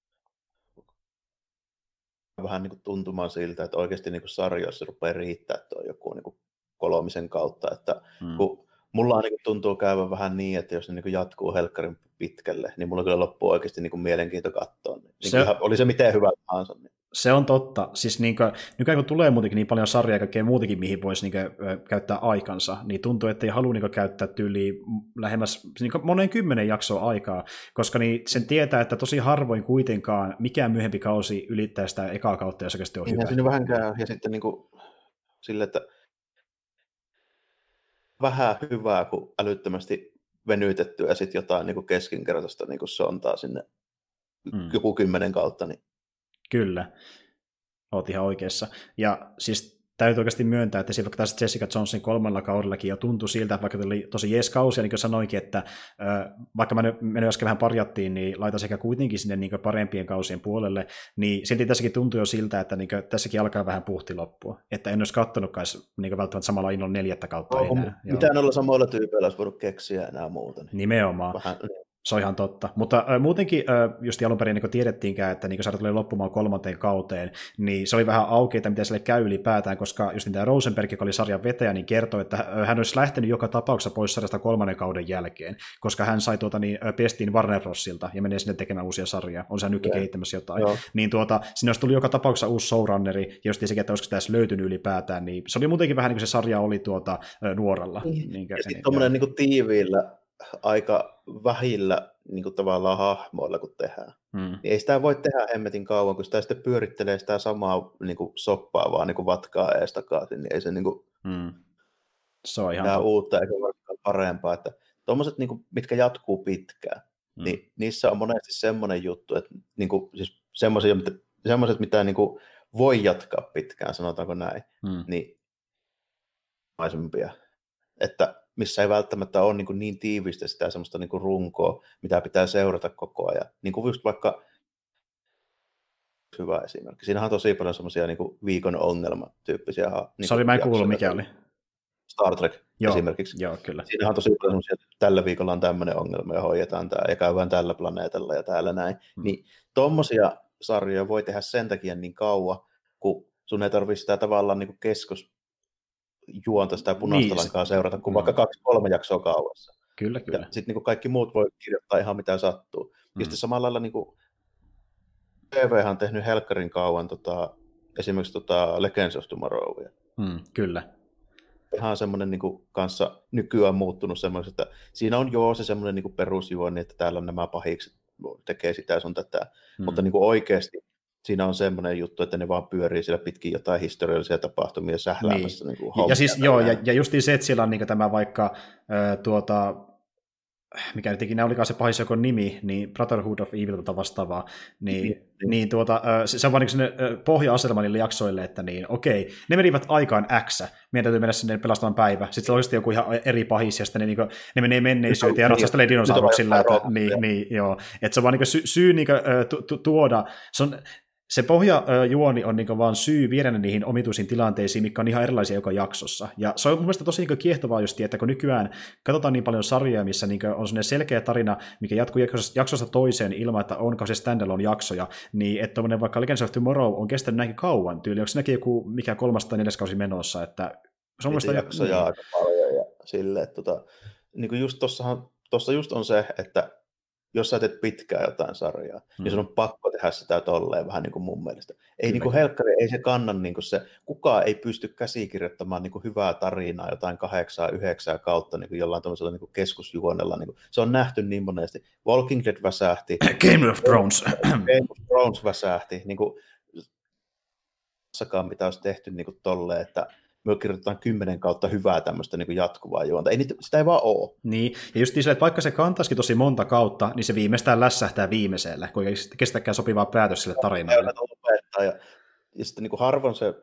vähän niin kuin tuntumaan siltä, että oikeasti niin kuin sarjoissa rupeaa riittää tuo joku niin kuin kolmisen kautta, että hmm. kun mulla niin kuin tuntuu käyvän vähän niin, että jos ne niin kuin jatkuu helkkarin pitkälle, niin mulla kyllä loppuu oikeasti niin kuin mielenkiinto katsoa. Niin se... Niin oli se miten hyvä tahansa. Niin. Se on totta. Siis niin kuin, nykyään kun tulee muutenkin niin paljon sarjaa ja kaikkea muutakin, mihin voisi niin kuin, käyttää aikansa, niin tuntuu, että ei halua niin kuin, käyttää tyyliin lähemmäs niin kuin, monen kymmenen jaksoa aikaa, koska niin sen tietää, että tosi harvoin kuitenkaan mikään myöhempi kausi ylittää sitä ekaa kautta, jos oikeasti on niin hyvä. Siinä vähän käy, ja sitten niin kuin, sille, että vähän hyvää, kun älyttömästi venytetty ja sitten jotain niin kuin keskinkertaista niin kuin sontaa sinne mm. joku kymmenen kautta. Niin. Kyllä, oot ihan oikeassa. Ja siis täytyy oikeasti myöntää, että vaikka tässä Jessica Jonesin kolmannella kaudellakin jo tuntui siltä, vaikka oli tosi jees kausia, niin kuin sanoinkin, että äh, vaikka mä nyt äsken vähän parjattiin, niin laitan sekä kuitenkin sinne niin parempien kausien puolelle, niin silti tässäkin tuntui jo siltä, että niin tässäkin alkaa vähän puhti loppua. Että en olisi kattonutkaan niin välttämättä samalla innolla neljättä kautta oh, enää. Mitä noilla samoilla tyypeillä olisi voinut keksiä enää muuta. Niin nimenomaan. Vähän, Se on ihan totta. Mutta äh, muutenkin, äh, just alun perin niin tiedettiinkään, että niin sarja tulee loppumaan kolmanteen kauteen, niin se oli vähän auki, että miten sille käy ylipäätään, koska just tämä Rosenberg, joka oli sarjan vetäjä, niin kertoi, että hän olisi lähtenyt joka tapauksessa pois sarjasta kolmannen kauden jälkeen, koska hän sai tuota, niin, pestiin Warner Brosilta ja menee sinne tekemään uusia sarjaa. On se nytkin kehittämässä jotain. Joo. Niin tuota, sinne olisi tullut joka tapauksessa uusi showrunneri, ja just sekin, että olisiko tässä löytynyt ylipäätään, niin se oli muutenkin vähän niin kuin se sarja oli tuota, nuoralla. Niin. Niin, ja sitten tuommoinen niin tiiviillä, aika vähillä niin kuin tavallaan hahmoilla, kun tehdään. Hmm. Niin ei sitä voi tehdä hemmetin kauan, kun sitä sitten pyörittelee sitä samaa niin kuin soppaa, vaan niin kuin vatkaa ees takaisin, niin ei se niin kuin hmm. se on ihan uutta eikä varmaan parempaa. Että tuommoiset, niin kuin, mitkä jatkuu pitkään, hmm. niin niissä on monesti semmoinen juttu, että niin kuin, siis semmoiset, mitä niin kuin voi jatkaa pitkään, sanotaanko näin, hmm. niin maisempia, että missä ei välttämättä ole niin, niin tiivistä sitä semmoista niin kuin runkoa, mitä pitää seurata koko ajan. Niin kuin just vaikka hyvä esimerkki. Siinähän on tosi paljon semmoisia niin kuin viikon ongelmatyyppisiä. Niin Sori, mä en kuullut, mikä oli. Star Trek joo, esimerkiksi. Joo, kyllä. Siinähän on tosi paljon semmoisia, että tällä viikolla on tämmöinen ongelma ja hoidetaan tämä ja käydään tällä planeetalla ja täällä näin. Hmm. Niin tommosia sarjoja voi tehdä sen takia niin kauan, kun sun ei tarvitse sitä tavallaan niin kuin keskus juonta sitä punaista niin, lankaa seurata, kun mm. vaikka kaksi, kolme jaksoa kauassa. Kyllä, kyllä. Sitten niin kaikki muut voi kirjoittaa ihan mitä sattuu. Mm. Ja sitten samalla lailla niin T V on tehnyt helkkarin kauan tota, esimerkiksi tota Legends of Tomorrowia. Mm, kyllä. Ihan semmoinen niin kuin, kanssa nykyään muuttunut semmoinen, että siinä on joo se semmoinen niin kuin perusjuoni, että täällä on nämä pahikset, tekee sitä sun tätä, mm. mutta niin kuin oikeasti siinä on semmoinen juttu, että ne vaan pyörii siellä pitkin jotain historiallisia tapahtumia sähläämässä. Niin. Niin ja, siis, joo, ja, ja justiin se, että siellä on niin tämä vaikka äh, tuota, mikä nyt ikinä olikaan se pahis joko nimi, niin Brotherhood of Evil tota vastaavaa, niin, niin, niin tuota, se, se on vaan niin pohja-asetelma niille jaksoille, että niin, okei, ne menivät aikaan X, meidän täytyy mennä sinne pelastamaan päivä, sitten se on oikeasti joku ihan eri pahis, ja sitten ne, niin kuin, ne menee menneisyyteen ja ratsastelee dinosauruksilla, että niin, niin, joo, että se on vaan niin sy- syy niin kuin, tu- tu- tuoda, se on se pohjajuoni on niinku vaan syy viedä niihin omituisiin tilanteisiin, mikä on ihan erilaisia joka jaksossa. Ja se on mun mielestä tosi niinku kiehtovaa just, että kun nykyään katsotaan niin paljon sarjoja, missä niinku on sellainen selkeä tarina, mikä jatkuu jaksosta toiseen ilman, että onko se standalone jaksoja, niin että vaikka Legends of Tomorrow on kestänyt näinkin kauan tyyli. Onko se näkin joku mikä kolmas tai neljäs kausi menossa? Että se on mielestäni jaksoja niin. Aika paljon ja silleen, että tota, niin just tossahan, tossa just on se, että jos sä teet pitkään jotain sarjaa, hmm. niin sun on pakko tehdä sitä tolleen vähän niin kuin mun mielestä. Ei niin kuin helkkari, ei se kannan niin kuin se, kukaan ei pysty käsikirjoittamaan niin kuin hyvää tarinaa jotain kahdeksaa, yhdeksää kautta niin kuin jollain tämmöisellä niin kuin keskusjuonella. Niin kuin, se on nähty niin monesti. Walking Dead väsähti. Game of Thrones. Game of Thrones väsähti. Niin kuin, mitä olisi tehty niin kuin tolleen, että me kirjoitetaan kymmenen kautta hyvää tämmöistä niin kuin jatkuvaa juonta. Ei niitä, sitä ei vaan ole. Niin, ja just sille, että vaikka se kantaisikin tosi monta kautta, niin se viimeistään lässähtää viimeisellä, kun ei kestäkään sopivaa päätös sille tarinalle. Ja, ja, ja sitten niin kuin harvoin se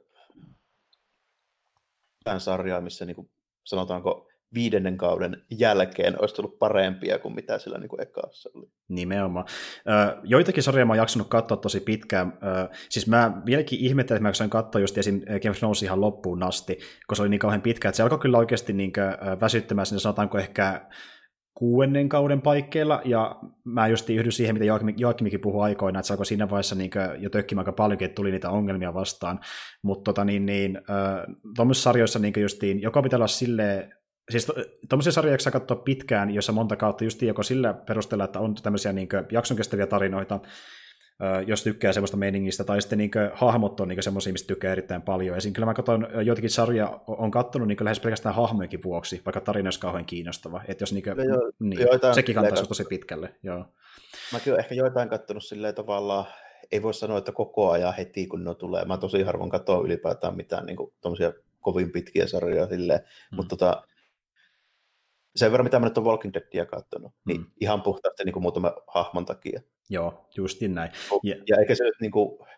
tämän sarjaa, missä niin kuin, sanotaanko viidennen kauden jälkeen olisi tullut parempia kuin mitä sillä niin kuin ekassa oli. Nimenomaan. Joitakin sarjoja mä oon jaksanut katsoa tosi pitkään. Siis mä vieläkin ihmettelen, että mä jaksoin katsoa just esim. Game of Thrones ihan loppuun asti, kun se oli niin kauhean pitkä, että se alkoi kyllä oikeasti niin väsyttämään sinne, sanotaanko ehkä kuudennen kauden paikkeilla, ja mä just yhdyn siihen, mitä Joakimikin puhui aikoina, että se alkoi siinä vaiheessa niin jo tökkimään aika paljonkin, että tuli niitä ongelmia vastaan, mutta tota, niin, niin, tuommoisissa sarjoissa niin justiin, joka pitää olla silleen, siis to, tuommoisia sarjoja jaksaa katsoa pitkään, joissa monta kautta just joko sillä perusteella, että on tämmöisiä niin jakson kestäviä tarinoita, jos tykkää semmoista meiningistä, tai sitten niin hahmot on niin semmoisia, mistä tykkää erittäin paljon. Esimerkiksi kyllä mä katson, joitakin sarjoja on katsonut niin lähes pelkästään hahmojenkin vuoksi, vaikka tarina olisi kauhean kiinnostava. Että jos niin kuin, jo, niin, sekin kantaisi tosi pitkälle. Joo. Mäkin olen ehkä joitain katsonut silleen tavallaan, ei voi sanoa, että koko ajan heti kun ne tulee. Mä tosi harvoin katson ylipäätään mitään niin tuommoisia kovin pitkiä sarjoja silleen, hmm. mutta tota, sen verran, mitä mä nyt olen Walking Deadia katsonut, hmm. niin ihan puhtaasti niin kuin muutaman hahmon takia. Joo, justin näin. Ja, ja eikä se nyt niin kuin,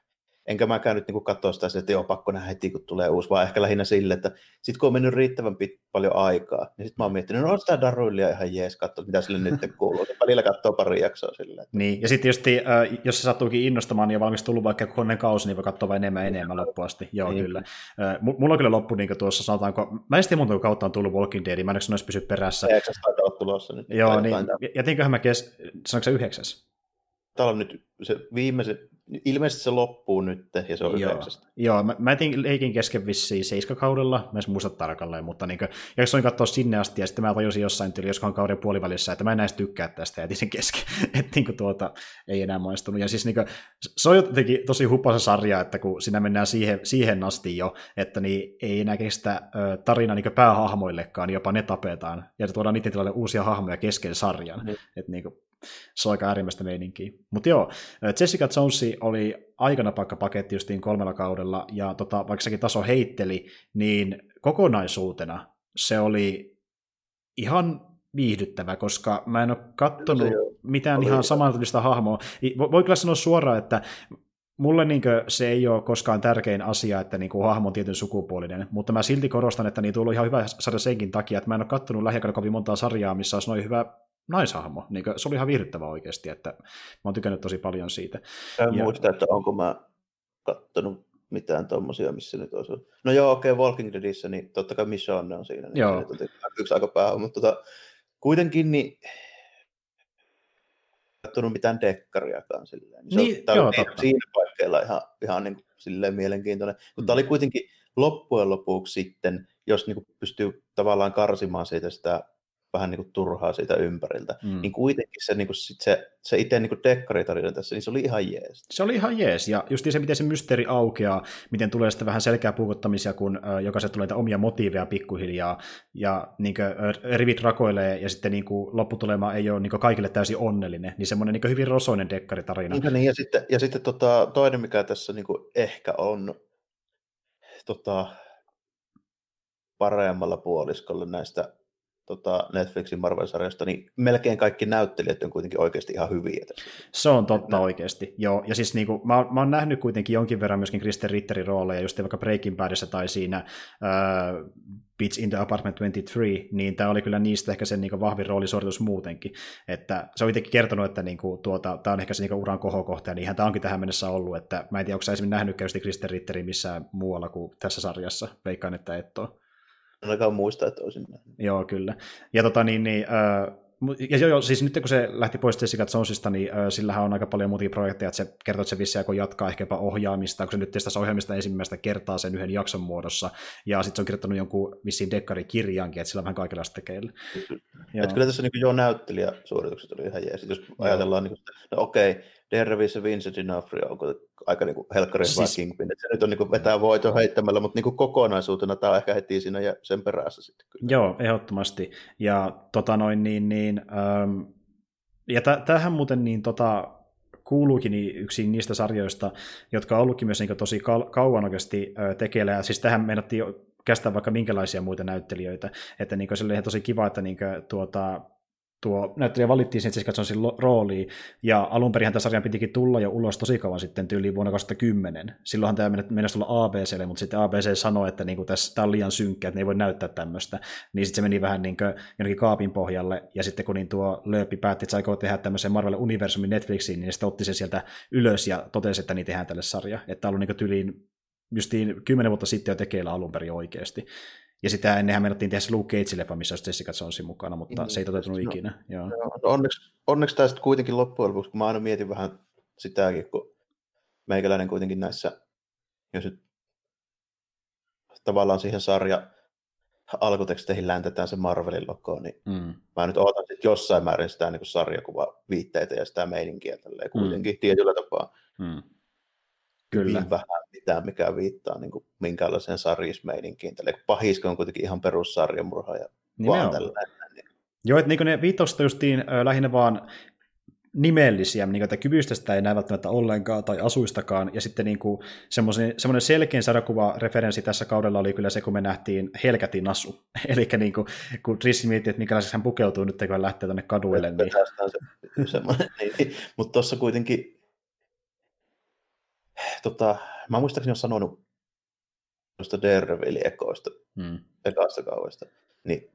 enkä mäkään nyt niin katsoa sitä, että joo, pakko nähdä heti, kun tulee uusi, vaan ehkä lähinnä sille, että sit kun on mennyt riittävän pit- paljon aikaa, niin sit mä oon miettinyt, no on sitä Daruilia ihan jees, katsoa, mitä sille nyt kuuluu. Ja välillä katsoo pari jaksoa silleen. Että... Niin, ja sitten tietysti, äh, jos se sattuukin innostamaan, niin on valmis tullut vaikka kokonainen kausi, niin voi katsoa vain enemmän enemmän loppuun asti. Joo, niin. Kyllä. Äh, mulla on kyllä loppu niin tuossa, sanotaanko, mä en sitten monta kautta on tullut Walking Dead, mä en olisi pysy perässä. Yhdeksäs taitaa olla tulossa nyt. Joo, niin, jätinköhän mä kes... Sanoinko se yhdeksäs? Täällä on nyt se viimeisen, ilmeisesti se loppuu nyt, ja se on Joo, yhdeksästä. Joo, mä, mä etin leikin kesken vissiin seiskakaudella, mä en muista tarkalleen, mutta niin kuin, ja jos olin katsoa sinne asti, ja sitten mä tajusin jossain tyyli, joskohan kauden puolivälissä, että mä en näistä tykkää tästä, ja jätin sen kesken, että niin kuin, tuota, ei enää maistunut. Ja siis niin kuin, se on jotenkin tosi hupasa sarja, että kun siinä mennään siihen, siihen asti jo, että niin ei enää kestä ö, tarina niin päähahmoillekaan, niin jopa ne tapetaan, ja tuodaan niiden tilalle uusia hahmoja kesken sarjan, mm. että niin kuin, se on aika äärimmäistä meininkiä. Mutta joo, Jessica Jones oli aikanapakkapaketti justiin kolmella kaudella, ja tota, vaikka sekin taso heitteli, niin kokonaisuutena se oli ihan viihdyttävä, koska mä en ole katsonut mitään oli ihan samanlaista hahmoa. Voi kyllä sanoa suoraan, että mulle niinkö se ei ole koskaan tärkein asia, että niinku hahmo on tietyn sukupuolinen, mutta mä silti korostan, että niitä on ollut ihan hyvä sarja senkin takia, että mä en ole katsonut lähiaikana kovin montaa sarjaa, missä olisi noin hyvä naishahmo. Niin se oli ihan viihdyttävä oikeasti, että mä oon tykännyt tosi paljon siitä. En ja... muista, että onko mä katsonut mitään tommosia, missä nyt olisi. No joo, okei, okay, Walking Deadissä, niin totta kai Michonne on siinä. Niin joo. Se yksi aika päällä, mutta tota, kuitenkin niin katsonut mitään dekkariakaan silleen. Niin niin, se on, joo, siinä, siinä paikkeilla ihan, ihan niin silleen mielenkiintoinen. Mutta mm. tämä oli kuitenkin loppujen lopuksi sitten, jos niin pystyy tavallaan karsimaan siitä sitä vähän niin kuin turhaa siitä ympäriltä, mm. niin kuitenkin se, niin kuin sit se, se itse niin kuin dekkaritarina tässä, niin se oli ihan jees. Se oli ihan jees, ja just se, miten se mysteeri aukeaa, miten tulee sitten vähän selkeää puukottamisia, kun äh, jokaiselle tulee omia motiiveja pikkuhiljaa, ja niin kuin, äh, rivit rakoilee, ja sitten niin kuin, lopputulema ei ole niin kuin, kaikille täysin onnellinen, niin semmoinen niin kuin, hyvin rosoinen dekkaritarina. Niin, niin, ja sitten, ja sitten tota, toinen, mikä tässä niin kuin, ehkä on tota, paremmalla puoliskolla näistä Tota Netflixin Marvel-sarjasta, niin melkein kaikki näyttelijät on kuitenkin oikeasti ihan hyviä tässä. Se on totta Nä. oikeasti, joo. Ja siis niinku, mä, mä oon nähnyt kuitenkin jonkin verran myöskin Kristen Ritterin rooleja, just vaikka Breaking Badissa tai siinä äh, Beats in the Apartment kaksikymmentäkolme, niin tämä oli kyllä niistä ehkä sen niinku vahvin roolisuoritus muutenkin. Että se on itsekin kertonut, että niinku, tuota, tämä on ehkä se niinku uran kohokohta, ja niinhän tämä onkin tähän mennessä ollut. Että mä en tiedä, onko sä esimerkiksi nähnyt just Kristen Ritterin missään muualla kuin tässä sarjassa. Veikkaan, että et ole. En ainakaan muista, että olisin nähnyt. Joo, kyllä. Ja tota niin, niin äh, ja joo, siis nyt kun se lähti pois Jessica Jonesista, niin äh, sillähän on aika paljon muutia projekteja, että se kertoo, että se vissi aikoo jatkaa ehkä jopa ohjaamista, kun se nyt testasi ohjaamista ensimmäistä kertaa sen yhden jakson muodossa, ja sitten se on kirjoittanut jonkun vissiin dekkarikirjaankin, että sillä on vähän kaikenlaista tekeillä. Että kyllä tässä niin jo näyttelijäsuoritukset oli ihan jees. Jos ajatellaan, niin kuin, no okei, okay, Daredevilissa Vincent D'Onofrio on aika niin helkkarin siis... Kingpin, että se nyt on niin kuin vetää voiton heittämällä, mutta niin kuin kokonaisuutena tämä on ehkä heti siinä ja sen perässä sitten. Kyllä. Joo, ehdottomasti. Ja tota noin niin, niin ähm, ja t- tämähän muuten niin tota, kuuluukin niin yksi niistä sarjoista, jotka on ollutkin myös niin tosi ka- kauan oikeasti äh, tekeillä, ja siis tähän meinattiin käsittää vaikka minkälaisia muita näyttelijöitä, että niin se oli ihan tosi kiva, että niin kuin, tuota, tuo näyttelijä valittiin sen Jessica Jonesin rooliin, ja alunperinhän tämän sarjan pitikin tulla jo ulos tosi kauan sitten, tyyliin vuonna kaksituhattakymmenen. Silloinhan tämä mennessä tulla A B C:lle, mutta sitten A B C sanoi, että niinku tässä, tämä on liian synkkä, että ne ei voi näyttää tämmöistä. Niin sitten se meni vähän niin kuin jonnekin kaapin pohjalle, ja sitten kun niin tuo Lööppi päätti, että se aikoo tehdä tämmöisen Marvel-universumin Netflixiin, niin sitten otti sen sieltä ylös ja totesi, että niin tehdään tälle sarja. Että tämä on ollut niin tyyliin justiin kymmenen vuotta sitten jo tekeillä alunperin oikeasti. Ja sitä ennenhän menettiin tehdä se Luke Cage-leffa, missä olisi Jessica Jonesin mukana, mutta se ei toteutunut no, ikinä. Joo. No, onneksi, onneksi tämä sitten kuitenkin loppujen lopuksi, kun mä aina mietin vähän sitäkin, kun meikäläinen kuitenkin näissä, jos nyt tavallaan siihen sarja alkuteksteihin läntetään se Marvelin logo, niin mm. mä nyt ootan sitten jossain määrin sitä niin sarjakuva viitteitä ja sitä meininkiä tälleen kuitenkin mm. tietyllä tapaa. Mm. Kyllä. Hyvin vähän mitään, mikä viittaa niin kuin minkäänlaiseen sarjismeininkiin. Pahiska on kuitenkin ihan perussarjamurha ja vaan tällainen. Niin. Joo, että niin ne viittaukset on justiin äh, lähinnä vaan nimellisiä, niin että kyvystä sitä ei näe välttämättä ollenkaan tai asuistakaan, ja sitten niin kuin semmoinen selkein sarjakuva-referenssi tässä kaudella oli kyllä se, kun me nähtiin Helkätin asu. Eli niin kuin, kun Trissi miettii, että minkälaiseksi hän pukeutuu nyt, kun hän lähtee tuonne kaduille. Niin... Se, niin, mutta tuossa kuitenkin Tota, mä muistaakseni olen sanonut tuosta Daredevilin ekoista, hmm. ekasta kauesta, niin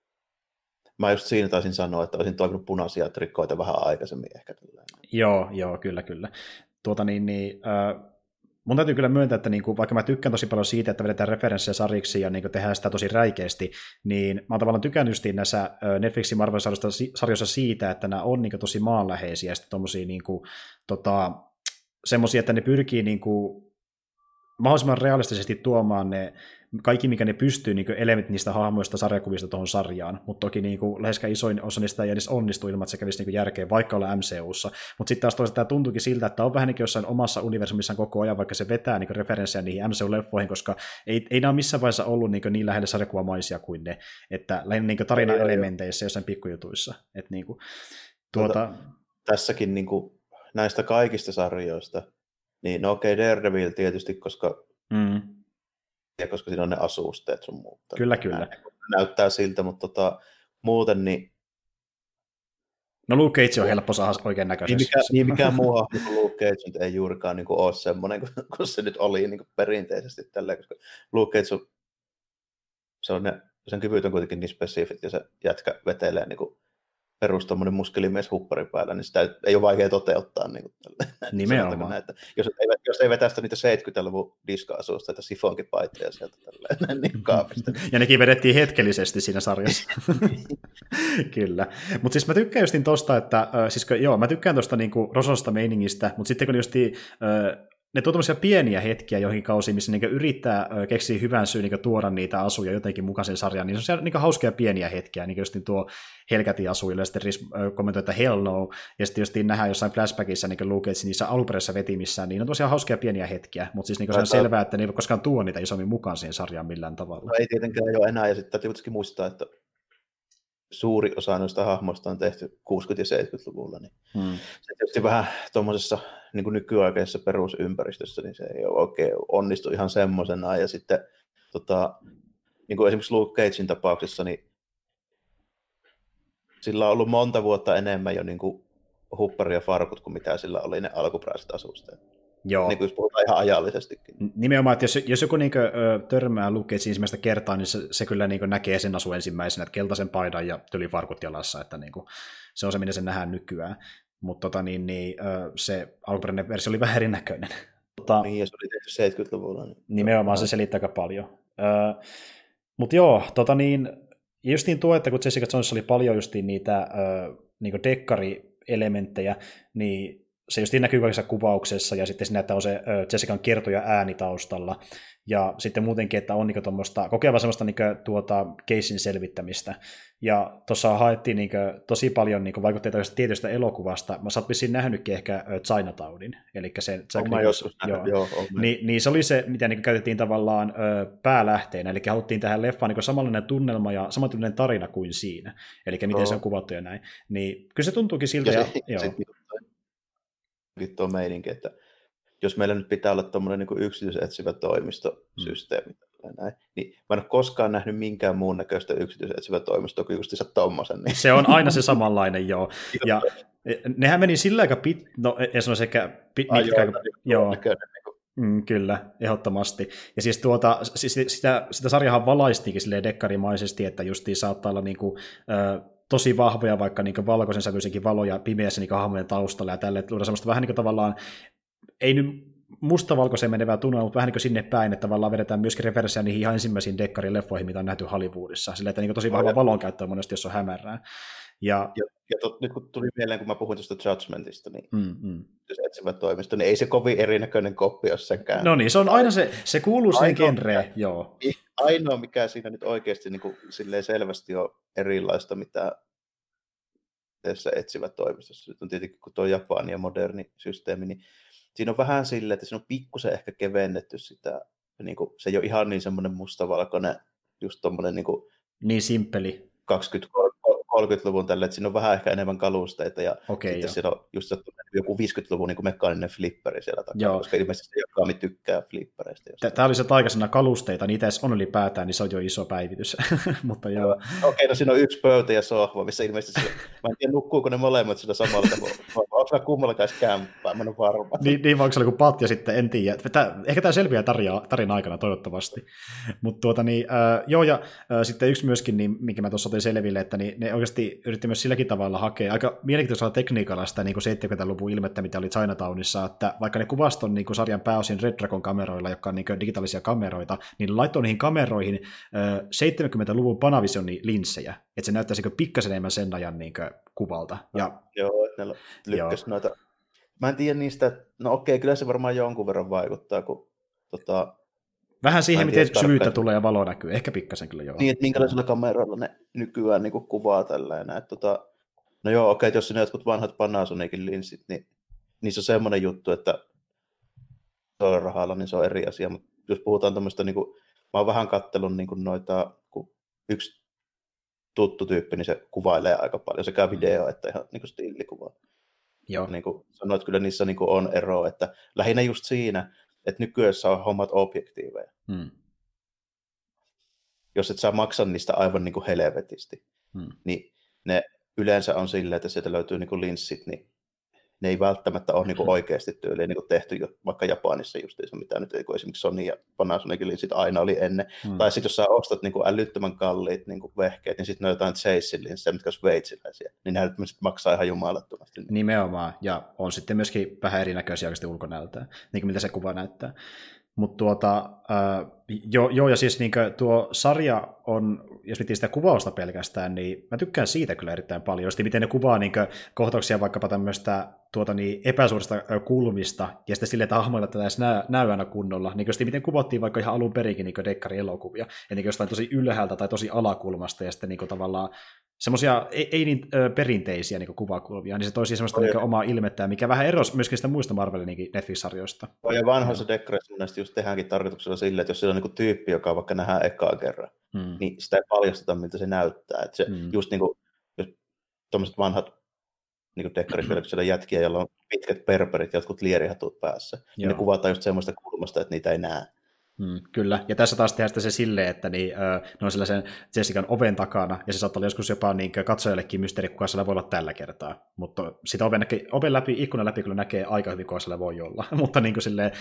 mä just siinä taisin sanoa, että olisin toivonut punaisia trikoita vähän aikaisemmin ehkä. Joo, joo, kyllä, kyllä. Tuota niin, niin äh, mun täytyy kyllä myöntää, että niinku, vaikka mä tykkään tosi paljon siitä, että vedetään referenssejä sarjiksi ja niinku, tehdään sitä tosi räikeästi, niin mä oon tavallaan tykännyt justiin näissä äh, Netflixin Marvel-sarjoissa siitä, että nämä on niinku, tosi maanläheisiä ja sitten tommosia niinku, tota, semmosia, että ne pyrkii niinku, mahdollisimman realistisesti tuomaan ne kaikki, mikä ne pystyy, niin elementit niistä hahmoista sarjakuvista tuohon sarjaan, mutta toki niin kuin, läheskään isoin osa niistä ei edes onnistu ilman, että se kävisi niin järkeä, vaikka olla M C U:ssa. Mutta sitten taas toisaalta tämä tuntuukin siltä, että on vähän niin jossain omassa universumissaan koko ajan, vaikka se vetää niin referenssejä niihin M C U-leffoihin, koska ei, ei nämä ole missään vaiheessa ollut niin, niin lähellä sarjakuvamaisia kuin ne, että lähinnä niin tarinaelementeissä jossain pikkujutuissa. Että, niin kuin, tuota... tuota... Tässäkin niin kuin, näistä kaikista sarjoista, niin no okei, okay, Daredevil tietysti, koska mm. ja koska siinä on ne asusteet sun muuta. Kyllä, kyllä. Näyttää siltä, mutta tota, muuten niin... No Luke Cage on helppo saada oikein näköisesti. Niin, mikä, niin mikään muu hahmo kuin Luke Cage nyt ei juurikaan niin kuin ole semmoinen, kun se nyt oli niin kuin perinteisesti tälleen, koska Luke Cage on, se on ne, sen kyvyt on kuitenkin niin spesifit ja se jätkä vetelee niin kuin perus tommoinen muskelimies huppari päällä, niin sitä ei ole vaikea toteuttaa. Niin kuin, nimenomaan. Näin, jos, ei, jos ei vetästä niitä seitsemänkymmentäluvun diska-asusta, että sifonkipaitoja sieltä tälleen, niin kaapista. Ja nekin vedettiin hetkellisesti siinä sarjassa. Kyllä. Mutta siis mä tykkään justiin tosta, että, äh, siis, joo, mä tykkään tosta niinku rososta meiningistä, mutta sitten kun justiin, äh, ne tuo tämmöisiä pieniä hetkiä johonkin kausiin, missä niinku yrittää äh, keksiä hyvän syyn niinku tuoda niitä asuja jotenkin mukaan sen sarjaan, niin se on niinku hauskoja pieniä hetkiä, niin kuin justiin tuo Helkätin asuille, ja sitten Riz äh, kommentoi, että hell no, ja sitten justiin nähdään jossain flashbackissa niin Luke Cage niissä alkuperäisissä vetimissään, niin on tosiaan hauskoja pieniä hetkiä, mutta siis niinku se on selvää, että ne ei voi koskaan tuoda niitä isommin mukaan siihen sarjaan millään tavalla. No ei tietenkään ole enää, ja sitten täytyy kuitenkin muistaa, että suuri osa noista hahmoista on tehty kuusikymmentä- ja seitsemänkymmentäluvulla, niin hmm. se tietysti vähän tuommoisessa niin kuin nykyaikaisessa perusympäristössä, niin se ei ole oikein onnistu ihan semmoisena, ja sitten tota, niin kuin esimerkiksi Luke Cagein tapauksessa, niin sillä on ollut monta vuotta enemmän jo niin kuin huppari ja farkut kuin mitä sillä oli ne alkuperäiset asusteet. Joo. Niin kuin jos puhutaan ihan ajallisestikin. Nimenomaan, että jos, jos joku niin kuin, törmää Luke Cagein ensimmäistä kertaa, niin se, se kyllä niin kuin, näkee sen asu ensimmäisenä, että keltaisen paidan ja tylifarkut jalassa, että niin kuin, se on se, miten se nähdään nykyään. Mutta tota, niin, niin, se alkuperäinen versio oli vähän erinäköinen. Tota, niin, ja se oli tehty seitsemänkymmentäluvulla. Niin... Nimenomaan se selittää aika paljon. Mutta joo, tota niin, justiin tuo, että kun Jessica Jones oli paljon justiin niitä niin dekkari-elementtejä, niin se just näkyy kaikissa kuvauksessa, ja sitten siinä, että on se Jessican kertoja ääni taustalla, ja sitten muutenkin, että on niin tuommoista, kokeva semmoista niin tuota, casein selvittämistä. Ja tuossa haettiin niin kuin, tosi paljon niin vaikutteita tietystä elokuvasta. Mä sä oot vissiin nähnytkin ehkä Chinatown, eli se Jack Nicholson, joo. Joo, niin, niin se oli se, mitä niin käytettiin tavallaan ö, päälähteenä, eli haluttiin tähän leffaan niin samanlainen tunnelma ja samanlainen tarina kuin siinä, eli miten joo. se on kuvattu ja näin. Niin kyllä se tuntuukin siltä. Ja, ja, ja, sit, tuo meininki, että jos meillä nyt pitää olla tuommoinen niin yksityisetsivä toimistosysteemi, mm. näin, niin mä en ole koskaan nähnyt minkään muun näköistä yksityisetsivä toimistoa kuin justiinsa tommosen. Niin. Se on aina se samanlainen, joo. Ja nehän meni sillä aika pit... No, ei sano sekä pit... Ai, mitkä... joo, joo. Näköinen, niin kuin... mm, kyllä, ehdottomasti. Ja siis tuota, siis sitä, sitä sarjahan valaistiinkin silleen dekkarimaisesti, että justiin saattaa olla niinku... Äh, tosi vahvoja, vaikka niin valkoisen sävyisenkin valoja pimeässä niin hahmojen taustalla ja tälle, että luodaan semmoista vähän niin tavallaan, ei nyt mustavalkoiseen menevää tunnelmaa, mutta vähän niin kuin sinne päin, että tavallaan vedetään myöskin referenssiä niihin ihan ensimmäisiin dekkarileffoihin, mitä on nähty Hollywoodissa, sillä että niin tosi vahva valonkäyttö on monesti, jos on hämärää. Ja, ja, ja tot, nyt kun tuli mieleen, kun mä puhuin tuosta Judgmentista, niin mm, mm. jos etsivä toimisto, niin ei se kovin erinäköinen koppi ole senkään. No niin, se on aina se, se kuuluu siihen genreen, joo. Ainoa, mikä siinä nyt oikeasti niin kuin, silleen selvästi on erilaista, mitä tässä etsivä toimistossa. Nyt on tietenkin, kun tuo Japani ja moderni systeemi, niin siinä on vähän silleen, että siinä on pikkusen ehkä kevennetty sitä, niin kuin, se ei ole ihan niin semmoinen mustavalkoinen, just tommoinen niin kuin niin simppeli. kaksikymmentä kolmekymmentäluvun tälle, että siinä on vähän ehkä enemmän kalusteita, ja Okei, sitten jo. siellä on just joku viisikymmentäluvun niin kuin mekaaninen flipperi siellä takana, Joo. koska ilmeisesti Jakami tykkää flippereistä. Tämä oli se taikaisena kalusteita, niitä edes on ylipäätään, niin se on jo iso päivitys. Mutta joo. Okei, okay, no siinä on yksi pöytä ja sohva, missä ilmeisesti sillä, mä en tiedä nukkuuko ne molemmat sillä samalla tavalla. Onko mä kummallakaan kämppää, mä en ole varma. Niin, niin vaan se oli kuin patja sitten, en tiedä. Tämä, ehkä tämä selviää tarina, tarina aikana toivottavasti. Mutta tuota niin, äh, joo ja äh, sitten yksi myöskin, niin, minkä mä tuossa otin selville, että niin, ne oikeasti yritti myös silläkin tavalla hakea aika mielenkiintoisella tekniikalla sitä niin kuin seitsemänkymmentäluvun ilmettä, mitä oli Chinatownissa, että vaikka ne kuvast on niin kuin sarjan pääosin Red Dragon kameroilla, jotka on niin kuin digitaalisia kameroita, niin laittoi niihin kameroihin äh, seitsemänkymmentäluvun Panavisioni linssejä, että se näyttäisi niin pikkasen enemmän sen ajan niin kuin kuvalta. Ja, joo, että ne lykkäs noita. Mä en tiedä niistä, no okei, kyllä se varmaan jonkun verran vaikuttaa, kun tota, vähän siihen, miten tiedä, syvyyttä tarkkaan tulee ja valo näkyy, ehkä pikkasen kyllä joo. Niin, että minkälaisilla kameroilla ne nykyään niin kuvaa tällainen. Että, tota, no joo, okei, jos siinä jotkut vanhat Panasonicin linssit, niin niissä on semmoinen juttu, että se on rahalla, niin se on eri asia. Mutta jos puhutaan tämmöistä, niin kuin, mä oon vähän kattelun niin kuin noita, kun yksi tuttu tyyppi, niin se kuvailee aika paljon sekä video että ihan niin kuin stiilikuvaa. Joo. Niin kuin sanoit, kyllä niissä niin kuin on ero, että lähinnä just siinä, että nykyään on hommat objektiiveja. Hmm. Jos et saa maksaa niistä aivan niin kuin helvetisti, hmm. niin ne yleensä on silleen, että sieltä löytyy niin kuin linssit, niin ne ei välttämättä ole niin kuin oikeasti tyyliin niin kuin tehty vaikka Japanissa justiinsa, mitä nyt kun esimerkiksi Sony ja Panasonicin linssit aina oli ennen. Hmm. Tai sitten jos sä ostat niin kuin älyttömän kalliit niin kuin vehkeet, niin sitten ne on jotain Chasein linssejä, mitkä on sveitsiläisiä, niin ne maksaa ihan jumalattomasti. Nimenomaan, ja on sitten myöskin vähän erinäköisiä oikeasti ulkonäöltään, niin kuin mitä se kuva näyttää. Mutta tuota, äh, joo, joo, ja siis niin tuo sarja on, jos miettii sitä kuvausta pelkästään, niin mä tykkään siitä kyllä erittäin paljon. Just miten ne kuvaa niin kohtauksia vaikkapa tämmöistä tuota, niin epäsuorista kulmista, ja sitten silleen, että hahmoilla tätä edes näy, näy aina kunnolla. Niin just miten kuvattiin vaikka ihan alun perinkin niin dekkari-elokuvia, ja niin jostain tosi ylhäältä tai tosi alakulmasta, ja sitten niin tavallaan semmoisia ei, ei niin ö, perinteisiä niin kuvakulmia, niin se toisi semmoista niin omaa ilmettä, mikä vähän erosi myöskin sitä muista Marvelin niin Netflix-sarjoista. Ja vanhoissa dekkareissa monesti just tehdäänkin tarkoituksella silleen, että jos siellä on niin tyyppi, joka vaikka nähdään ekaa kerran, hmm. niin sitä ei paljasteta, miltä se näyttää. Että se hmm. just niin kuin, jos tuommoiset vanhat niin dekkarit, hmm. siellä jätkiä, joilla on pitkät perperit ja jotkut lierihatut päässä, niin ne kuvataan just semmoista kulmasta, että niitä ei näe. Mm, kyllä, ja tässä taas tehdään se silleen, että niin, äh, ne on sellaisen Jessican oven takana, ja se saattaa olla joskus jopa niin, katsojallekin mysteeri, kuka siellä voi olla tällä kertaa. Mutta sitä oven, näke, oven läpi, ikkunan läpi kyllä näkee aika hyvin, kuka siellä voi olla, mutta niin kuin silleen,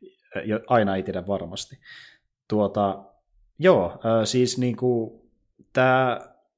aina ei tiedä varmasti. Tuota, joo, äh, siis niin kuin, tämä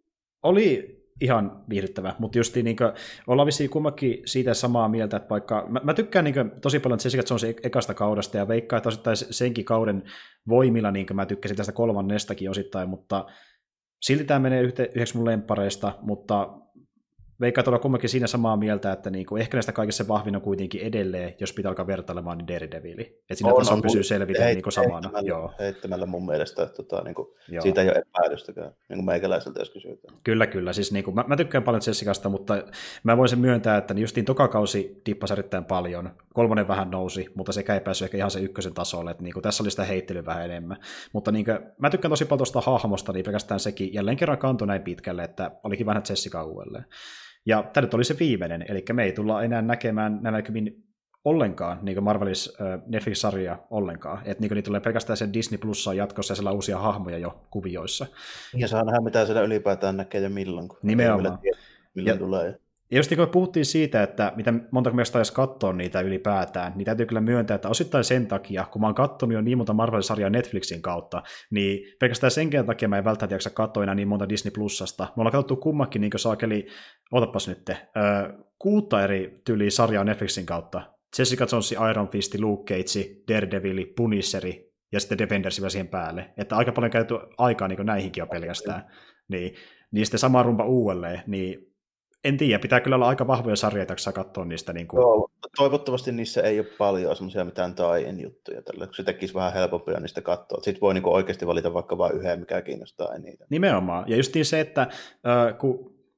oli ihan viihdyttävä, mutta just niin kuin, ollaan vissiin kummakin siitä samaa mieltä, että vaikka, mä, mä tykkään niin kuin, tosi paljon Jessica Jonesin ekasta kaudesta, ja veikkaan, että osittain senkin kauden voimilla niin kuin mä tykkäsin tästä kolmannestakin osittain, mutta silti tämä menee yhte, yhdeksi mun lemppareista, mutta veikkaan, että ollaan kummakin siinä samaa mieltä, että niin kuin, ehkä näistä kaikessa vahvin on kuitenkin edelleen, jos pitää alkaa vertailemaan, niin Daredevil. Että siinä tasolla pysyy selvitä niin samana. Heittämällä, Joo. heittämällä mun mielestä, että tota, niin kuin, siitä ei ole epäilystäkään, niin kuin meikäläiseltä jos kysytään. Kyllä, kyllä. Siis, niin kuin, mä, mä tykkään paljon Jessicasta, mutta mä voin sen myöntää, että justiin toka kausi dippasi erittäin paljon. Kolmonen vähän nousi, mutta sekä ei päässyt ehkä ihan sen ykkösen tasolle. Että, niin kuin, tässä oli sitä heittelyä vähän enemmän. Mutta niin kuin, mä tykkään tosi paljon tuosta hahmosta, niin pelkästään sekin jälleen kerran kantoi näin pitkälle, että olikin vähän Jessica uudelleen. Ja tämä nyt oli se viimeinen, eli me ei tulla enää näkemään nämä näkymin ollenkaan niin kuin Marvelis äh, Netflix-sarja ollenkaan. Että niin niitä tulee pelkästään sen Disney Plussaan jatkossa ja siellä on uusia hahmoja jo kuvioissa. Ja saa nähdä, mitä siellä ylipäätään näkee ja milloin. Kun nimenomaan. Tiedä, milloin ja, tulee. Ja just niin kuin puhuttiin siitä, että mitä montako meistä edes katsoa niitä ylipäätään, niin täytyy kyllä myöntää, että osittain sen takia, kun mä oon katsonut jo niin monta Marvel-sarjaa Netflixin kautta, niin pelkästään senkin takia mä en välttämättä jaksa katsoa enää niin monta Disney Plusasta. Me ollaan katsottu kummakin niin kuin saakeli, otapas nyt, äh, kuutta eri tyyliä sarjaa Netflixin kautta. Jessica Jones, Iron Fist, Luke Cage, Daredevil, Punisheri ja sitten Defenders vielä siihen päälle. Että aika paljon käytetty aikaa niin näihinkin on pelkästään. Niin, niin sitten sama rumpa uudelleen, niin en tiedä, pitää kyllä olla aika vahvoja sarjoja, jaksaa katsoa niistä. Niin kuin... Joo, toivottavasti niissä ei ole paljon semmoisia mitään tie-in juttuja, tällä, kun se tekisi vähän helpompia niistä katsoa. Sitten voi niin oikeasti valita vaikka vain yhden, mikä kiinnostaa eniten. Nimenomaan. Ja justiin se, että äh, kun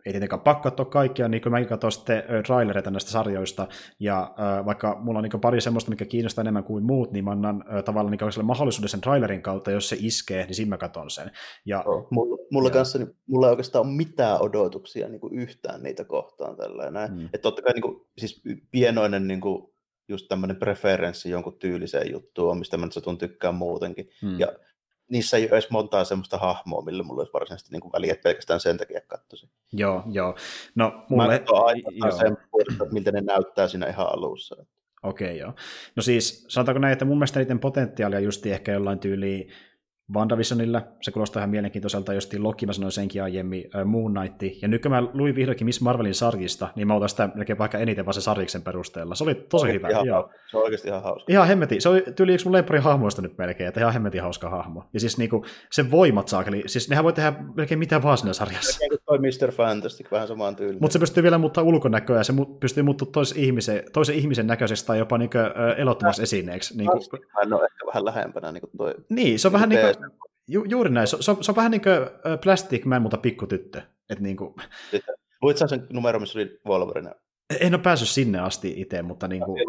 ei tietenkään pakko katsoa kaikkia, niin kuin mäkin katson sitten trailereita näistä sarjoista, ja äh, vaikka mulla on niin pari semmoista, mikä kiinnostaa enemmän kuin muut, niin mä annan äh, tavallaan niin mahdollisuuden sen trailerin kautta, jos se iskee, niin siinä mä katson sen. Ja, oh, mulla, mulla, kanssa, niin, mulla ei oikeastaan ole mitään odotuksia niin kuin yhtään niitä kohtaan tällainen. Mm. Että totta kai niin kuin, siis pienoinen niin kuin, just tämmöinen preferenssi jonkun tyyliseen juttuun on, mistä mä nyt tykkään muutenkin. Mm. Ja niissä ei ole edes montaa semmoista hahmoa, millä mulla olisi varsinaisesti niin kuin väliä, että pelkästään sen takia katsoisin. Joo, joo. No, mulle... Mä katson aina sen puolesta, että miltä ne näyttää siinä ihan alussa. Okei, okay, joo. No siis, sanotaanko näin, että mun mielestä niiden potentiaalia justi ehkä jollain tyyliin WandaVisionilla, se kuulostaa ihan mielenkiintoiselta, jostain Loki, mä sanoin senkin aiemmin, uh, Moon Knight, ja nyt kun mä luin vihdoinkin Miss Marvelin sarjista, niin mä otan sitä melkein vaikka eniten vaan se sarjiksen perusteella. Se oli tosi hyvä. Ihan, joo. Se on oikeasti ihan hauska. Ihan hemmetin. Se oli tyyli yksi mun lemppari hahmoista nyt melkein, että ihan hemmetin hauska hahmo. Ja siis niinku, sen voimat saakeli, siis nehän voi tehdä melkein mitä vaan siinä sarjassa. Melkein toi mister Fantastic, vähän samaan tyyliin. Mutta se pystyy vielä muuttaa ulkonäköä, ja se pystyy muuttua toisen ihmisen, toisen ihmisen näköisestä tai jopa niinku, elottomassa esineeksi. Niinku... Hän on ehkä vähän lähempänä niinku toi. Niin, se on vähän niinku... Ju, juuri näin. Se, se, on, se on vähän niin kuin Plastic Man, mutta pikkutyttö. Et niin kuin... Luit sä sen numero, missä oli Wolverine? En ole päässyt sinne asti itse, mutta niin kuin...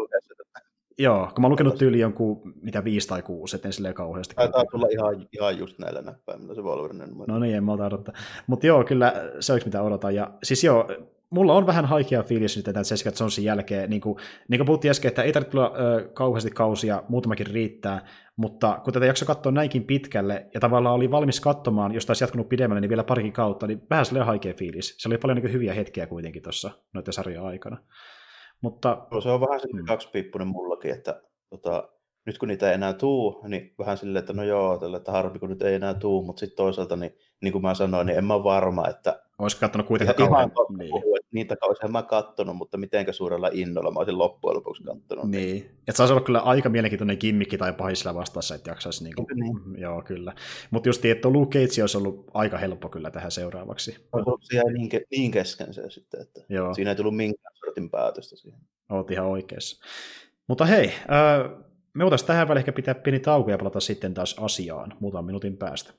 Joo, kun mä oon lukenut tyyli jonkun, mitä viisi tai kuusi, et en silleen kauheasti. Taitaa tulla ihan, ihan just näillä näppäimillä se Wolverine numero. No niin, en mä ota odottaa. Mutta joo, kyllä se on yksi, mitä odotan. Ja siis joo, mulla on vähän haikea fiilis nyt tämän Jessica Jonesin jälkeen. Niin kuin, niin kuin puhuttiin äsken, että ei tarvitse tulla ö, kauheasti kausia, muutamakin riittää, mutta kun tätä jakso katsoa näinkin pitkälle, ja tavallaan oli valmis katsomaan, jos taisi jatkunut pidemmälle, niin vielä parikin kautta, niin vähän sellainen haikea fiilis. Se oli paljon niin kuin hyviä hetkiä kuitenkin tuossa noiden sarjojen aikana. Mutta, no, se on vähän hmm. kaksipiippunen mullakin, että tota, nyt kun niitä ei enää tuu, niin vähän silleen, että no joo, tällä, että harmi kun nyt ei enää tuu, mutta sitten toisaalta, niin, niin kuin mä sanoin, niin en mä ole varma, että olisiko katsonut kuitenkaan kauhean. Niin. Niitä olisin mä kattonut, mutta mitenkä suurella innolla mä olisin loppujen lopuksi kattonut. Niin, että saisi olla kyllä aika mielenkiintoinen gimmikki tai pahisilla vastassa, että jaksaisi niin kuin... niin. Joo, kyllä. Mutta just että Luke Cage olisi ollut aika helppo kyllä tähän seuraavaksi. Se jäi niin, ke- niin kesken se sitten, että joo. Siinä ei tullut minkään sortin päätöstä siihen. Olet ihan oikeassa. Mutta hei, äh, me voitaisiin tähän väliin ehkä pitää pieni tauko ja palata sitten taas asiaan muutaman minuutin päästä.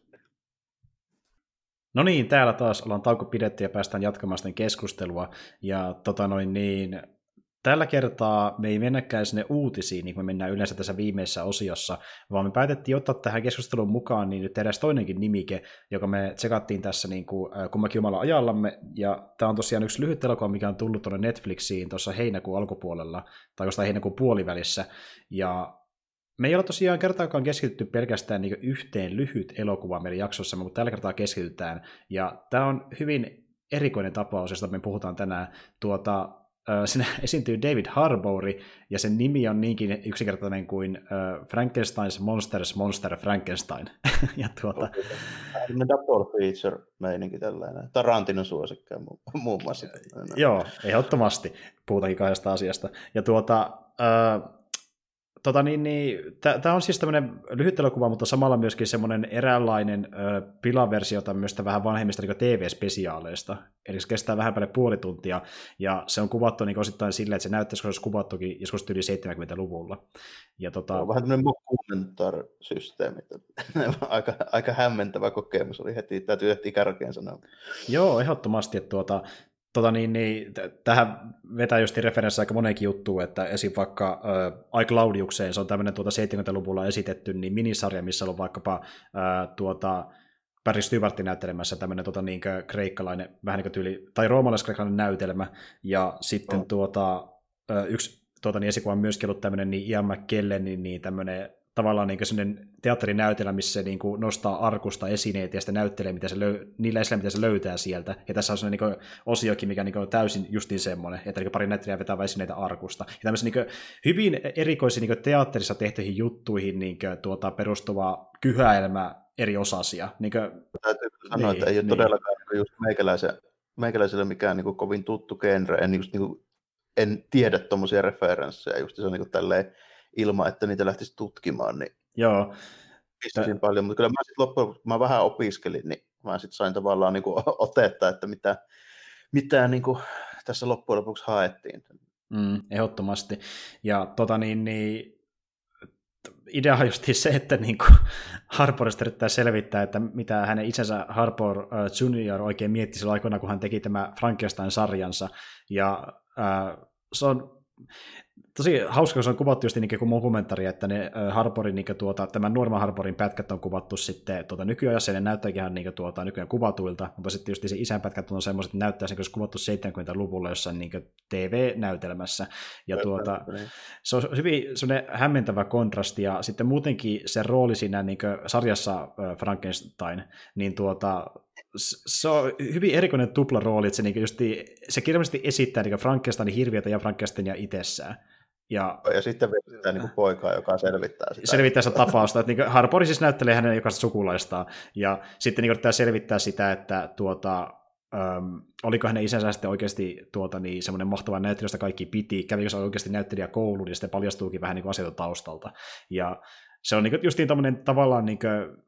No niin, täällä taas ollaan tauko pidetty ja päästään jatkamaan sitten keskustelua. Ja tota noin niin, tällä kertaa me ei mennäkään sinne uutisiin, niin kuin me mennään yleensä tässä viimeisessä osiossa, vaan me päätettiin ottaa tähän keskusteluun mukaan niin nyt edes toinenkin nimike, joka me tsekattiin tässä niin kuin, äh, kummakin omalla ajallamme. Ja tämä on tosiaan yksi lyhyt elokuva, mikä on tullut tuonne Netflixiin tuossa heinäkuun alkupuolella, tai jostain heinäkuun puolivälissä. Ja me ei ole tosiaan kertaakaan keskitytty pelkästään niin yhteen lyhyt elokuvaan meidän jaksossa, mutta tällä kertaa keskitytään. Ja tämä on hyvin erikoinen tapaus, josta me puhutaan tänään. Tuota, äh, siinä esiintyy David Harbour, ja sen nimi on niinkin yksinkertainen kuin äh, Frankenstein's Monsters Monster Frankenstein. ja tuota... Okay. Double feature-meininki tällainen. Tarantinon suosikkaan muun muassa. Joo, ehdottomasti. Puhutaankin kahdesta asiasta. Ja tuota... Äh, Tota niin, niin, tämä on siis tämmöinen lyhyt elokuva, mutta samalla myöskin semmoinen eräänlainen ö, pilaversio tämmöistä vähän vanhemmista niin T V-spesiaaleista. Eli se kestää vähän päälle puoli tuntia, ja se on kuvattu niin osittain silleen, että se näyttäisi, kun se olisi kuvattukin joskus yli seitsemänkymmentäluvulla. Ja, tota... on vähän tämmöinen mockumentary-systeemi. aika, aika hämmentävä kokemus oli heti, täytyy heti kärkeen sanoa. Joo, ehdottomasti, että tuota... Tota niin, niin, t- tähän vetää just referenssiä aika moneenkin juttuun, että esim. Vaikka äh, iCloudiukseen, se on tämmöinen tuota seitsemänkymmentäluvulla esitetty niin minisarja, missä on vaikkapa äh, tuota, Barry Stewartin näyttelemässä tämmöinen tuota, niin kreikkalainen, vähän niin kuin tyyli, tai roomalaiskreikkalainen näytelmä, ja sitten oh. tuota, äh, yksi tuota, niin esikuva on myöskin ollut tämmöinen niin Ian McKellen, niin, niin tämmöinen tavallaan niin sellainen teatterinäytelmä, missä se niin kuin nostaa arkusta esineitä ja sitten näyttelee mitä se löy- niillä esillä, mitä se löytää sieltä. Ja tässä on sellainen niin osiokin, mikä niin on täysin justiin semmoinen, että niin pari näyttelijää vetää esineitä arkusta. Ja tämmöisiä niin hyvin erikoisia niin teatterissa tehtyihin juttuihin niin tuota, perustuva kyhäelmä eri osasia. Niin kuin, täytyy sanoa, niin, että ei ole niin. todellakaan just meikäläiselle, meikäläiselle mikään niin kuin kovin tuttu genre. En, just, niin kuin, en tiedä tuommoisia referenssejä just se on niin kuin tälleen ilman, että niitä lähtisi tutkimaan, niin joo. pistäisin Tä... paljon, mutta kyllä mä sitten loppujen, kun mä vähän opiskelin, niin mä sitten sain tavallaan niin kuin otetta, että mitä, mitä niin kuin tässä loppujen lopuksi haettiin. Mm, ehdottomasti. Ja tota niin, niin idea on just se, että niin Harporista yrittää selvittää, että mitä hänen isänsä Harpor uh, junior oikein mietti silloin aikoina, kun hän teki tämä Frankenstein-sarjansa, ja uh, se on tosi hauska, kun se on kuvattu just niin kuin dokumentari, että ne Harporin, niin tuota, tämän Norman Harporin pätkät on kuvattu sitten tuota, nykyajassa, ja ne näyttääkin ihan niin tuota, nykyään kuvatuilta, mutta sitten just se isän pätkät on semmoiset, että näyttää sen, kun se kuvattu seitsemänkymmentäluvulla jossain niin T V-näytelmässä, ja tuota, se on hyvin semmoinen hämmentävä kontrasti, ja sitten muutenkin se rooli siinä niin sarjassa Frankenstein, niin tuota, se on hyvin erikoinen tuplarooli, että se, niin justi, se kirjallisesti esittää niin Frankensteinin hirviötä ja Frankensteinia itsessään. Ja, ja sitten vielä niin poikaa, joka selvittää sitä. Selvittää sitä tapausta. Että niin Harpori siis näyttelee hänen jokaista sukulaistaan. Ja sitten niin yrittää selvittää sitä, että tuota, äm, oliko hänen isänsä sitten oikeasti tuota, niin, semmoinen mahtava näyttelijä, josta kaikki piti. Kävikö se oikeasti näyttelijä kouluun, ja sitten paljastuukin vähän niin asioita taustalta. Ja se on niin justiin tämmöinen tavallaan niin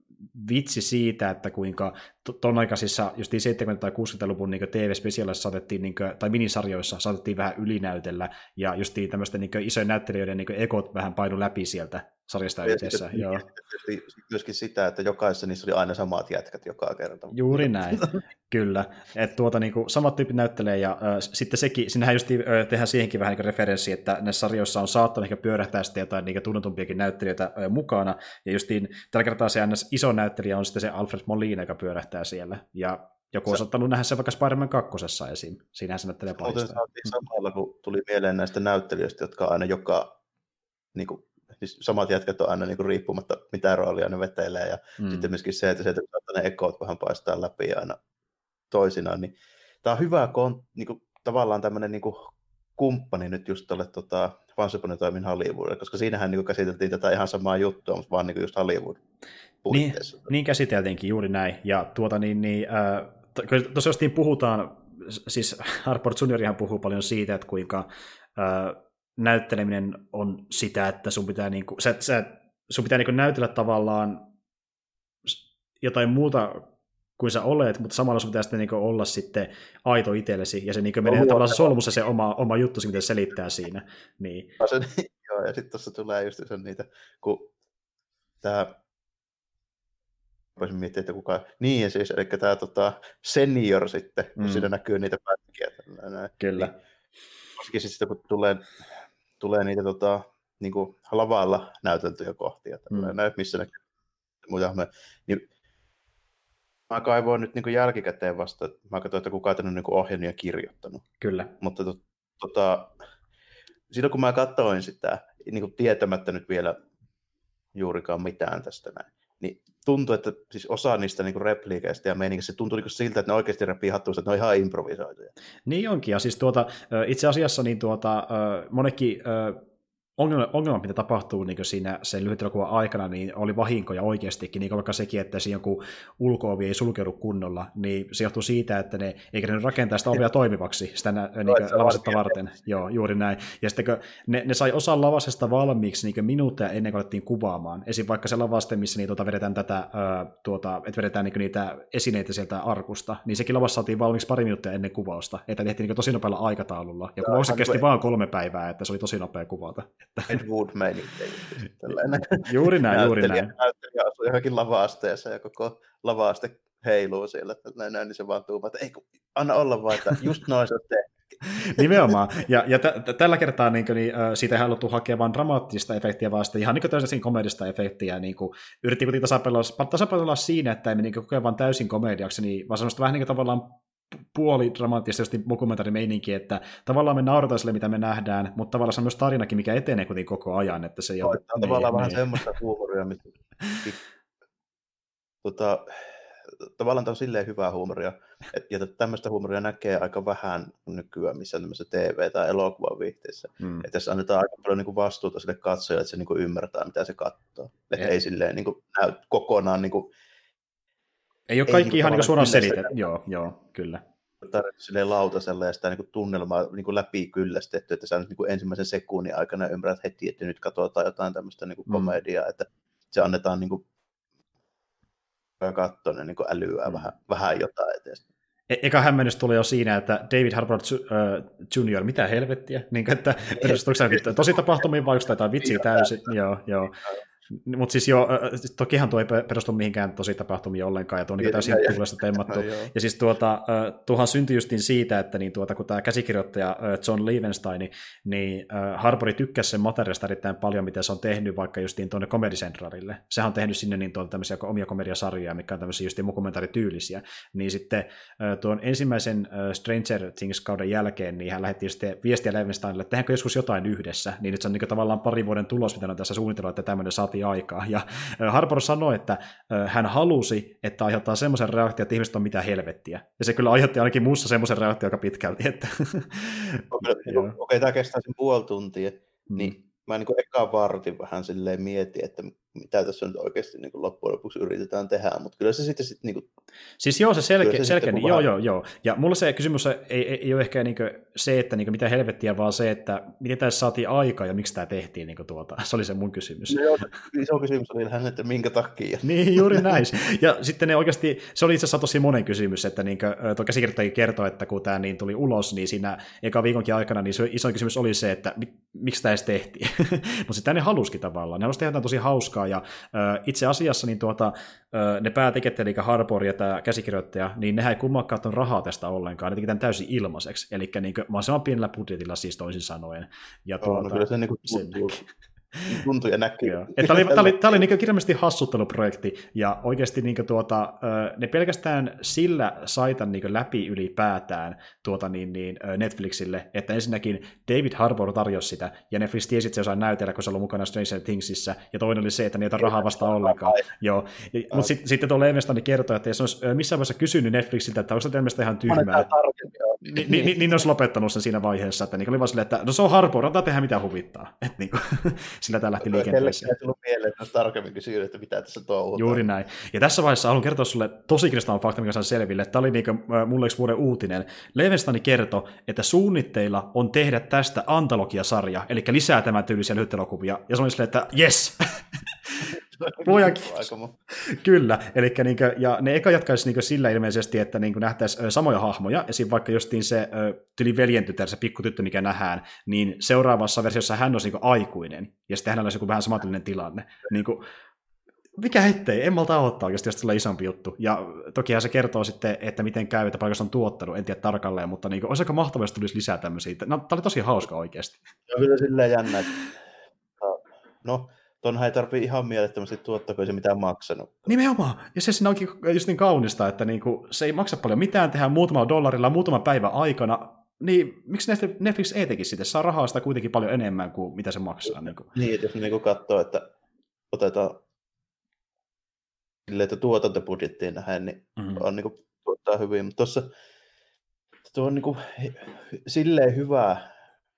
vitsi siitä, että kuinka ton aikaisissa justiin seitsemänkymmentä- tai kuusikymmentäluvun niin T V-spesiaalissa saatettiin, niin kuin, tai minisarjoissa saatettiin vähän ylinäytellä, ja justiin tämmöisten niin isojen näyttelijöiden niin ekot vähän painu läpi sieltä sarjasta yhdessä. Joo. Myöskin sitä, että jokaisessa niissä oli aina samat jätkät joka kerta. Juuri näin, kyllä. Että tuota, niin kuin, samat tyypit näyttelee, ja äh, sitten sekin, sinähän just äh, tehdään siihenkin vähän niin referenssi, että näissä sarjoissa on saattanut ehkä pyörähtää sitten jotain niin tunnetumpiakin näyttelijöitä äh, mukana, ja justiin tällä kertaa se iso näyttelijä on sitten se Alfred Molina, joka pyörähtää siellä, ja joku on saattanut nähdä se vaikka Spider-Man kakkosessa esim. Siinähän se näyttelee pahista. Samalla kun tuli mieleen näistä näyttelijöistä, jotka aina joka, niin kuin, siis samat jätkät on aina niin kuin, riippumatta mitä roolia ne vetelee, ja mm. sitten myöskin se, että, se, että ne ekot vähän paistaa läpi aina toisinaan, niin tämä on hyvä kon, niin kuin, tavallaan tämmöinen niin kuin, kumppani nyt just tuolle tota, Once Upon a Time in Hollywoodille, koska siinähän niin kuin, käsiteltiin tätä ihan samaa juttua, mutta vaan niin kuin, just Hollywood puitteissa. Niin, niin käsiteltiinkin juuri näin, ja tuota niin, niin äh, tosiaan puhutaan, siis Harper juniorihan puhuu paljon siitä, että kuinka äh, näytteleminen on sitä, että sun pitää, niinku, sä, sä, sun pitää niinku näytellä tavallaan jotain muuta kuin sä olet, mutta samalla sun pitää sitten niinku olla sitten aito itsellesi, ja se niinku menee tavallaan se solmussa se oma, oma juttu, mitä se selittää siinä. Niin. No se, joo, ja sitten tuossa tulee just se niitä, kun tämä voisin miettiä, että kuka... Niin, ja siis, eli tämä tota, senior sitten, kun mm. siinä näkyy niitä pätkiä. Tällainen. Kyllä. Niin, varsinkin sitten, kun tulee, tulee niitä tota, niin kuin lavalla näyteltyjä kohtia, tällainen, mm. missä näkyy muuta. Niin, mä kaivoin nyt niin kuin jälkikäteen vasta, että mä katsoin, että kukaan ei niin ohjannut kirjoittanut. Kyllä. Mutta to, tota, silloin, kun mä katsoin sitä, niin kuin tietämättä nyt vielä juurikaan mitään tästä näin, niin tuntui, että siis osa niistä niinku repliikeistä ja meininkissä se tuntui niinku siltä, että ne oikeasti repii hattuista, että ne on ihan improvisoituja. Niin onkin, ja siis tuota, itse asiassa niin tuota, monekin ongelmat, mitä tapahtuu niin siinä sen lyhyt elokuvan aikana, niin oli vahinkoja oikeastikin, niin vaikka sekin, että siinä joku ulko-ovi ei sulkeudu kunnolla, niin se johtuu siitä, että ne ei kerennyt rakentaa sitä ovea toimivaksi sitä niin lavasetta varten. Joo, juuri näin. Ja sitten kun ne, ne sai osan lavasesta valmiiksi niin minuutteja ennen kuin alettiin kuvaamaan. Esim. Vaikka se lavaste, missä niin, tuota, vedetään tätä, ää, tuota, että vedetään niin niitä esineitä sieltä arkusta, niin sekin lavassa saatiin valmiiksi pari minuuttia ennen kuvausta, että tehtiin niin tosi nopealla aikataululla. Ja kuvaus kesti vaan kolme päivää, että se oli tosi nopea kuvata. Ed Wood-meininkiä. Juuri näin, juuri näin. Näyttelijä asuu johonkin lava-asteessa ja koko lava-aste heiluu siellä, näin, niin se vaan tuumaa, että ei, anna olla vaan, että just noin se on tehty. Nimenomaan. Ja, ja t- tällä kertaa niin kuin, niin, siitä ei haluttu hakea vain dramaattista efektiä, vaan ihan niin täysin komedista efektiä. Niin kuin, yritti kuitenkin tasapainoilla, tasapainoilla siinä, että ei me niin kokea vain täysin komediaksi, niin vaan semmoista vähän niin kuin, tavallaan puoli dramaattista just dokumentarimeininki, että tavallaan me naurataan sille, mitä me nähdään, mutta tavallaan se on myös tarinakin, mikä etenee kuitenkin koko ajan. Että se no, on niin, tavallaan niin. Vähän semmoista huumoria, mistä tota, tavallaan tämä on silleen hyvää huumoria, ja tämmöistä huumoria näkee aika vähän nykyään missään tämmöisessä T V- tai elokuvaviihteessä. Mm. Että tässä annetaan aika paljon niin kuin vastuuta sille katsojalle, että se niin kuin ymmärtää, mitä se katsoo. Että ei silleen niin kuin näy kokonaan... Niin kuin, ei ole kaikki ei ihan niin suoraan selitetty. Joo, joo, kyllä. Tarvitse silleen lautasella ja sitä niin kuin tunnelmaa niin kuin läpi kyllästetty, että sä nyt niin kuin ensimmäisen sekunnin aikana ymmärrät heti, että nyt katsotaan jotain tämmöistä niin kuin mm. komediaa, että se annetaan niin kuin katsoa, niin kuin älyää mm. vähän, vähän jotain eteen. E- eka hämmennys tuli jo siinä, että David Harbour junior, mitä helvettiä, niin että perustuuko se tosi tapahtumiin vai jotain vitsiä täysin, joo, joo. Mutta siis joo, tokihan tuo ei perustu mihinkään tosi tapahtumia ollenkaan, ja tuo on niin täysin tuulesta temmattu. No, ja siis tuota, tuohan syntyi justiin siitä, että niin tuota, kun tämä käsikirjoittaja John Lievenstein, niin Harpori tykkäsi sen materiaalista erittäin paljon, mitä se on tehnyt vaikka justiin tuonne Comedy Centralille. Sehän on tehnyt sinne niin tuota, tämmöisiä omia komediasarjoja, mikä on tämmöisiä justiin dokumentaarityylisiä. Niin sitten tuon ensimmäisen Stranger Things-kauden jälkeen, niin hän lähetti sitten viestiä Lievensteinille, että tehdäänkö joskus jotain yhdessä, niin nyt se on niin tavallaan pari vuoden tulos, mitä on tässä suunnitellut, että tämmöinen saatiin aikaa. Ja Harper sanoi, että hän halusi, että aiheuttaa semmoisen reaktion, että ihmiset on mitä helvettiä. Ja se kyllä aiheutti ainakin muussa semmoisen reaktion aika pitkälti. Että... Okei, okay, tämä kestää sen puoli tuntia, mm. niin mä niin ekaan vartin vähän silleen mietin, että mitä tässä nyt oikeasti niin loppujen lopuksi yritetään tehdä, mutta kyllä se sitten... sitten niin kuin, siis joo, se selkeä, selkeä niin, joo, joo, joo. Ja mulla se kysymys ei, ei, ei ole ehkä niin se, että niin mitä helvettiä, vaan se, että miten tässä saatiin aikaa ja miksi tämä tehtiin. Niin tuota. Se oli se mun kysymys. No joo, iso kysymys oli lähinnä, että minkä takia. Niin, juuri näin. Ja sitten ne oikeasti, se oli itse asiassa tosi monen kysymys, että niin kuin, tuo käsikirjoittaja kertoi, että kun tämä niin tuli ulos, niin siinä eka viikonkin aikana, niin se iso kysymys oli se, että mi, miksi tämä edes tehtiin. Mutta sitten ne halusikin tavallaan. Ne halusi tehdä tosi hauskaa, ja äh, itse asiassa niin tuota, äh, ne päätekijät, eli Harper ja tämä käsikirjoittaja, niin nehän ei kummankaan ottanut rahaa tästä ollenkaan, ne teki tämän täysin ilmaiseksi, eli niin mahdollisimman pienellä budjetilla siis toisin sanoen. Ja tuota, oh, no kyllä se niin kuin tuntuu ja näkyy. Tämä oli, tämä oli, tämä oli niin kirjallisesti hassutteluprojekti, ja oikeasti niin tuota, ne pelkästään sillä saitan niin läpi ylipäätään tuota, niin, niin, Netflixille, että ensinnäkin David Harbour tarjosi sitä, ja Netflix tiesi, että se osaa näytellä, kun se on ollut mukana Stranger Thingsissä, ja toinen oli se, että ne ei ota rahaa vastaan ollenkaan. Joo. Mutta sitten sit tuo Lievenstein kertoi, että jos olisi missään vaiheessa kysynyt Netflixiltä, että onko se tämmöistä ihan tyhmää, niin, niin, niin, niin olisi lopettanut sen siinä vaiheessa, että niin oli vaan silleen, että no se on Harbour, antaa tehdä mitä huvittaa. Että niin kuin, sillä tämä lähti liikenteeseen. Kellekin ei tullut mieleen, että olisi tarkemmin kysynyt, että mitä tässä touhutaan. Juuri näin. Ja tässä vaiheessa haluan kertoa sulle tosi kirjastavan fakta, mikä sain selville. Tämä oli niin kuin, mulle yksi vuoden uutinen. Lievenstein kertoi, että suunnitteilla on tehdä tästä antologiasarja, eli lisää tämän tyylisiä lyhytelokuvia. Ja se oli silleen, että yes! Luojan kiitos. Kyllä, eli niinku, ja ne eka jatkaisi niinku sillä ilmeisesti, että niinku nähtäisiin samoja hahmoja, ja siinä vaikka justiin se tyli veljentytär, se pikkutyttö, mikä nähdään, niin seuraavassa versiossa hän olisi niinku aikuinen, ja sitten hänellä olisi joku vähän samantyylinen tilanne. Niinku, mikä ettei, en malta odottaa oikeasti, jos tulee isompi juttu. Ja tokihan se kertoo sitten, että miten käy, että paikassa on tuottanut, en tiedä tarkalleen, mutta niinku, olisi aika mahtavaa, jos tulisi lisää tämmöisiä. No, tämä oli tosi hauska oikeasti. Se on kyllä silleen jännä, että no, tuonhan ei tarvitse ihan mielettömästi tuottaa, kun ei se mitään maksanut. Nimenomaan. Ja se siinä onkin just niin kaunista, että niinku, se ei maksa paljon mitään, tehdään muutamalla dollarilla muutaman päivän aikana, niin miksi Netflix ei tekisi sitä? Saa rahaa sitä kuitenkin paljon enemmän kuin mitä se maksaa. Niin, niin että jos niinku katsoo, että otetaan silleen, että tuotantobudjettiin nähdään, niin mm-hmm. on niinku, tuottaa hyvin. Mutta tuossa tuo on niinku, silleen hyvää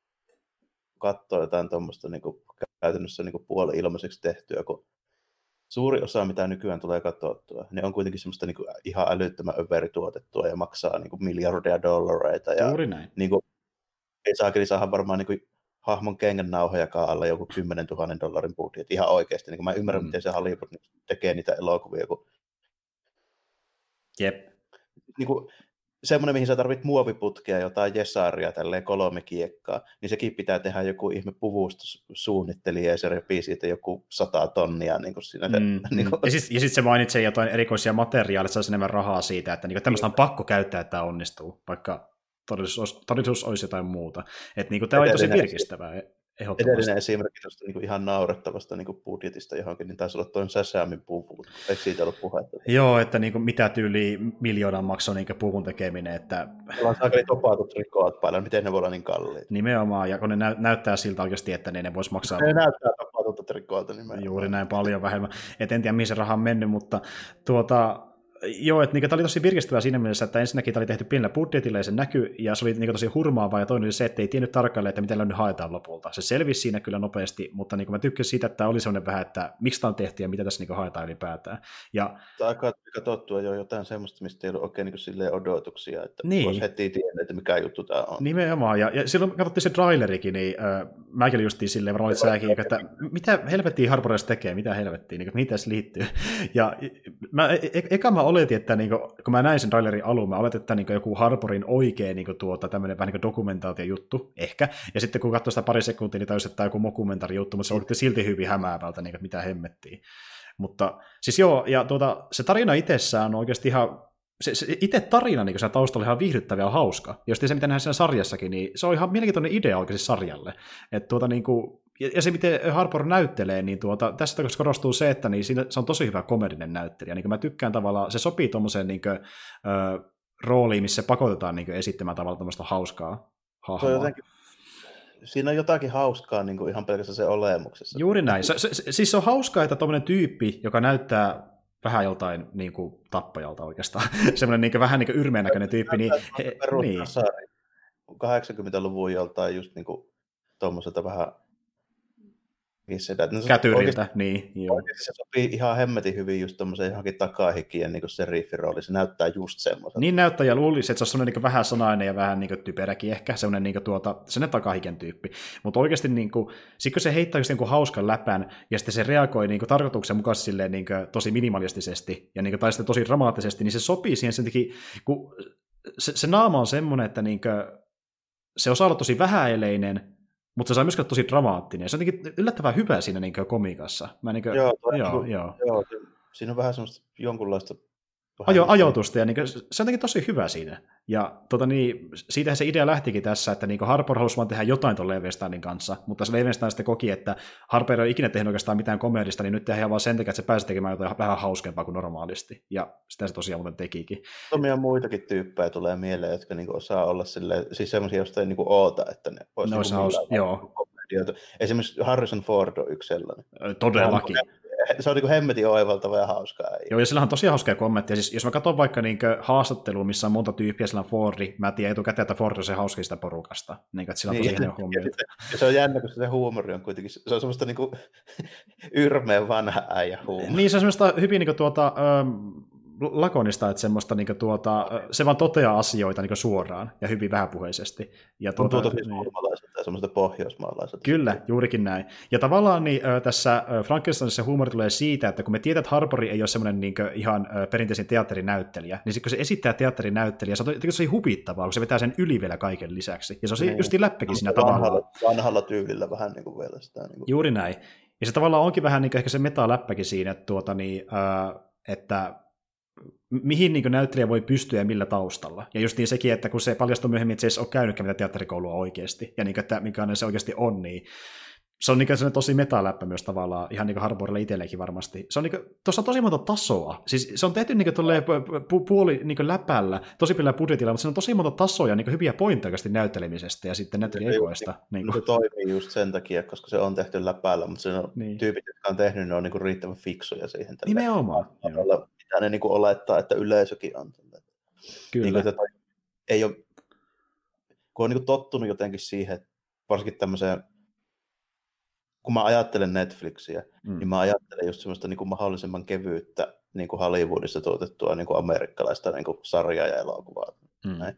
katsoa jotain tuommoista niinku, käytännössä niin puoli ilmaiseksi tehtyä, kun suuri osa, mitä nykyään tulee katsottua, ne on kuitenkin semmoista niin kuin ihan älyttömän överituotettua ja maksaa niin kuin miljardia dollareita. Ja juuri näin. Niin kuin, ei saakeli saada varmaan niin kuin hahmon kengän nauhojakaan alla joku kymmenen tuhannen dollarin budjetti ihan oikeasti. Niin kuin mä ymmärrän, mm. miten se Hollywood tekee niitä elokuvia. Kun... Jep. Niin kuin, semmoinen, mihin sä tarvit muoviputkea, jotain jesaria, tälleen kolme kiekkaa, niin sekin pitää tehdä joku ihme puvustussuunnittelija, ja se repii siitä joku sata tonnia. Niin kuin siinä, mm, niin kuin... Ja sitten sit se mainitsee jotain erikoisia materiaaleja, että saisi enemmän rahaa siitä, että niin tämmöistä on pakko käyttää, että tämä onnistuu, vaikka todellisuus, todellisuus olisi jotain muuta. Että niin tämä on tosi virkistävää. Edellinen esimerkki tuosta niin ihan naurettavasta niin budjetista johonkin, niin taisi olla tuon Sasamin puvun. Eikö siitä ollut puhetta? Joo, että niin kuin, mitä tyyli miljoonan maksoi niin puvun tekeminen. Että... Ollaan saakeli topaatut rikkoat päällä, miten ne voi olla niin kalliita? Nimenomaan, ja kun ne nä- näyttää siltä oikeasti, että ne, ne vois maksaa... Ne näyttää topaatut rikkoilta nimenomaan. Juuri näin paljon vähemmän. Et en tiedä, mihin se raha on mennyt, mutta tuota... Joo, että niin, tämä oli tosi virkistävää siinä mielessä, että ensinnäkin tämä oli tehty pienellä budjetilla ja se näkyi, ja se oli niin, tosi hurmaavaa, ja toinen oli se, että ei tiennyt tarkalleen, että mitä nyt haetaan lopulta. Se selvisi siinä kyllä nopeasti, mutta niin, mä tykkäsin siitä, että tämä oli sellainen vähän, että miksi tämä on tehty ja mitä tässä niin, haetaan ylipäätään. Ja... Tämä on aika katsottua jo jotain semmoista, mistä ei ollut oikein niin silleen odotuksia, että niin. Voisi heti tiennyt, että mikä juttu tämä on. Nimenomaan, ja, ja silloin katsottiin se trailerikin, niin äh, mäkin olin justiin silleen, varmaan säkin, että mitä helvettiä Harbour tekee, mitä helvettiä, niin, mihin tässä liittyy. Ja mä, e- e- eka mä oletin, että niinku, kun mä näin sen trailerin alun, mä oletin, että niinku joku Harborin oikea niinku tuota, tämmöinen vähän niin dokumentaatiojuttu, ehkä. Ja sitten kun katsoin sitä pari sekuntia, niin tajusin, että tämä on joku mokumentaari-juttu, mutta se oli silti hyvin hämäävältä, niinku, mitä hemmettiin. Mutta siis joo, ja tuota, se tarina itsessään on oikeasti ihan, se, se itse tarina niin se taustalla ihan viihdyttävä ja hauska. Ja just se, mitä nähdään siinä sarjassakin, niin se on ihan mielenkiintoinen idea oikeasti sarjalle. Et tuota, niin kuin, ja, ja se, miten Harbour näyttelee, niin tuota, tässä korostuu se, että niin siinä, se on tosi hyvä komedinen näyttelijä. Niin mä tykkään tavallaan, se sopii tuommoiseen niin kuin, ö, rooliin, missä se pakotetaan niin kuin, esittämään tavallaan tämmöistä hauskaa hahmoa. Jotenkin, siinä on jotakin hauskaa niin kuin ihan pelkästään se olemuksessa. Juuri näin. Se, se, se, siis se on hauskaa, että tuommoinen tyyppi, joka näyttää vähän joltain niin kuin, tappajalta oikeastaan, semmoinen niin kuin, vähän niin kuin yrmeen näköinen tyyppi, niin, he, niin. kahdeksankymmentäluvun joltain just niin kuin tuommoiselta vähän no, kätyriltä, oikeasti, niin. Joo. Se sopii ihan hemmetin hyvin just tuommoiseen johonkin takahikien niin seriifirooli, se näyttää just semmoiselta. Niin näyttää, ja luulisi, että se on semmoinen niin vähän sanainen ja vähän niin typeräkin ehkä, semmoinen niin tuota, semmoinen takahiken tyyppi. Mutta oikeasti niin kuin, sit kun se heittää just niin hauskan läpän, ja sitten se reagoi niin tarkoituksen mukaisesti silleen, niin kuin, tosi minimalistisesti, ja niin kuin, tai sitten tosi dramaattisesti, niin se sopii siihen sen takia, kun se, se naama on semmoinen, että niin kuin, se osaa olla tosi vähäeleinen, mutta se saa myöskään tosi dramaattinen. Se on jotenkin yllättävän hyvä siinä niin komikassa. Mä niin kuin, joo, toi, joo, joo, joo. joo, siinä on vähän semmoista jonkunlaista Ajo, ajoitusta, ja niin kuin, se on jotenkin tosi hyvä siinä. Ja tota, niin, siitähän se idea lähtikin tässä, että niin Harbour halusi vaan tehdä jotain tuon Levensteinin kanssa, mutta se Levenstein sitten koki, että Harbour ei ole ikinä tehnyt oikeastaan mitään komedista, niin nyt tehdään vaan sen takia, että se pääsi tekemään jotain vähän hauskempaa kuin normaalisti. Ja sitä se tosiaan muuten tekikin. Tomia muitakin tyyppejä tulee mieleen, jotka niin kuin osaa olla silleen, siis semmoisia, joista ei niin kuin oota, että ne olisi no, niin haus, joo. komedioita. Esimerkiksi Harrison Ford on yksi sellainen. Todellakin. Se on niin kuin hemmetin oivaltava ja hauskaa. Joo, ja sillä on tosi hauskaa kommentteja. Siis, jos mä katson vaikka niin haastattelua, missä on monta tyyppiä, sillä on Fordi, mä tiedän etukäteen, että Ford on se hauska sitä porukasta. Niin, että sillä on tosi niin, hieno huomioita. Ja se on jännä, koska se huumori on kuitenkin, se on semmoista niin kuin yrmeen vanha äijä huumori. Niin, se on semmoista hyvin niin kuin, tuota, ähm, lakonista, että semmoista, niin kuin, tuota, se vaan toteaa asioita niin kuin, suoraan ja hyvin vähäpuheisesti. Ja tuota, on tuota suomalaiselta ja semmoista pohjoismaalaiselta. Kyllä, juurikin näin. Ja tavallaan niin, tässä Frankensteinissa huumori tulee siitä, että kun me tiedät, että Harbour ei ole semmoinen niin kuin, ihan perinteisen teatterinäyttelijä, niin sitten kun se esittää teatterinäyttelijä, se on tosi huvittavaa, kun se vetää sen yli vielä kaiken lisäksi. Ja se on niin, just läppäkin siinä vanhalla, tavallaan. Vanhalla tyylillä vähän niin kuin vielä sitä. Niin kuin. Juuri näin. Ja se tavallaan onkin vähän niin kuin ehkä se metaläppäkin siinä, että, tuota, niin, äh, että mihin niin kuin, näyttelijä voi pystyä ja millä taustalla. Ja just niin sekin, että kun se paljastuu myöhemmin, että se ei ole käynytkään mitä teatterikoulua oikeasti, ja niin kuin, että mikä se oikeasti on, niin se on niin kuin, tosi metaläppä myös tavallaan, ihan niin kuin Harbourille itselleenkin varmasti. Se on niin kuin, tuossa on tosi monta tasoa. Siis se on tehty niin kuin, pu- puoli niin kuin läpällä, tosi pienellä budjetilla, mutta se on tosi monta tasoja, niin kuin, hyviä pointteja näyttelemisestä ja sitten näyttelijäekoista. Niin se toimii just sen takia, koska se on tehty läpällä, mutta se on niin. Tyypit, jotka on tehnyt, ne on niin kuin riittävän fiksuja siihen. Nimenomaan. Mitä ne niin kuin olettaa, että yleisökin on. Kyllä. Niin kuin, että ei ole, kun on niin kuin tottunut jotenkin siihen, varsinkin tämmöiseen, kun mä ajattelen Netflixiä, mm. niin mä ajattelen just semmoista niin kuin mahdollisimman kevyyttä niin kuin Hollywoodissa tuotettua niin kuin amerikkalaista niin kuin sarjaa ja elokuvaa. Mm. Näin.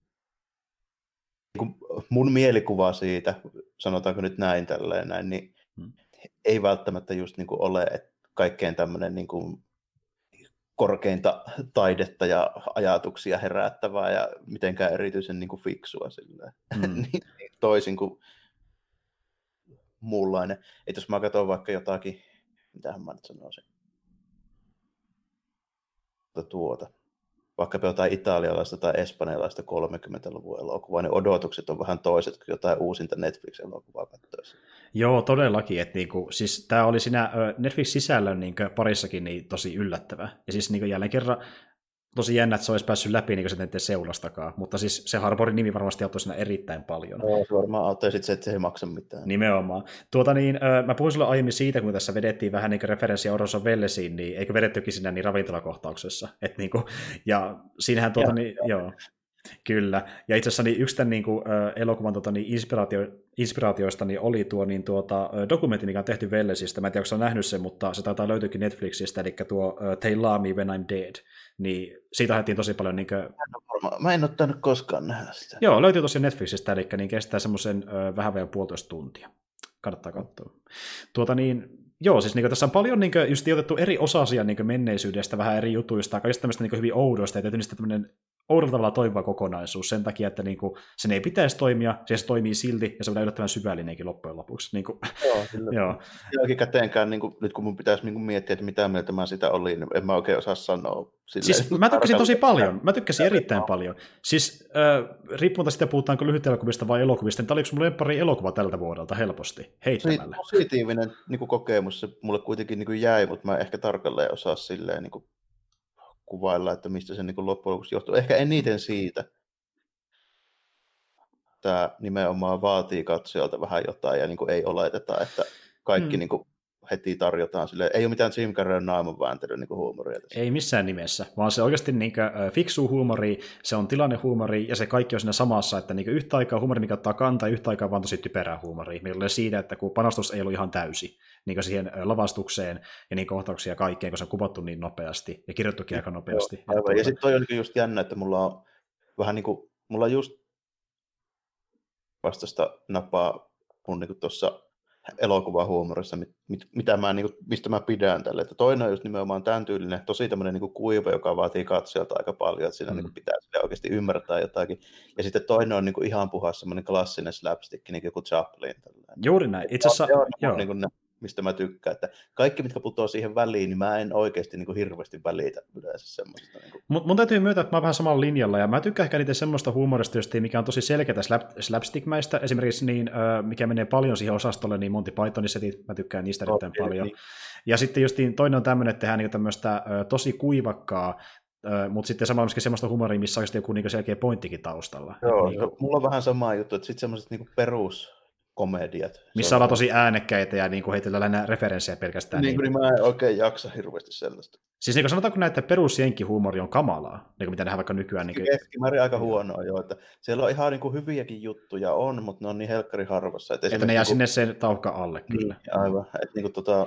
Niin kuin mun mielikuva siitä, sanotaanko nyt näin tälleen näin, niin mm. ei välttämättä just niin kuin ole, että kaikkein tämmöinen niin kuin korkeinta taidetta ja ajatuksia herättävää ja mitenkään erityisen niin kuin fiksua silleen. Mm. Toisin kuin muunlainen. Että jos mä katson vaikka jotakin, mitähän mä nyt sanoisin, tuota, vaikka jotain italialaista tai espanjalaista kolmekymmentäluvun elokuvaa, niin odotukset on vähän toiset kuin jotain uusinta Netflix-elokuvaa katsoessa. Joo, todellakin. Että niinku, siis tämä oli siinä Netflix-sisällön niinku parissakin niin tosi yllättävä. Ja siis niinku jälleen kerran tosi jännä, että se olisi päässyt läpi niin kuin se teitte seulastakaan. Mutta siis se Harbourin nimi varmasti auttoi siinä erittäin paljon. No, se varmaan auttoi sitten se, että se ei maksa mitään. Nimenomaan. Tuota niin, mä puhuin sulle aiemmin siitä, kun tässä vedettiin vähän niin kuin referenssiä Orson Wellesiin, niin eikö vedettykin siinä niin ravintolakohtauksessa? Et niin kuin, ja siinähän tuota ja, niin, joo. joo. Kyllä, ja itse asiassa niin yksi tämän niin kuin, äh, elokuvan tuota, niin inspiraatio, inspiraatioista niin oli tuo niin, tuota, dokumentti, mikä on tehty Wellesistä. Mä en tiedä, onko sä nähnyt sen, mutta se taitaa löytyykin Netflixistä, eli tuo uh, They Love Me When I'm Dead. Niin siitä haettiin tosi paljon... Niin kuin... Mä en ole tainnut koskaan nähdä sitä. Joo, löytyy tosiaan Netflixistä, eli niin kestää semmoisen uh, vähän vielä puolitoista tuntia. Kannattaa katsoa. Tuota niin, Joo, siis niin tässä on paljon niin kuin, just otettu eri osasia niin menneisyydestä, vähän eri jutuista, kaikista tämmöistä niin hyvin oudoista, ja tietysti tämmöinen oudolla tavalla toimiva kokonaisuus sen takia, että niin kuin, sen ei pitäisi toimia, se, se toimii silti, ja se on yllättävän syvällinenkin loppujen lopuksi. Niin kuin, joo, joo. Jälkikäteenkään, niin kuin, nyt kun mun pitäisi niin kuin miettiä, että mitä mieltä mä sitä olin, niin en mä oikein osaa sanoa. Silleen, siis mä tykkäsin tosi paljon, mä tykkäsin erittäin paljon. Siis äh, riippumatta sitä, puhutaanko lyhytelokuvista vai elokuvista, niin tämä oli yksi mun lemppari elokuva tältä vuodelta helposti, heittämällä. Positiivinen niin kuin kokemus, se mulle kuitenkin niin kuin jäi, mutta mä ehkä tarkalleen osaa silleen niin kuin kuvailla, että mistä se niin kuin loppujen lopuksi johtuu. Ehkä eniten siitä. Tämä nimenomaan vaatii katsojalta vähän jotain ja niin kuin ei oleteta, että kaikki hmm. niin kuin heti tarjotaan silleen. Ei ole mitään Jim Carreyn naaman vääntelyä niin kuin huumoria. Tässä. Ei missään nimessä, vaan se oikeasti niin kuin, äh, fiksuu huumori, se on tilannehuumori ja se kaikki on siinä samassa, että niin kuin yhtä aikaa huumori, mikä ottaa kantaa, yhtä aikaa vaan tosi typerää huumoria. Meillä oli siitä, että kun panostus ei ollut ihan täysi niin kuin siihen lavastukseen ja niin kohtauksia ja kaikkeen, kun se on kuvattu niin nopeasti ja kirjoittukin aika nopeasti. Joo, aivan. Ja sitten toi on just jännä, että mulla on vähän niin kuin, mulla on just vastasta napaa mun niin tuossa elokuvahuumorissa, mit, mit, mitä mä, niin kuin, mistä mä pidän tälle. Että toinen on just nimenomaan tämän tyylinen, tosi tämmöinen niin kuiva, joka vaatii katsojalta aika paljon, että siinä mm. niin pitää oikeasti ymmärtää jotakin. Ja sitten toinen on niin kuin ihan puhas semmoinen klassinen slapstick, niin kuin joku Chaplin. Tällainen. Juuri näin. Itse asiassa, on, joo. Niin kuin ne, mistä mä tykkään. Että kaikki, mitkä putoaa siihen väliin, niin mä en oikeasti niin kuin hirveästi välitä yleensä semmoista. Niin kuin... mun, mun täytyy myöntää, että mä oon vähän samalla linjalla, ja mä tykkään ehkä niitä semmoista huumorista, mikä on tosi selkeätä slap, slapstick-mäistä, esimerkiksi niin, mikä menee paljon siihen osastolle, niin Monty Pythonin setit, mä tykkään niistä no, erittäin paljon. Niin. Ja sitten justiin toinen on tämmöinen, että tehdään niin tämmöistä tosi kuivakkaa, mutta sitten samalla myöskin semmoista humoria, missä on joku niin selkeä pointtikin taustalla. Joo, niin, mulla on vähän sama juttu, että sitten semmoiset niin perus komediat. Missä ollaan tosi äänekkäitä ja niin heitellään lähinnä referenssejä pelkästään. Niin, niin, niin mä en oikein jaksa hirveästi sellaista. Siis niin sanotaanko näin, että perusjenkkihuumori on kamalaa, niin kuin mitä nähdään vaikka nykyään. Niin keskimäärin aika huonoa jo, että siellä on ihan niin kuin hyviäkin juttuja on, mutta ne on niin helkkari harvassa. Että, että ne jää niin sinne sen tauhka alle kyllä. Niin, aivan, että niin kuin tota,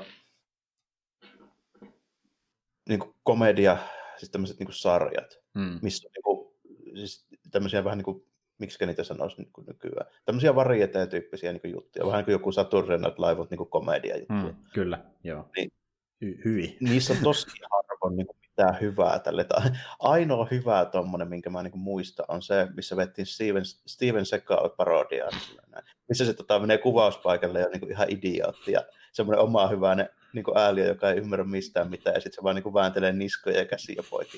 niin kuin komedia, siis tämmöiset niin kuin sarjat, hmm. missä on niin kuin, siis tämmöisiä vähän niin kuin miksi niitä sanoisi niin kuin nykyään. Tämmöisiä varieté-tyyppisiä niin juttuja, vähän niin kuin joku Saturday Night Live on niin komedia-juttuja. Mm, kyllä, joo. Niin, Hy- hyvin. Niissä on tosi harvoin niin mitään hyvää tälle. Ainoa hyvä tommonen, minkä mä niin muistan, on se, missä vettiin Steven, Steven Seagal-parodiaa. Missä se tota, menee kuvauspaikalle ja on niin ihan idiootti ja semmoinen oma hyväinen niin ääliö, joka ei ymmärrä mistään mitään, ja sitten se vaan niin vääntelee niskoja ja käsiä poikki.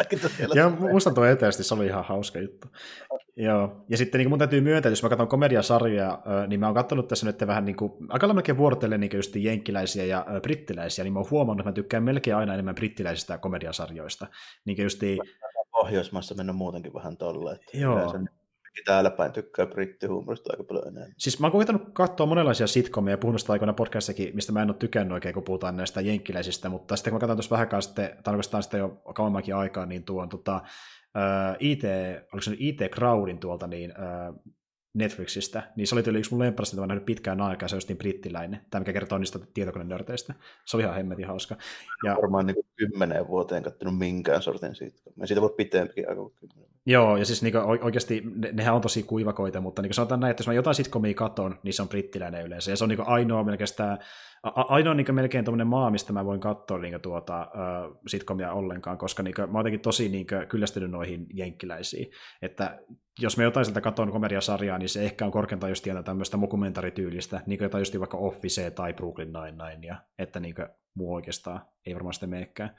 Joo, muistan tuo eteästi, se oli ihan hauska juttu. Joo. Ja sitten niin mun täytyy myöntää, että jos mä katson komediasarjoja, niin mä oon katsonut tässä nyt vähän niin kuin, aika melkein vuorotellen niin just jenkkiläisiä ja brittiläisiä, niin mä oon huomannut, että mä tykkään melkein aina enemmän brittiläisistä komediasarjoista. Niin justiin... Pohjoismaissa mennä muutenkin vähän tolle. Joo. Täällä päin tykkää brittihuumorista aika paljon enemmän. Siis mä oon koittanut katsoa monenlaisia sitcomia ja puhunut sitä aikoina podcastissakin, mistä mä en ole tykännyt oikein, kun puhutaan näistä jenkkiläisistä, mutta sitten kun mä katson tuossa vähänkään sitten, tai oikeastaan sitten jo kauemmankin aikaa, niin tuon tota, uh, I T, oliko se I T Crowdin tuolta niin, uh, Netflixistä, niin se oli tyyli yksi mun lempparista, mitä mä nähnyt pitkään aikaa, se olisi niin brittiläinen, tämä mikä kertoo niistä tietokonenörteistä. Se oli ihan hemmetin hauska. Ja... Varmaan niin kuin kymmeneen vuoteen kattonut minkään sortin siitä. Mä siitä voi pitempikin aika kuin kymmenen. Joo, ja siis niin oikeasti ne, nehän on tosi kuivakoita, mutta niin sanotaan näin, että jos mä jotain sitcomia katon, niin se on brittiläinen yleensä. Ja se on niin ainoa melkein, ainoa niin melkein tuommoinen maa, mistä mä voin katsoa niin tuota, uh, sitcomia ollenkaan, koska niin kuin, mä oon jotenkin tosi niin kyllästynyt noihin jenkkiläisiin. Että jos mä jotain sieltä katon komediasarjaa, niin se ehkä on korkeintaan just tämmöistä mokumentaarityylistä, niin kuin jotain just vaikka Office tai Brooklyn Nine-Nine, ja että niin kuin muu oikeastaan ei varmaan sitten meekään.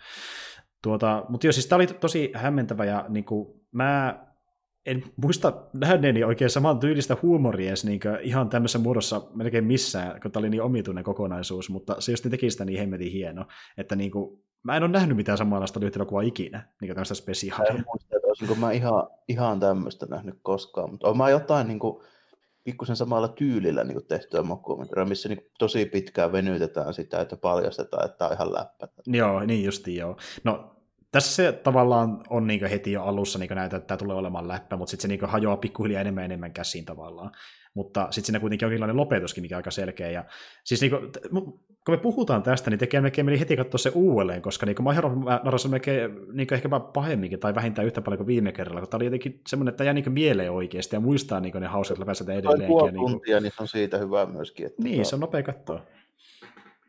Tuota, mutta joo, siis tämä oli tosi hämmentävä, ja niin kuin, mä en muista nähneeni oikein saman tyylistä huumoria niin ihan tämmöisessä muodossa melkein missään, kun tämä oli niin omituinen kokonaisuus, mutta se just teki sitä niin hemmetin hieno, että niin kuin, mä en ole nähnyt mitään samanlaista lyhytelokuvaa ikinä, niin kuin tämmöistä spesiaalia. En muista, että olisinko mä ihan, ihan tämmöistä nähnyt koskaan, mutta olen mä jotain niin kuin, pikkusen samalla tyylillä niin kuin tehtyä mokumenttia, missä niin kuin, tosi pitkään venytetään sitä, että paljastetaan, että tämä on ihan läppä. Joo, niin justiin joo. No, tässä se tavallaan on niin heti jo alussa niin näytä, että tämä tulee olemaan läppä, mutta sitten se niin hajoaa pikkuhiljaa enemmän ja enemmän käsiin tavallaan. Mutta sitten siinä kuitenkin on jonkinlainen lopetuskin, mikä on aika selkeä. Ja siis niin kuin, kun me puhutaan tästä, niin tekee melkein meni heti katsoa se uudelleen, koska niin My Hero Naros on melkein niin ehkäpä pahemminkin, tai vähintään yhtä paljon kuin viime kerralla, kun tämä oli jotenkin semmoinen, että jää niin mieleen oikeasti ja muistaa niin ne hauskat läpäiset edelleenkin. Puoli tuntia, niin se on siitä hyvä myöskin. Että niin, se on nopea katsoa.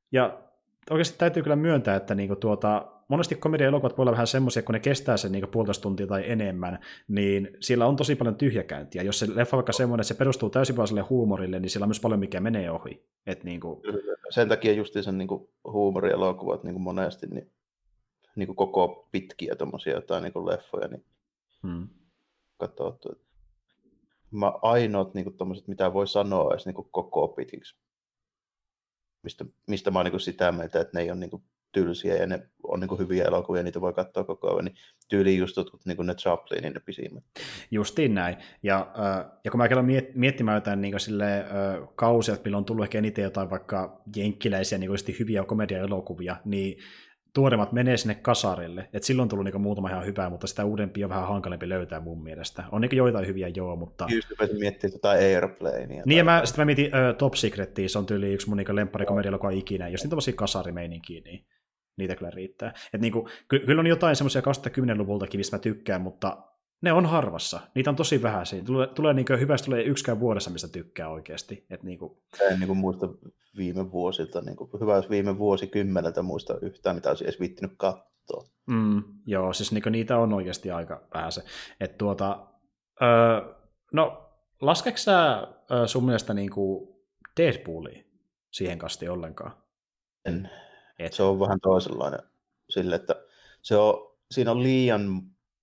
Ja oikeasti täytyy kyllä myöntää, että niinku tuota, monesti komedia-elokuvat voi olla vähän semmoisia, kun ne kestää sen niinku puolitoista tuntia tai enemmän, niin siellä on tosi paljon tyhjäkäyntiä. Jos se leffa vaikka semmoinen, että se perustuu täysin vaan sille huumorille, niin siellä on myös paljon, mikä menee ohi. Et niinku... Sen takia justiin sen niinku huumorielokuvat niinku monesti niin, niinku koko pitkiä tommosia jotain niinku leffoja, niin hmm. katsottu. Mä ainoat niinku tommoset, mitä voi sanoa edes niinku koko pitiksi. Mistä, mistä mä oon niinku sitä mieltä, että ne ei ole niinku tylsiä ja ne on niinku hyviä elokuvia, niitä voi katsoa koko ajan, niin tyyliin just niinku ne Chaplinin ne pisimmät. Justiin näin. Ja, äh, ja kun mä käyn miet- miettimään jotain niin silleen, äh, kausia, että milloin on tullut ehkä eniten jotain vaikka jenkkiläisiä niin hyviä komedia-elokuvia, niin tuoreimmat menee sinne kasarille. Et silloin on tullut niin muutama ihan hyvää, mutta sitä uudempia on vähän hankalempi löytää mun mielestä. On niin joitain hyviä joo, mutta... Just miettiä jotain Airplanea. Niin ja mä, sitten mä mietin uh, Top Secretia, se on tyyli yksi mun niin lemppari komedia-elokuva ikinä. Jos niitä tommosia kasarimeininkiä, niin niitä kyllä riittää. Et niin kuin, ky- kyllä on jotain semmoisia kaksituhattakymmenluvultakin, mistä mä tykkään, mutta ne on harvassa. Niitä on tosi vähän siinä. Tulee, tulee niin hyvästä tulee yksikään vuodessa, mistä tykkää oikeasti. Et niin kuin... En niin kuin muista viime vuosilta, niin kuin, hyvä jos viime vuosikymmeneltä muista yhtään, mitä olisi edes viittinyt katsoa. Mm, joo, siis niin niitä on oikeasti aika vähän se. Et tuota, öö, no, laskeeko sä öö, sun mielestä niin kuin Deadpoolia siihen kasti ollenkaan? En. Et. Se on vähän toisenlainen sille, että se on, siinä on liian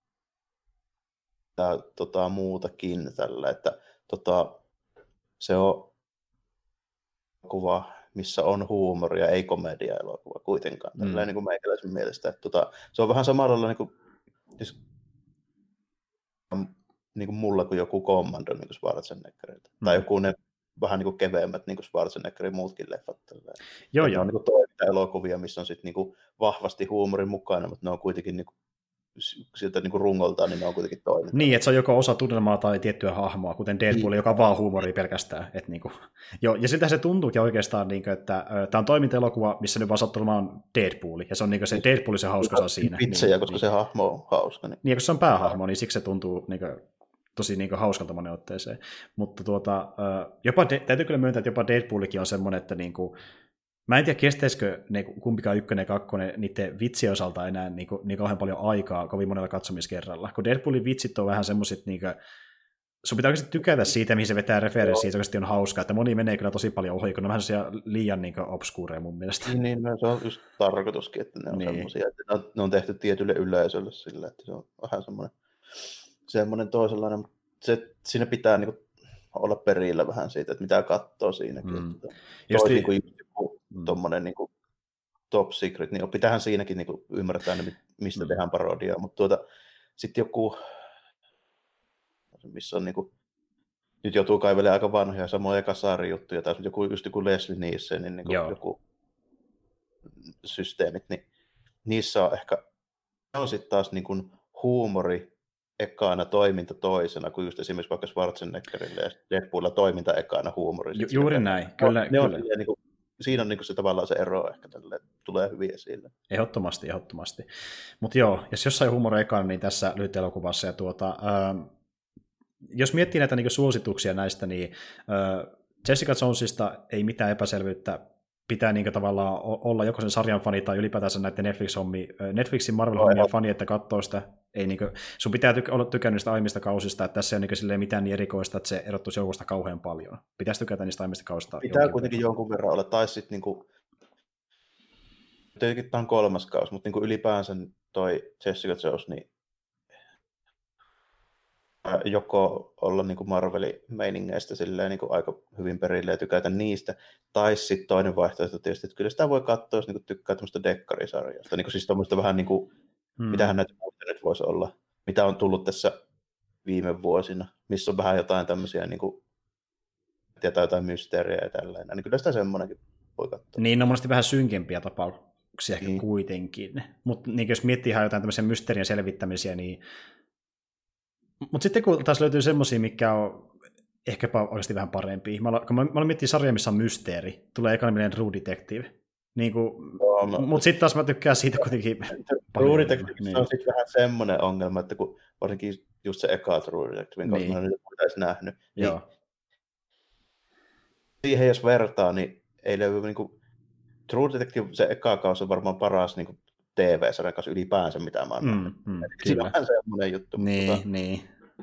tää, tota, muutakin tällä, että tota, se on kuva, missä on huumoria, ei komedia-elokuva kuitenkaan, mm. tällä niin kuin meikäläisen mielestä. Että, tota, se on vähän samalla niin kuin, siis, niin kuin mulla kuin joku Commando niin kuin Schwarzeneggeriltä, mm. tai joku ne vähän niin kuin keveämmät niin kuin Schwarzeneggerin muutkin leffat. Joo, ne joo. on niin kuin toiminta-elokuvia, missä on sit, niin kuin vahvasti huumorin mukana, mutta ne on kuitenkin niin kuin, siltä niin kuin rungoltaan, niin ne on kuitenkin toiminta. Niin, että se on joko osa tunnelmaa tai tiettyä hahmoa, kuten Deadpool, niin. joka on vaan huumoria pelkästään. Et niin kuin, jo, ja siltä se tuntuukin oikeastaan, niin kuin, että äh, tämä on toiminta-elokuva, missä nyt vaan sattuu olemaan Deadpool, ja se on niin kuin se Deadpool se hauska osa siinä. Vitsejä, niin, koska niin. se hahmo on hauska. Niin, niin ja koska se on päähahmo, niin siksi se tuntuu niin kuin, tosi niin kuin hauskalta monen otteeseen. Mutta tuota, äh, jopa de- täytyy kyllä myöntää, että jopa Deadpoolikin on semmoinen, että niin kuin, mä en tiedä, kesteisikö ne kumpikaan ykkönen ja kakkonen niiden vitsien osalta enää niin, kuin, niin kauhean paljon aikaa kovin monella katsomiskerralla. Kun Deadpoolin vitsit on vähän semmoiset, niin kuin, sun pitää oikeasti tykätä siitä, mihin se vetää referenssiä, se oikeasti on hauskaa, että moni menee kyllä tosi paljon ohi, kun ne on vähän sellaisia liian niin obskuureja mun mielestä. Niin, niin no, se on just tarkoituskin, että ne on niin. semmoisia, että ne on, ne on tehty tietylle yleisölle sillä, että se on vähän semmoinen, semmoinen toisenlainen, se, siinä pitää niin kuin, olla perillä vähän siitä, että mitä katsoo siinäkin. Mm. Toisin niin kuin joku mm. tommonen niin kuin Top Secret, niin pitäähän siinäkin niin kuin ymmärtää, mistä mm. tehdään parodiaa, mutta tuota, sitten joku, missä on niin kuin, nyt joutuu kaivelemaan aika vanhoja samoja kasarijuttuja, tai joku, just joku Leslie Nielsen, niin, niin kuin joku systeemit, niin niissä on ehkä, on sitten taas niin kuin huumori ekana, toiminta toisena, kuin just esimerkiksi vaikka Schwarzeneggerille ja Deadpoolilla toiminta ekana, huumori. Ju- juuri näin, kyllä. Ne, ne on, kyllä. Niin kuin, siinä on niin kuin se tavallaan se ero ehkä tälle, tulee hyvin esille. Ehdottomasti, ehdottomasti. Mutta joo, jos jossain huumori ekana, niin tässä lyhyt elokuvassa. Ja tuota, ähm, jos miettii näitä niin suosituksia näistä, niin äh, Jessica Jonesista ei mitään epäselvyyttä. Pitää niin tavallaan olla joko sen sarjan fani tai ylipäätänsä näiden Netflix-hommi, Netflixin Marvel-hommien no, fani, että katsoo sitä. Ei, niin kuin, sun pitää tyk- olla tykännyt niistä aiemmista kausista, että tässä ei ole niin mitään niin erikoista, että se erottuisi joukosta kauhean paljon. Pitäisi tykätä niistä aiemmista kausista. Pitää kuitenkin verran. jonkun verran olla, tai sitten niin kuin, tietenkin tämä on kolmas kausi, mutta niin kuin ylipäänsä toi Jessica Jones, niin joko olla niin kuin Marvel-meiningeistä silleen, niin kuin aika hyvin perille ja tykätä niistä, tai sitten toinen vaihtoehto tietysti, että kyllä sitä voi katsoa, jos niin kuin tykkää tämmöistä dekkarisarjasta, niin kuin siis tuommoista vähän niin kuin, hmm. mitähän näitä muita nyt voisi olla, mitä on tullut tässä viime vuosina, missä on vähän jotain tämmöisiä, niin kuin, tietää jotain mysteeriä ja tällainen, niin kyllä sitä semmoinenkin voi katsoa. Niin, on monesti vähän synkempiä tapauksia niin. kuitenkin, mutta niin, jos miettii ihan jotain tämmöisiä mysteerien selvittämisiä, niin mutta sitten kun taas löytyy semmoisia, mikä on ehkäpä oikeasti vähän parempia. Mä olen, mä olen miettinyt sarjaa, missä on mysteeri. Tulee ekana mieleen True Detective. Niin no, mä... Mutta sitten taas mä tykkään siitä kuitenkin. True Detective niin. on sitten vähän semmoinen ongelma, että kun varsinkin just se eka True Detective, koska niin. mä en niitä edes nähnyt. Niin siihen jos vertaa, niin ei löydy niinku True Detective, se eka kausi on varmaan paras niin kuin T V-sarjan kanssa ylipäänsä, mitä mä oon Mm, nähnyt. mm, Siinä kyllä. on vähän semmoinen juttu, Niin, mutta tota, niin.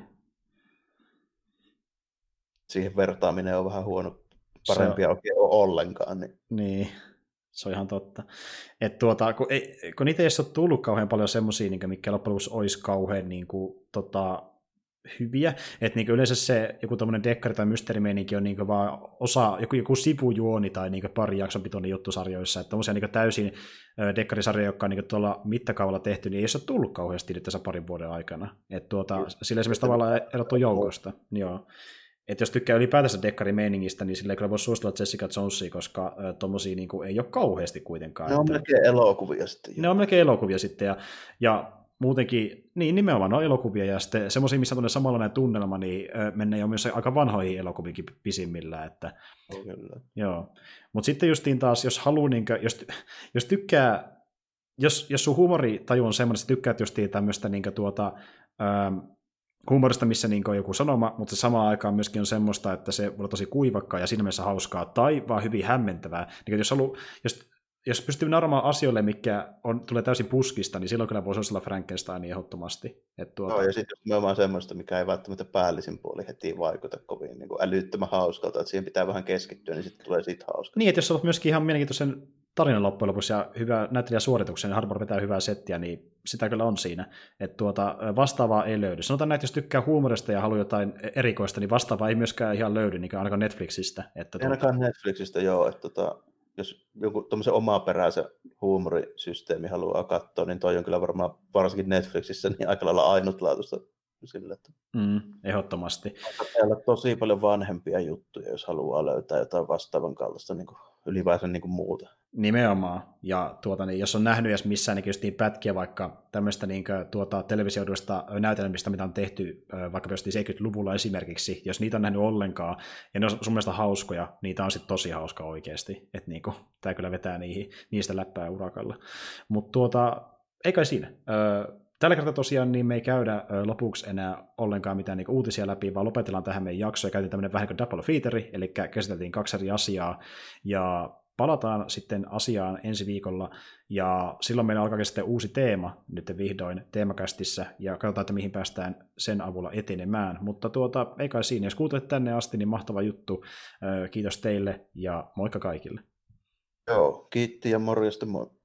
siihen vertaaminen on vähän huono. Se Parempia on- oikein ole ollenkaan. Niin. Niin, se on ihan totta. Et tuota, kun, ei, kun niitä ei ole tullut kauhean paljon semmoisia, niin mikä loppujen lopuksi olisi kauhean niin kuin, tota, hyviä. Että niin yleensä se joku tämmöinen dekkari tai mysteerimeininki on niin vaan osa, joku, joku sivujuoni tai niin pari jakson pituinen juttusarjoissa. Että tommosia niin täysin dekkarisarjoja, jotka on niin tuolla mittakaavalla tehty, niin ei ole tullut kauheasti nyt tässä parin vuoden aikana. Että tuota, sillä esimerkiksi tavallaan erottuu joukosta. Joo. Että jos tykkää ylipäätänsä dekkarimeiningistä, niin sillä ei kyllä voi suositella Jessica Jonesia, koska äh, tommosia niin ei ole kauheasti kuitenkaan. Ne on että... melkein elokuvia sitten. Ne on melkein elokuvia sitten, ja, ja muutenkin, niin nimenomaan ne on elokuvia, ja sitten semmoisia, missä on samanlainen tunnelma, niin äh, mennään jo myös aika vanhoihin elokuviinkin pisimmillä. Että, Oh, kyllä. joo. Mutta sitten justiin taas, jos haluaa, niin kuin, jos, jos tykkää, jos, jos sun huumoritaju on semmoinen, että tykkäät justiin tämmöistä niin tuota, ähm, huumorista, missä niin on joku sanoma, mutta se samaan aikaan myöskin on semmoista, että se voi olla tosi kuivakkaa ja siinä mielessä hauskaa, tai vaan hyvin hämmentävää. Niin jos, halu, jos, jos pystyy nauramaan asioille, mikä on, tulee täysin puskista, niin silloin kyllä voisi olla Frankenstein ehdottomasti. Että tuota... No, ja sitten jos me ollaan semmoista, mikä ei välttämättä päällisin puoli heti vaikuta kovin niin kuin älyttömän hauskalta, että siihen pitää vähän keskittyä, niin sitten tulee siitä hauska. Niin, että jos olet myöskin ihan mielenkiintoisen tarinan loppujen lopuksi ja hyvä näyttelijäsuorituksen, niin Harbour vetää hyvää settiä, niin sitä kyllä on siinä. Että tuota, vastaavaa ei löydy. Sanotaan näin, että jos tykkää huumorista ja haluaa jotain erikoista, niin vastaavaa ei myöskään ihan löydy, niin ainakaan Netflixistä. Että tuota... Ainakaan Netflixistä, joo. Että tota, jos joku tuommoisen omaperäisen huumorisysteemi haluaa katsoa, niin toi on kyllä varmaan varsinkin Netflixissä niin aika lailla ainutlaatuista. Sillä, että mm, ehdottomasti. Täällä on tosi paljon vanhempia juttuja, jos haluaa löytää jotain vastaavan kaltaista niin kuin, ylipäänsä niin kuin muuta. Nimenomaan. Ja tuota, niin, jos on nähnyt edes missään niin niin pätkiä vaikka tämmöistä niin kuin, tuota, televisioiduista näytelmistä, mitä on tehty vaikka seitsemänkymmentäluvulla esimerkiksi, jos niitä on nähnyt ollenkaan, ja ne on sun mielestä hauskoja, niitä on sitten tosi hauska oikeasti. Että niin kuin, tämä kyllä vetää niihin, niistä läppää urakalla. Mutta tuota, ei kai siinä. Tällä kertaa tosiaan niin me ei käydä lopuksi enää ollenkaan mitään niin uutisia läpi, vaan lopetellaan tähän meidän jakso ja käytiin tämmöinen vähän kuin double feateri, eli käsiteltiin kaksi eri asiaa, ja palataan sitten asiaan ensi viikolla, ja silloin meillä alkaa sitten uusi teema nyt vihdoin teemakästissä, ja katsotaan, että mihin päästään sen avulla etenemään, mutta tuota, ei kai siinä, jos kuuntelet tänne asti, niin mahtava juttu, kiitos teille, ja moikka kaikille. Joo, kiitti ja morjesta moi.